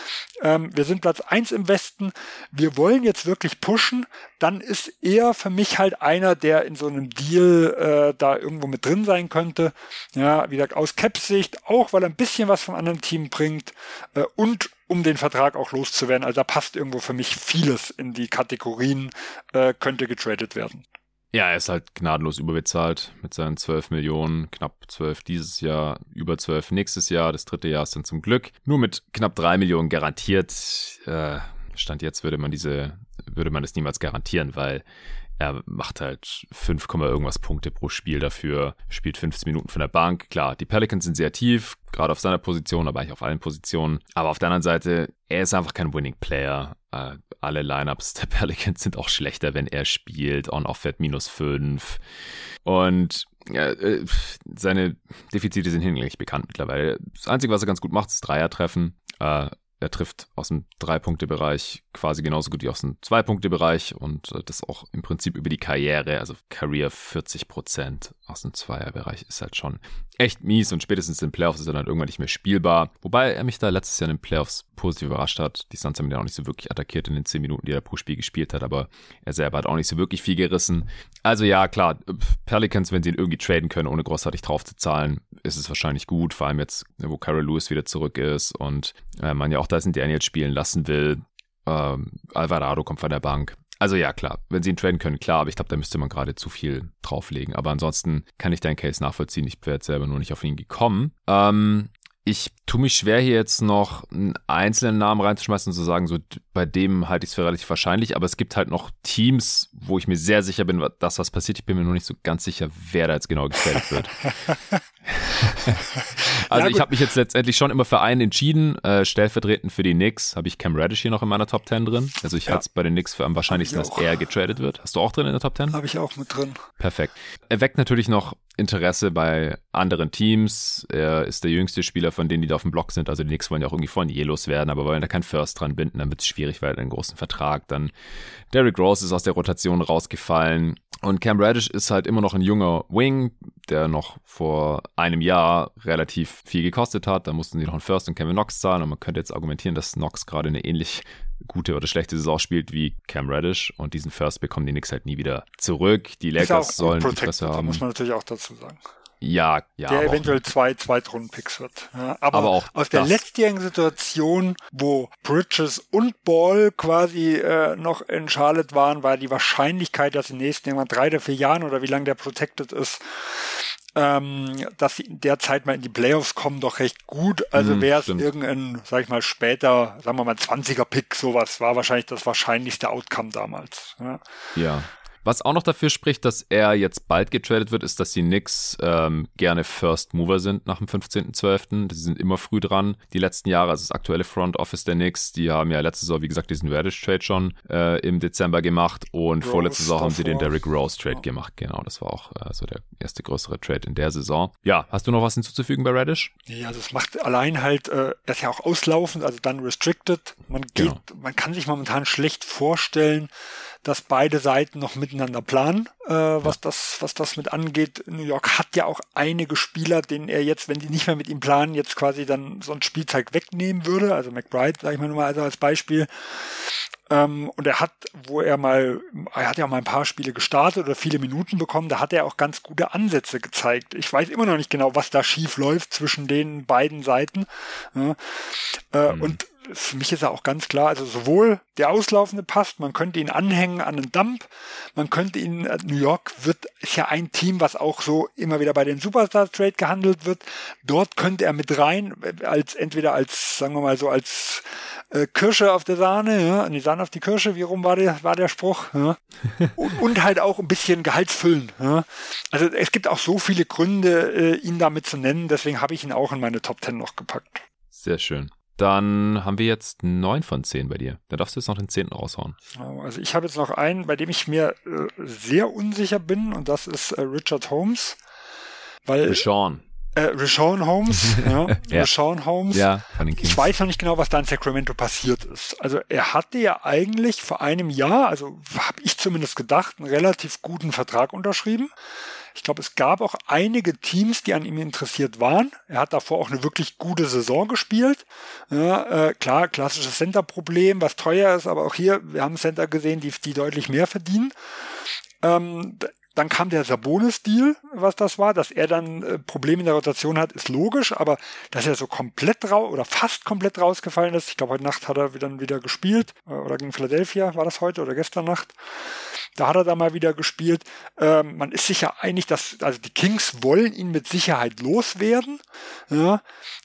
Wir sind Platz 1 im Westen, wir wollen jetzt wirklich pushen, dann ist er für mich halt einer, der in so einem Deal da irgendwo mit drin sein könnte. Ja, wie gesagt, aus Cap-Sicht, auch weil er ein bisschen was vom anderen Team bringt und um den Vertrag auch loszuwerden. Also da passt irgendwo für mich vieles in die Kategorien, könnte getradet werden. Ja, er ist halt gnadenlos überbezahlt mit seinen 12 Millionen, knapp 12 dieses Jahr, über 12 nächstes Jahr. Das dritte Jahr ist dann zum Glück nur mit knapp 3 Millionen garantiert. Stand jetzt würde man das niemals garantieren, weil er macht halt 5, irgendwas Punkte pro Spiel dafür, spielt 15 Minuten von der Bank. Klar, die Pelicans sind sehr tief, gerade auf seiner Position, aber eigentlich auf allen Positionen. Aber auf der anderen Seite, er ist einfach kein Winning Player. Alle Lineups der Pelicans sind auch schlechter, wenn er spielt. On-Off-Wert -5. Und seine Defizite sind hinlänglich bekannt mittlerweile. Das Einzige, was er ganz gut macht, ist Dreier treffen. Er trifft aus dem 3-Punkte-Bereich quasi genauso gut wie aus dem 2-Punkte-Bereich und das auch im Prinzip über die Karriere, also Career 40% aus dem Zweierbereich ist halt schon echt mies und spätestens in den Playoffs ist er dann irgendwann nicht mehr spielbar. Wobei er mich da letztes Jahr in den Playoffs positiv überrascht hat. Die Suns haben ihn ja auch nicht so wirklich attackiert in den 10 Minuten, die er pro Spiel gespielt hat, aber er selber hat auch nicht so wirklich viel gerissen. Also ja, klar, Pelicans, wenn sie ihn irgendwie traden können, ohne großartig drauf zu zahlen, ist es wahrscheinlich gut, vor allem jetzt, wo Kira Lewis wieder zurück ist und man ja auch Dyson Daniels spielen lassen will. Alvarado kommt von der Bank. Also ja, klar, wenn sie ihn traden können, klar, aber ich glaube, da müsste man gerade zu viel drauflegen. Aber ansonsten kann ich deinen Case nachvollziehen. Ich wäre jetzt selber nur nicht auf ihn gekommen. Ich tue mich schwer, hier jetzt noch einen einzelnen Namen reinzuschmeißen und zu sagen, so bei dem halte ich es für relativ wahrscheinlich, aber es gibt halt noch Teams, wo ich mir sehr sicher bin, dass was passiert. Ich bin mir nur nicht so ganz sicher, wer da jetzt genau gestellt wird. Also ja, ich habe mich jetzt letztendlich schon immer für einen entschieden. Stellvertretend für die Knicks habe ich Cam Reddish hier noch in meiner Top 10 drin. Also ich halte es bei den Knicks für am wahrscheinlichsten, dass er getradet wird. Hast du auch drin in der Top 10? Habe ich auch mit drin. Perfekt. Er weckt natürlich noch Interesse bei anderen Teams. Er ist der jüngste Spieler von denen, die da auf dem Block sind. Also die Knicks wollen ja auch irgendwie von Jelos werden, aber wollen da keinen First dran binden, dann wird es schwierig, weil er einen großen Vertrag. Dann Derrick Rose ist aus der Rotation rausgefallen. Und Cam Reddish ist halt immer noch ein junger Wing, der noch vor einem Jahr relativ viel gekostet hat. Da mussten sie noch einen First und Kevin Knox zahlen. Und man könnte jetzt argumentieren, dass Knox gerade eine ähnlich gute oder schlechte Saison spielt wie Cam Reddish. Und diesen First bekommen die Knicks halt nie wieder zurück. Die Lakers sollen die Fresse haben. Muss man natürlich auch dazu sagen. Ja. Der eventuell 2 Zweitrunden-Picks wird. Ja, aber auch aus der letztjährigen Situation, wo Bridges und Ball quasi noch in Charlotte waren, war die Wahrscheinlichkeit, dass in den nächsten irgendwann 3 oder 4 Jahren oder wie lange der protected ist, dass sie in der Zeit mal in die Playoffs kommen, doch recht gut. Also wäre es irgendein, sag ich mal, später, sagen wir mal 20er-Pick, sowas, war wahrscheinlich das wahrscheinlichste Outcome damals. Ja. Was auch noch dafür spricht, dass er jetzt bald getradet wird, ist, dass die Knicks gerne First Mover sind nach dem 15.12. Sie sind immer früh dran. Die letzten Jahre, also das aktuelle Front Office der Knicks, die haben ja letzte Saison, wie gesagt, diesen Reddish-Trade schon im Dezember gemacht und vorletzte Saison haben sie den Derrick Rose-Trade gemacht. Genau, das war auch so der erste größere Trade in der Saison. Ja, hast du noch was hinzuzufügen bei Reddish? Ja, das macht allein halt, er ist ja auch auslaufend, also dann restricted. Man kann sich momentan schlecht vorstellen, dass beide Seiten noch miteinander planen, was das mit angeht. New York hat ja auch einige Spieler, denen er jetzt, wenn die nicht mehr mit ihm planen, jetzt quasi dann so ein Spielzeit wegnehmen würde. Also McBride, sage ich mal nur mal als Beispiel. Und er hat ja mal ein paar Spiele gestartet oder viele Minuten bekommen, da hat er auch ganz gute Ansätze gezeigt. Ich weiß immer noch nicht genau, was da schief läuft zwischen den beiden Seiten. Ja. Und für mich ist er auch ganz klar, also sowohl der Auslaufende passt, man könnte ihn anhängen an einen Dump, man könnte ihn, New York ist ja ein Team, was auch so immer wieder bei den Superstar-Trade gehandelt wird. Dort könnte er mit rein, entweder als, sagen wir mal so, als Kirsche auf der Sahne, ja, die Sahne auf die Kirsche, wie rum war der Spruch, ja? und halt auch ein bisschen Gehalt füllen. Ja? Also es gibt auch so viele Gründe, ihn damit zu nennen, deswegen habe ich ihn auch in meine Top 10 noch gepackt. Sehr schön. Dann haben wir jetzt 9 von 10 bei dir. Da darfst du jetzt noch den 10. raushauen. Also ich habe jetzt noch einen, bei dem ich mir sehr unsicher bin, und das ist Richard Holmes. Richaun Holmes, ja. Ja. Richaun Holmes. Ja, von den Kings. Ich weiß noch nicht genau, was da in Sacramento passiert ist. Also er hatte ja eigentlich vor einem Jahr, also habe ich zumindest gedacht, einen relativ guten Vertrag unterschrieben. Ich glaube, es gab auch einige Teams, die an ihm interessiert waren. Er hat davor auch eine wirklich gute Saison gespielt. Ja, klar, klassisches Center-Problem, was teuer ist, aber auch hier, wir haben Center gesehen, die deutlich mehr verdienen. Dann kam der Sabonis-Deal, was das war, dass er dann Probleme in der Rotation hat, ist logisch, aber dass er so komplett oder fast komplett rausgefallen ist, ich glaube, heute Nacht hat er dann wieder gespielt, oder gegen Philadelphia, war das heute oder gestern Nacht, da hat er da mal wieder gespielt. Man ist sich ja einig, also die Kings wollen ihn mit Sicherheit loswerden, ja,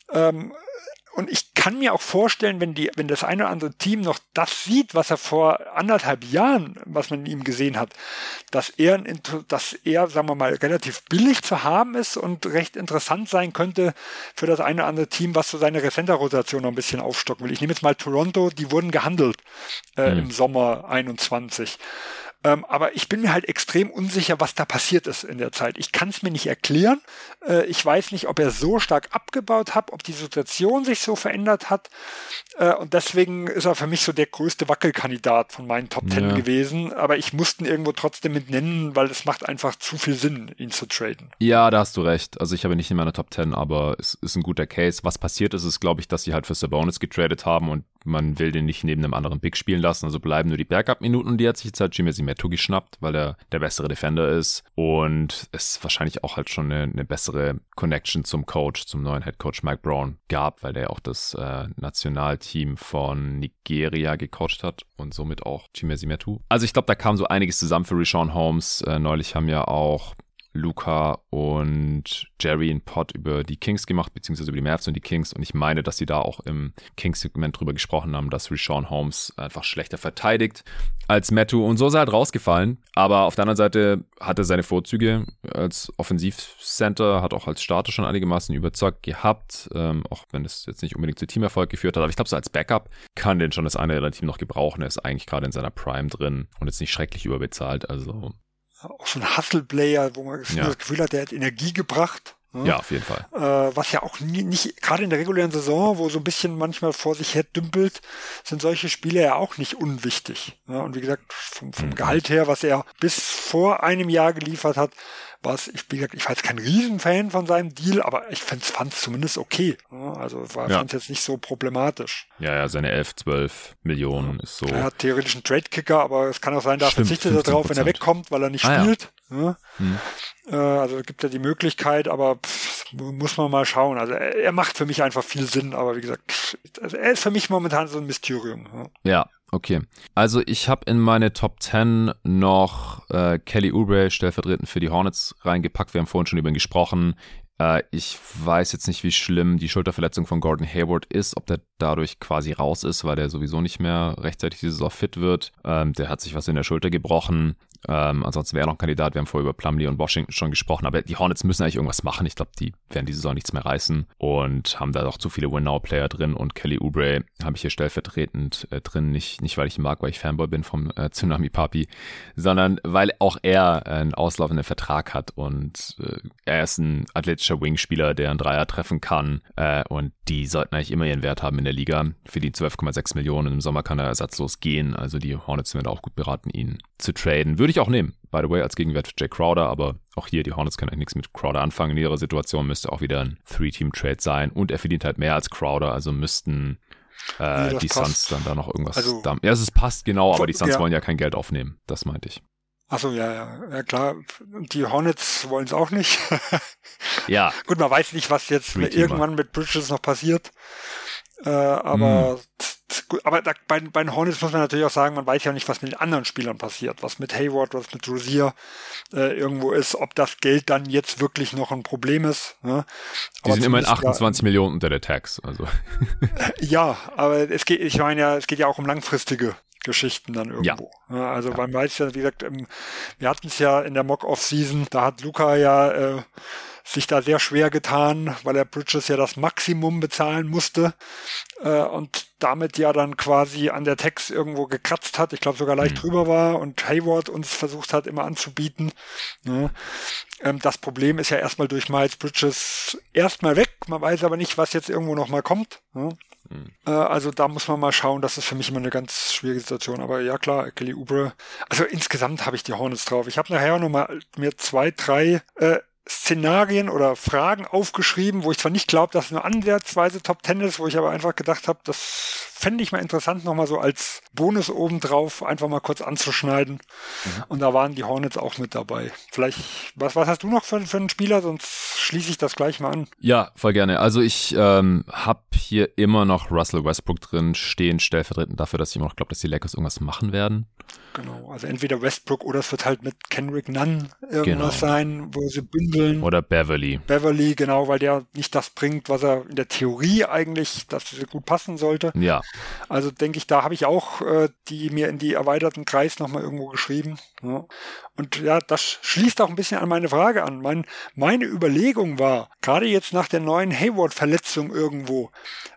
und ich kann mir auch vorstellen, wenn das eine oder andere Team noch das sieht, was er vor 1,5 Jahren, was man in ihm gesehen hat, dass er, sagen wir mal, relativ billig zu haben ist und recht interessant sein könnte für das eine oder andere Team, was so seine Center-Rotation noch ein bisschen aufstocken will. Ich nehme jetzt mal Toronto, die wurden gehandelt im Sommer 21. Aber ich bin mir halt extrem unsicher, was da passiert ist in der Zeit. Ich kann es mir nicht erklären. Ich weiß nicht, ob er so stark abgebaut hat, ob die Situation sich so verändert hat. Und deswegen ist er für mich so der größte Wackelkandidat von meinen Top 10 gewesen. Aber ich musste ihn irgendwo trotzdem mit nennen, weil es macht einfach zu viel Sinn, ihn zu traden. Ja, da hast du recht. Also ich habe ihn nicht in meiner Top 10, aber es ist ein guter Case. Was passiert ist, glaube ich, dass sie halt für Sabonis getradet haben und man will den nicht neben einem anderen Big spielen lassen, also bleiben nur die Backup-Minuten, und die hat sich jetzt halt Chimezie Metu geschnappt, weil er der bessere Defender ist und es wahrscheinlich auch halt schon eine bessere Connection zum Coach, zum neuen Headcoach Mike Brown gab, weil der auch das Nationalteam von Nigeria gecoacht hat und somit auch Chimezie Metu. Also ich glaube, da kam so einiges zusammen für Richaun Holmes. Neulich haben ja auch Luca und Jerry einen Pod über die Kings gemacht, beziehungsweise über die Mavs und die Kings, und ich meine, dass sie da auch im Kings-Segment drüber gesprochen haben, dass Richaun Holmes einfach schlechter verteidigt als Metu, und so ist er halt rausgefallen, aber auf der anderen Seite hat er seine Vorzüge als Offensivcenter, hat auch als Starter schon einigermaßen überzeugt gehabt, auch wenn es jetzt nicht unbedingt zu Teamerfolg geführt hat, aber ich glaube, so als Backup kann den schon das eine oder andere Team noch gebrauchen, er ist eigentlich gerade in seiner Prime drin und jetzt nicht schrecklich überbezahlt, also auch so ein Hustle-Player, wo man das Gefühl hat, der hat Energie gebracht. Ja, auf jeden Fall. Was ja auch nicht, gerade in der regulären Saison, wo so ein bisschen manchmal vor sich her dümpelt, sind solche Spiele ja auch nicht unwichtig. Ja, und wie gesagt, vom Gehalt her, was er bis vor einem Jahr geliefert hat, ich war jetzt kein Riesenfan von seinem Deal, aber ich fand es zumindest okay. Ja, also fand es jetzt nicht so problematisch. Ja, seine 11, 12 Millionen ist so. Er hat theoretisch einen Trade-Kicker, aber es kann auch sein, da verzichtet er drauf, wenn er wegkommt, weil er nicht spielt. Ja. Also gibt ja die Möglichkeit, aber muss man mal schauen. Also er macht für mich einfach viel Sinn, aber wie gesagt, er ist für mich momentan so ein Mysterium. Ja. Okay, also ich habe in meine Top 10 noch Kelly Oubre stellvertretend für die Hornets reingepackt. Wir haben vorhin schon über ihn gesprochen. Ich weiß jetzt nicht, wie schlimm die Schulterverletzung von Gordon Hayward ist, ob der dadurch quasi raus ist, weil der sowieso nicht mehr rechtzeitig diese Saison fit wird. Der hat sich was in der Schulter gebrochen. Ansonsten wäre er noch ein Kandidat. Wir haben vorher über Plumlee und Washington schon gesprochen, aber die Hornets müssen eigentlich irgendwas machen. Ich glaube, die werden diese Saison nichts mehr reißen und haben da doch zu viele Win-Now-Player drin, und Kelly Oubre habe ich hier stellvertretend drin, nicht weil ich ihn mag, weil ich Fanboy bin vom Tsunami Papi, sondern weil auch er einen auslaufenden Vertrag hat und er ist ein athletischer Wing-Spieler, der einen Dreier treffen kann, und die sollten eigentlich immer ihren Wert haben in der Liga. Für die 12,6 Millionen im Sommer kann er ersatzlos gehen, also die Hornets sind auch gut beraten, ihn zu traden. Würde ich auch nehmen, by the way, als Gegenwert für Jay Crowder, aber auch hier, die Hornets können eigentlich nichts mit Crowder anfangen. In ihrer Situation müsste auch wieder ein 3-Team-Trade sein, und er verdient halt mehr als Crowder, also müssten die Suns dann da noch irgendwas... Also, es passt genau, aber die Suns wollen ja kein Geld aufnehmen, das meinte ich. Achso, ja, klar. Die Hornets wollen es auch nicht. Ja. Gut, man weiß nicht, was jetzt irgendwann mit Bridges noch passiert. Aber bei den Hornets muss man natürlich auch sagen, man weiß ja nicht, was mit den anderen Spielern passiert, was mit Hayward, was mit Rozier irgendwo ist, ob das Geld dann jetzt wirklich noch ein Problem ist. Ne? Die sind immerhin 28 Millionen unter der Tax. Also. Ja, aber es geht ja auch um langfristige Geschichten dann irgendwo. Ja. Also man weiß ja, wie gesagt, wir hatten es ja in der Mock-Off-Season, da hat Luka ja sich da sehr schwer getan, weil er Bridges ja das Maximum bezahlen musste und damit ja dann quasi an der Tax irgendwo gekratzt hat, ich glaube sogar leicht drüber war und Hayward uns versucht hat immer anzubieten. Ja. Das Problem ist ja erstmal durch Miles Bridges erstmal weg, man weiß aber nicht, was jetzt irgendwo nochmal kommt. Ja. Also da muss man mal schauen, das ist für mich immer eine ganz schwierige Situation, aber ja klar, Kelly Oubre, also insgesamt habe ich die Hornets drauf. Ich habe nachher nochmal mir 2, 3 Szenarien oder Fragen aufgeschrieben, wo ich zwar nicht glaube, dass es nur ansatzweise Top 10 ist, wo ich aber einfach gedacht habe, das fände ich mal interessant, nochmal so als Bonus obendrauf einfach mal kurz anzuschneiden. Und da waren die Hornets auch mit dabei. Vielleicht, was hast du noch für einen Spieler, sonst schließe ich das gleich mal an. Ja, voll gerne. Also ich habe hier immer noch Russell Westbrook drin stehen, stellvertretend dafür, dass ich immer noch glaube, dass die Lakers irgendwas machen werden. Genau, also entweder Westbrook oder es wird halt mit Kendrick Nunn irgendwas sein, wo sie bündeln. Oder Beverly. Beverly, genau, weil der nicht das bringt, was er in der Theorie eigentlich, dass es gut passen sollte. Ja. Also denke ich, da habe ich auch die mir in die erweiterten Kreis nochmal irgendwo geschrieben. Ja. Und ja, das schließt auch ein bisschen an meine Frage an. Meine Überlegung war, gerade jetzt nach der neuen Hayward-Verletzung irgendwo,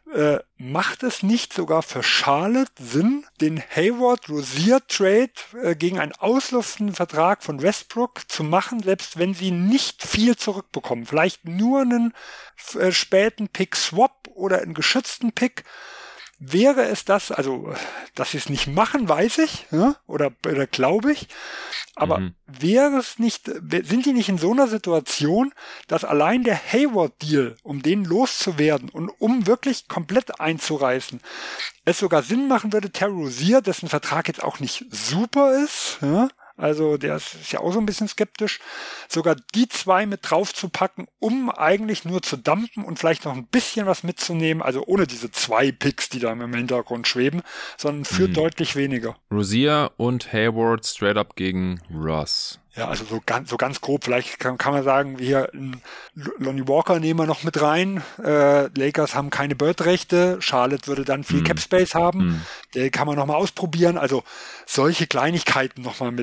macht es nicht sogar für Charlotte Sinn, den Hayward-Rozier-Trade gegen einen auslaufenden Vertrag von Westbrook zu machen, selbst wenn sie nicht viel zurückbekommen? Vielleicht nur einen späten Pick-Swap oder einen geschützten Pick. Wäre es das, also dass sie es nicht machen, weiß ich, ja? oder glaube ich, aber wäre es nicht, sind die nicht in so einer Situation, dass allein der Hayward-Deal, um den loszuwerden und um wirklich komplett einzureißen, es sogar Sinn machen würde, Terry Rozier, dessen Vertrag jetzt auch nicht super ist, ja? Also der ist ja auch so ein bisschen skeptisch, sogar die 2 mit drauf zu packen, um eigentlich nur zu dumpen und vielleicht noch ein bisschen was mitzunehmen, also ohne diese 2 Picks, die da im Hintergrund schweben, sondern für deutlich weniger. Rozier und Hayward straight up gegen Russ. Ja, also so ganz grob, vielleicht kann man sagen, wir hier Lonnie Walker nehmen wir noch mit rein. Lakers haben keine Bird-Rechte, Charlotte würde dann viel Cap-Space haben. Der kann man nochmal ausprobieren. Also solche Kleinigkeiten nochmal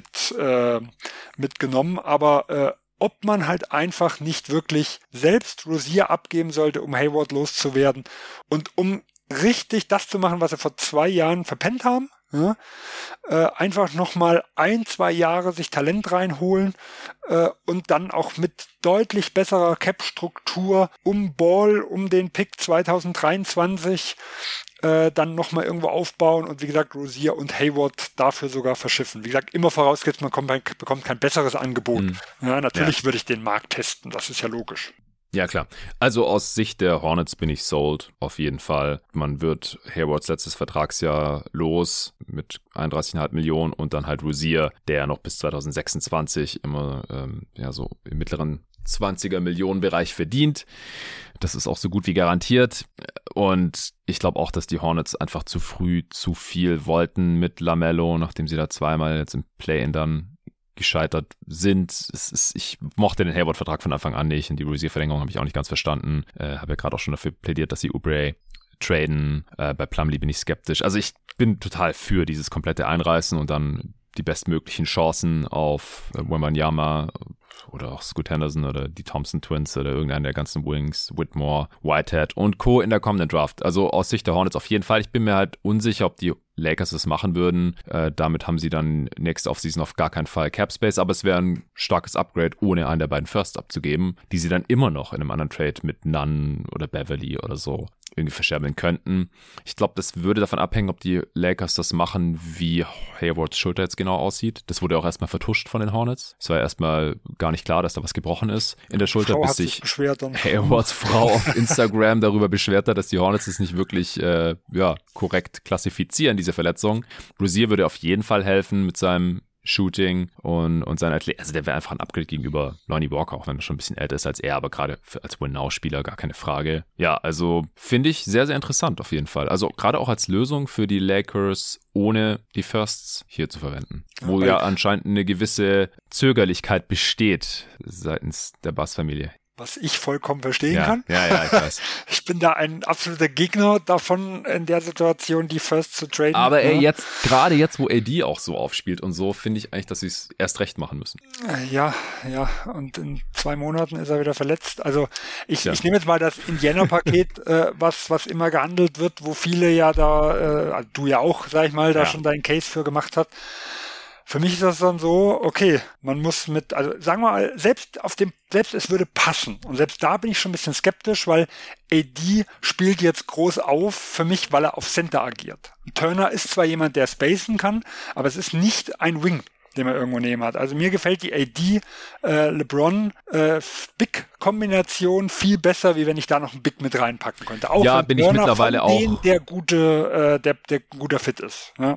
mitgenommen, aber ob man halt einfach nicht wirklich selbst Rozier abgeben sollte, um Hayward loszuwerden und um richtig das zu machen, was sie vor 2 Jahren verpennt haben. Ja, einfach nochmal 1, 2 Jahre sich Talent reinholen und dann auch mit deutlich besserer Cap-Struktur um den Pick 2023 dann nochmal irgendwo aufbauen und wie gesagt Rozier und Hayward dafür sogar verschiffen. Wie gesagt, immer vorausgesetzt, man bekommt kein besseres Angebot. Ja, natürlich würde ich den Markt testen, das ist ja logisch. Ja, klar. Also aus Sicht der Hornets bin ich sold, auf jeden Fall. Man wird Haywards letztes Vertragsjahr los mit 31,5 Millionen und dann halt Rozier, der noch bis 2026 immer so im mittleren 20er Millionen Bereich verdient. Das ist auch so gut wie garantiert. Und ich glaube auch, dass die Hornets einfach zu früh zu viel wollten mit LaMelo, nachdem sie da zweimal jetzt im Play-In dann gescheitert sind. Ich mochte den Hayward-Vertrag von Anfang an nicht und die Rozier-Verlängerung habe ich auch nicht ganz verstanden. Habe ja gerade auch schon dafür plädiert, dass sie Oubre traden. Bei Plumlee bin ich skeptisch. Also ich bin total für dieses komplette Einreißen und dann die bestmöglichen Chancen auf Wembanyama oder auch Scoot Henderson oder die Thompson Twins oder irgendeinen der ganzen Wings, Whitmore, Whitehead und Co. in der kommenden Draft. Also aus Sicht der Hornets auf jeden Fall. Ich bin mir halt unsicher, ob die Lakers das machen würden. Damit haben sie dann nächste Offseason auf gar keinen Fall Cap Space, aber es wäre ein starkes Upgrade, ohne einen der beiden Firsts abzugeben, die sie dann immer noch in einem anderen Trade mit Nunn oder Beverly oder so irgendwie verscherbeln könnten. Ich glaube, das würde davon abhängen, ob die Lakers das machen, wie Haywards Schulter jetzt genau aussieht. Das wurde auch erstmal vertuscht von den Hornets. Es war ja erstmal gar nicht klar, dass da was gebrochen ist in der Schulter, bis sich Haywards Frau auf Instagram darüber beschwert hat, dass die Hornets es nicht wirklich korrekt klassifizieren, diese Verletzung. Rozier würde auf jeden Fall helfen mit seinem Shooting und sein Athlet. Also der wäre einfach ein Upgrade gegenüber Lonnie Walker, auch wenn er schon ein bisschen älter ist als er, aber gerade als Win-Now-Spieler gar keine Frage. Ja, also finde ich sehr, sehr interessant auf jeden Fall. Also gerade auch als Lösung für die Lakers, ohne die Firsts hier zu verwenden. Wo ja anscheinend eine gewisse Zögerlichkeit besteht seitens der Buss-Familie. Was ich vollkommen verstehen kann. Ja, ich weiß. Ich bin da ein absoluter Gegner davon, in der Situation die First zu traden. Aber gerade jetzt, wo AD auch so aufspielt und so, finde ich eigentlich, dass sie es erst recht machen müssen. Ja, und in 2 Monaten ist er wieder verletzt. Also ich nehme jetzt mal das Indiana-Paket, was immer gehandelt wird, wo viele ja da, du ja auch, sag ich mal, da schon deinen Case für gemacht hast. Für mich ist das dann so, okay, man muss also sagen wir mal, selbst es würde passen. Und selbst da bin ich schon ein bisschen skeptisch, weil AD spielt jetzt groß auf für mich, weil er auf Center agiert. Turner ist zwar jemand, der spacen kann, aber es ist nicht ein Wing, den man irgendwo nehmen hat. Also mir gefällt die AD LeBron Big Kombination viel besser, wie wenn ich da noch einen Big mit reinpacken könnte. Auch ja, bin ich mittlerweile auch. Der guter Fit ist. Ja.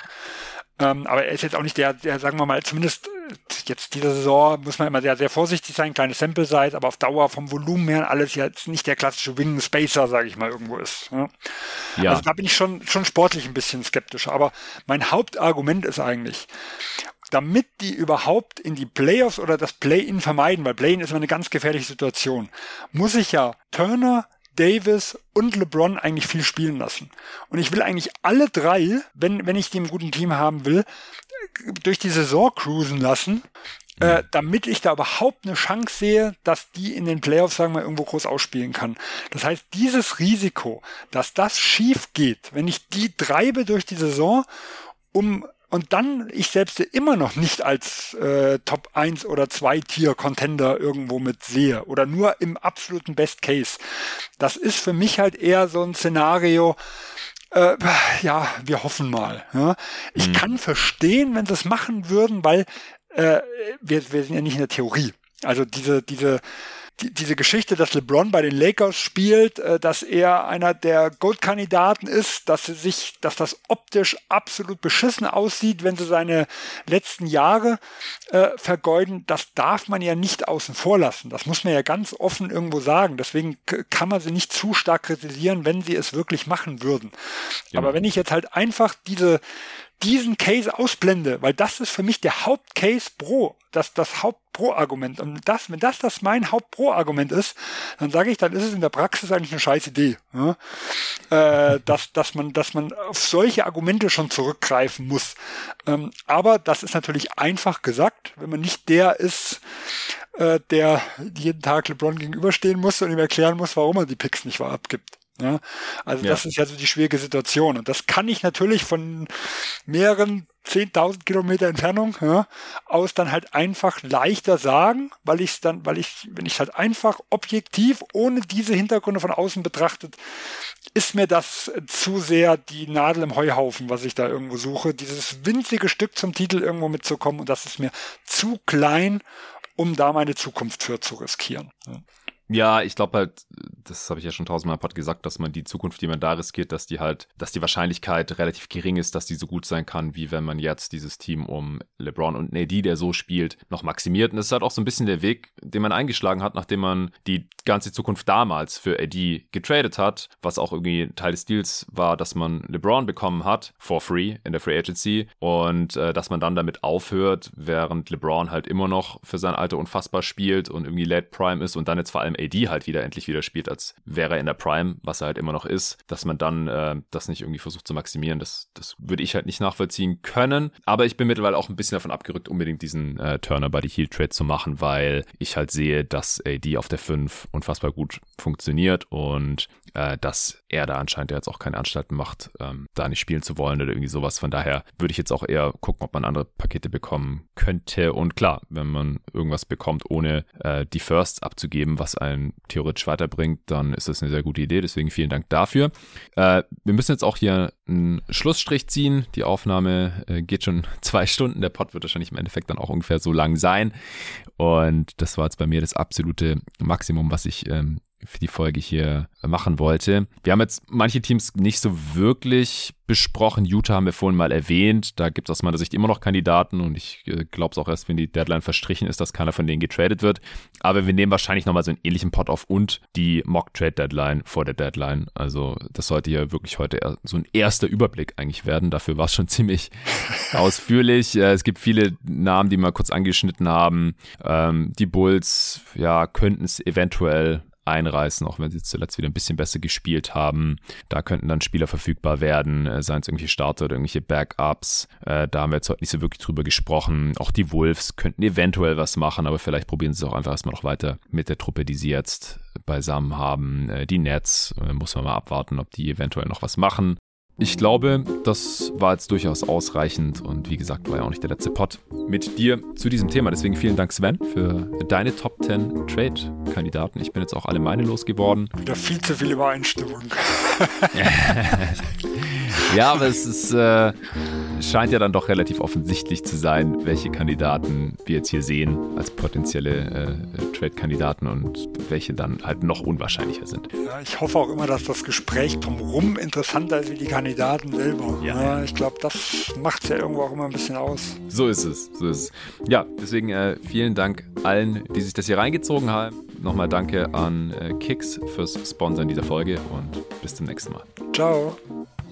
Aber er ist jetzt auch nicht der, sagen wir mal, zumindest jetzt diese Saison muss man immer sehr, sehr vorsichtig sein, kleine Sample-Size, aber auf Dauer vom Volumen her alles jetzt nicht der klassische Wing-Spacer, sage ich mal, irgendwo ist. Ja. Also da bin ich schon sportlich ein bisschen skeptischer. Aber mein Hauptargument ist eigentlich, damit die überhaupt in die Playoffs oder das Play-In vermeiden, weil Play-In ist immer eine ganz gefährliche Situation, muss ich ja Turner, Davis und LeBron eigentlich viel spielen lassen. Und ich will eigentlich alle 3, wenn ich die im guten Team haben will, durch die Saison cruisen lassen, damit ich da überhaupt eine Chance sehe, dass die in den Playoffs, sagen wir, irgendwo groß ausspielen kann. Das heißt, dieses Risiko, dass das schief geht, wenn ich die treibe durch die Saison, und dann ich selbst immer noch nicht als Top 1 oder 2 Tier-Contender irgendwo mit sehe oder nur im absoluten Best Case. Das ist für mich halt eher so ein Szenario, wir hoffen mal. Ja. Ich kann verstehen, wenn sie es machen würden, weil wir sind ja nicht in der Theorie. Also diese Geschichte, dass LeBron bei den Lakers spielt, dass er einer der GOAT-Kandidaten ist, dass das optisch absolut beschissen aussieht, wenn sie seine letzten Jahre vergeuden, das darf man ja nicht außen vor lassen. Das muss man ja ganz offen irgendwo sagen. Deswegen kann man sie nicht zu stark kritisieren, wenn sie es wirklich machen würden. Ja. Aber wenn ich jetzt halt einfach diesen Case ausblende, weil das ist für mich der Hauptcase das Haupt-Pro-Argument. Und wenn das mein Haupt-Pro-Argument ist, dann sage ich, dann ist es in der Praxis eigentlich eine scheiß Idee. Ja? Dass man auf solche Argumente schon zurückgreifen muss. Aber das ist natürlich einfach gesagt, wenn man nicht der ist, der jeden Tag LeBron gegenüberstehen muss und ihm erklären muss, warum er die Picks nicht abgibt. Ja, also das ist ja so die schwierige Situation und das kann ich natürlich von mehreren 10.000 Kilometer Entfernung aus dann halt einfach leichter sagen, wenn ich es halt einfach objektiv ohne diese Hintergründe von außen betrachtet, ist mir das zu sehr die Nadel im Heuhaufen, was ich da irgendwo suche, dieses winzige Stück zum Titel irgendwo mitzukommen und das ist mir zu klein, um da meine Zukunft für zu riskieren. Ja, ich glaube halt, das habe ich ja schon 1000-mal im Pod gesagt, dass man die Zukunft, die man da riskiert, dass die Wahrscheinlichkeit relativ gering ist, dass die so gut sein kann, wie wenn man jetzt dieses Team um LeBron und AD, der so spielt, noch maximiert. Und das ist halt auch so ein bisschen der Weg, den man eingeschlagen hat, nachdem man die ganze Zukunft damals für AD getradet hat, was auch irgendwie Teil des Deals war, dass man LeBron bekommen hat, for free in der Free Agency und dass man dann damit aufhört, während LeBron halt immer noch für sein Alter unfassbar spielt und irgendwie Late Prime ist und dann jetzt vor allem AD halt endlich wieder spielt, als wäre er in der Prime, was er halt immer noch ist, dass man dann das nicht irgendwie versucht zu maximieren. Das würde ich halt nicht nachvollziehen können. Aber ich bin mittlerweile auch ein bisschen davon abgerückt, unbedingt diesen Turner Buddy Hield Trade zu machen, weil ich halt sehe, dass AD auf der 5 unfassbar gut funktioniert und dass er da anscheinend jetzt auch keine Anstalten macht, da nicht spielen zu wollen oder irgendwie sowas. Von daher würde ich jetzt auch eher gucken, ob man andere Pakete bekommen könnte. Und klar, wenn man irgendwas bekommt, ohne die Firsts abzugeben, was einen theoretisch weiterbringt, dann ist das eine sehr gute Idee. Deswegen vielen Dank dafür. Wir müssen jetzt auch hier einen Schlussstrich ziehen. Die Aufnahme geht schon 2 Stunden. Der Pod wird wahrscheinlich im Endeffekt dann auch ungefähr so lang sein. Und das war jetzt bei mir das absolute Maximum, was ich für die Folge hier machen wollte. Wir haben jetzt manche Teams nicht so wirklich besprochen. Utah haben wir vorhin mal erwähnt. Da gibt es aus meiner Sicht immer noch Kandidaten und ich glaube es auch erst, wenn die Deadline verstrichen ist, dass keiner von denen getradet wird. Aber wir nehmen wahrscheinlich nochmal so einen ähnlichen Pot auf und die Mock-Trade-Deadline vor der Deadline. Also das sollte ja wirklich heute so ein erster Überblick eigentlich werden. Dafür war es schon ziemlich ausführlich. Es gibt viele Namen, die wir kurz angeschnitten haben. Die Bulls, ja, könnten es eventuell einreißen, auch wenn sie zuletzt wieder ein bisschen besser gespielt haben. Da könnten dann Spieler verfügbar werden, seien es irgendwelche Starter oder irgendwelche Backups. Da haben wir jetzt heute nicht so wirklich drüber gesprochen. Auch die Wolves könnten eventuell was machen, aber vielleicht probieren sie es auch einfach erstmal noch weiter mit der Truppe, die sie jetzt beisammen haben. Die Nets, muss man mal abwarten, ob die eventuell noch was machen. Ich glaube, das war jetzt durchaus ausreichend und wie gesagt, war ja auch nicht der letzte Pod mit dir zu diesem Thema. Deswegen vielen Dank, Sven, für deine Top 10 Trade-Kandidaten. Ich bin jetzt auch alle meine losgeworden. Wieder viel zu viel Übereinstimmung. Ja, aber es ist, scheint ja dann doch relativ offensichtlich zu sein, welche Kandidaten wir jetzt hier sehen als potenzielle Trade-Kandidaten und welche dann halt noch unwahrscheinlicher sind. Ja, ich hoffe auch immer, dass das Gespräch drumherum interessanter ist wie die Kandidaten selber. Ja, ich glaube, das macht es ja irgendwo auch immer ein bisschen aus. So ist es. Ja, deswegen vielen Dank allen, die sich das hier reingezogen haben. Nochmal danke an Kicks fürs Sponsoren dieser Folge und bis zum nächsten Mal. Ciao.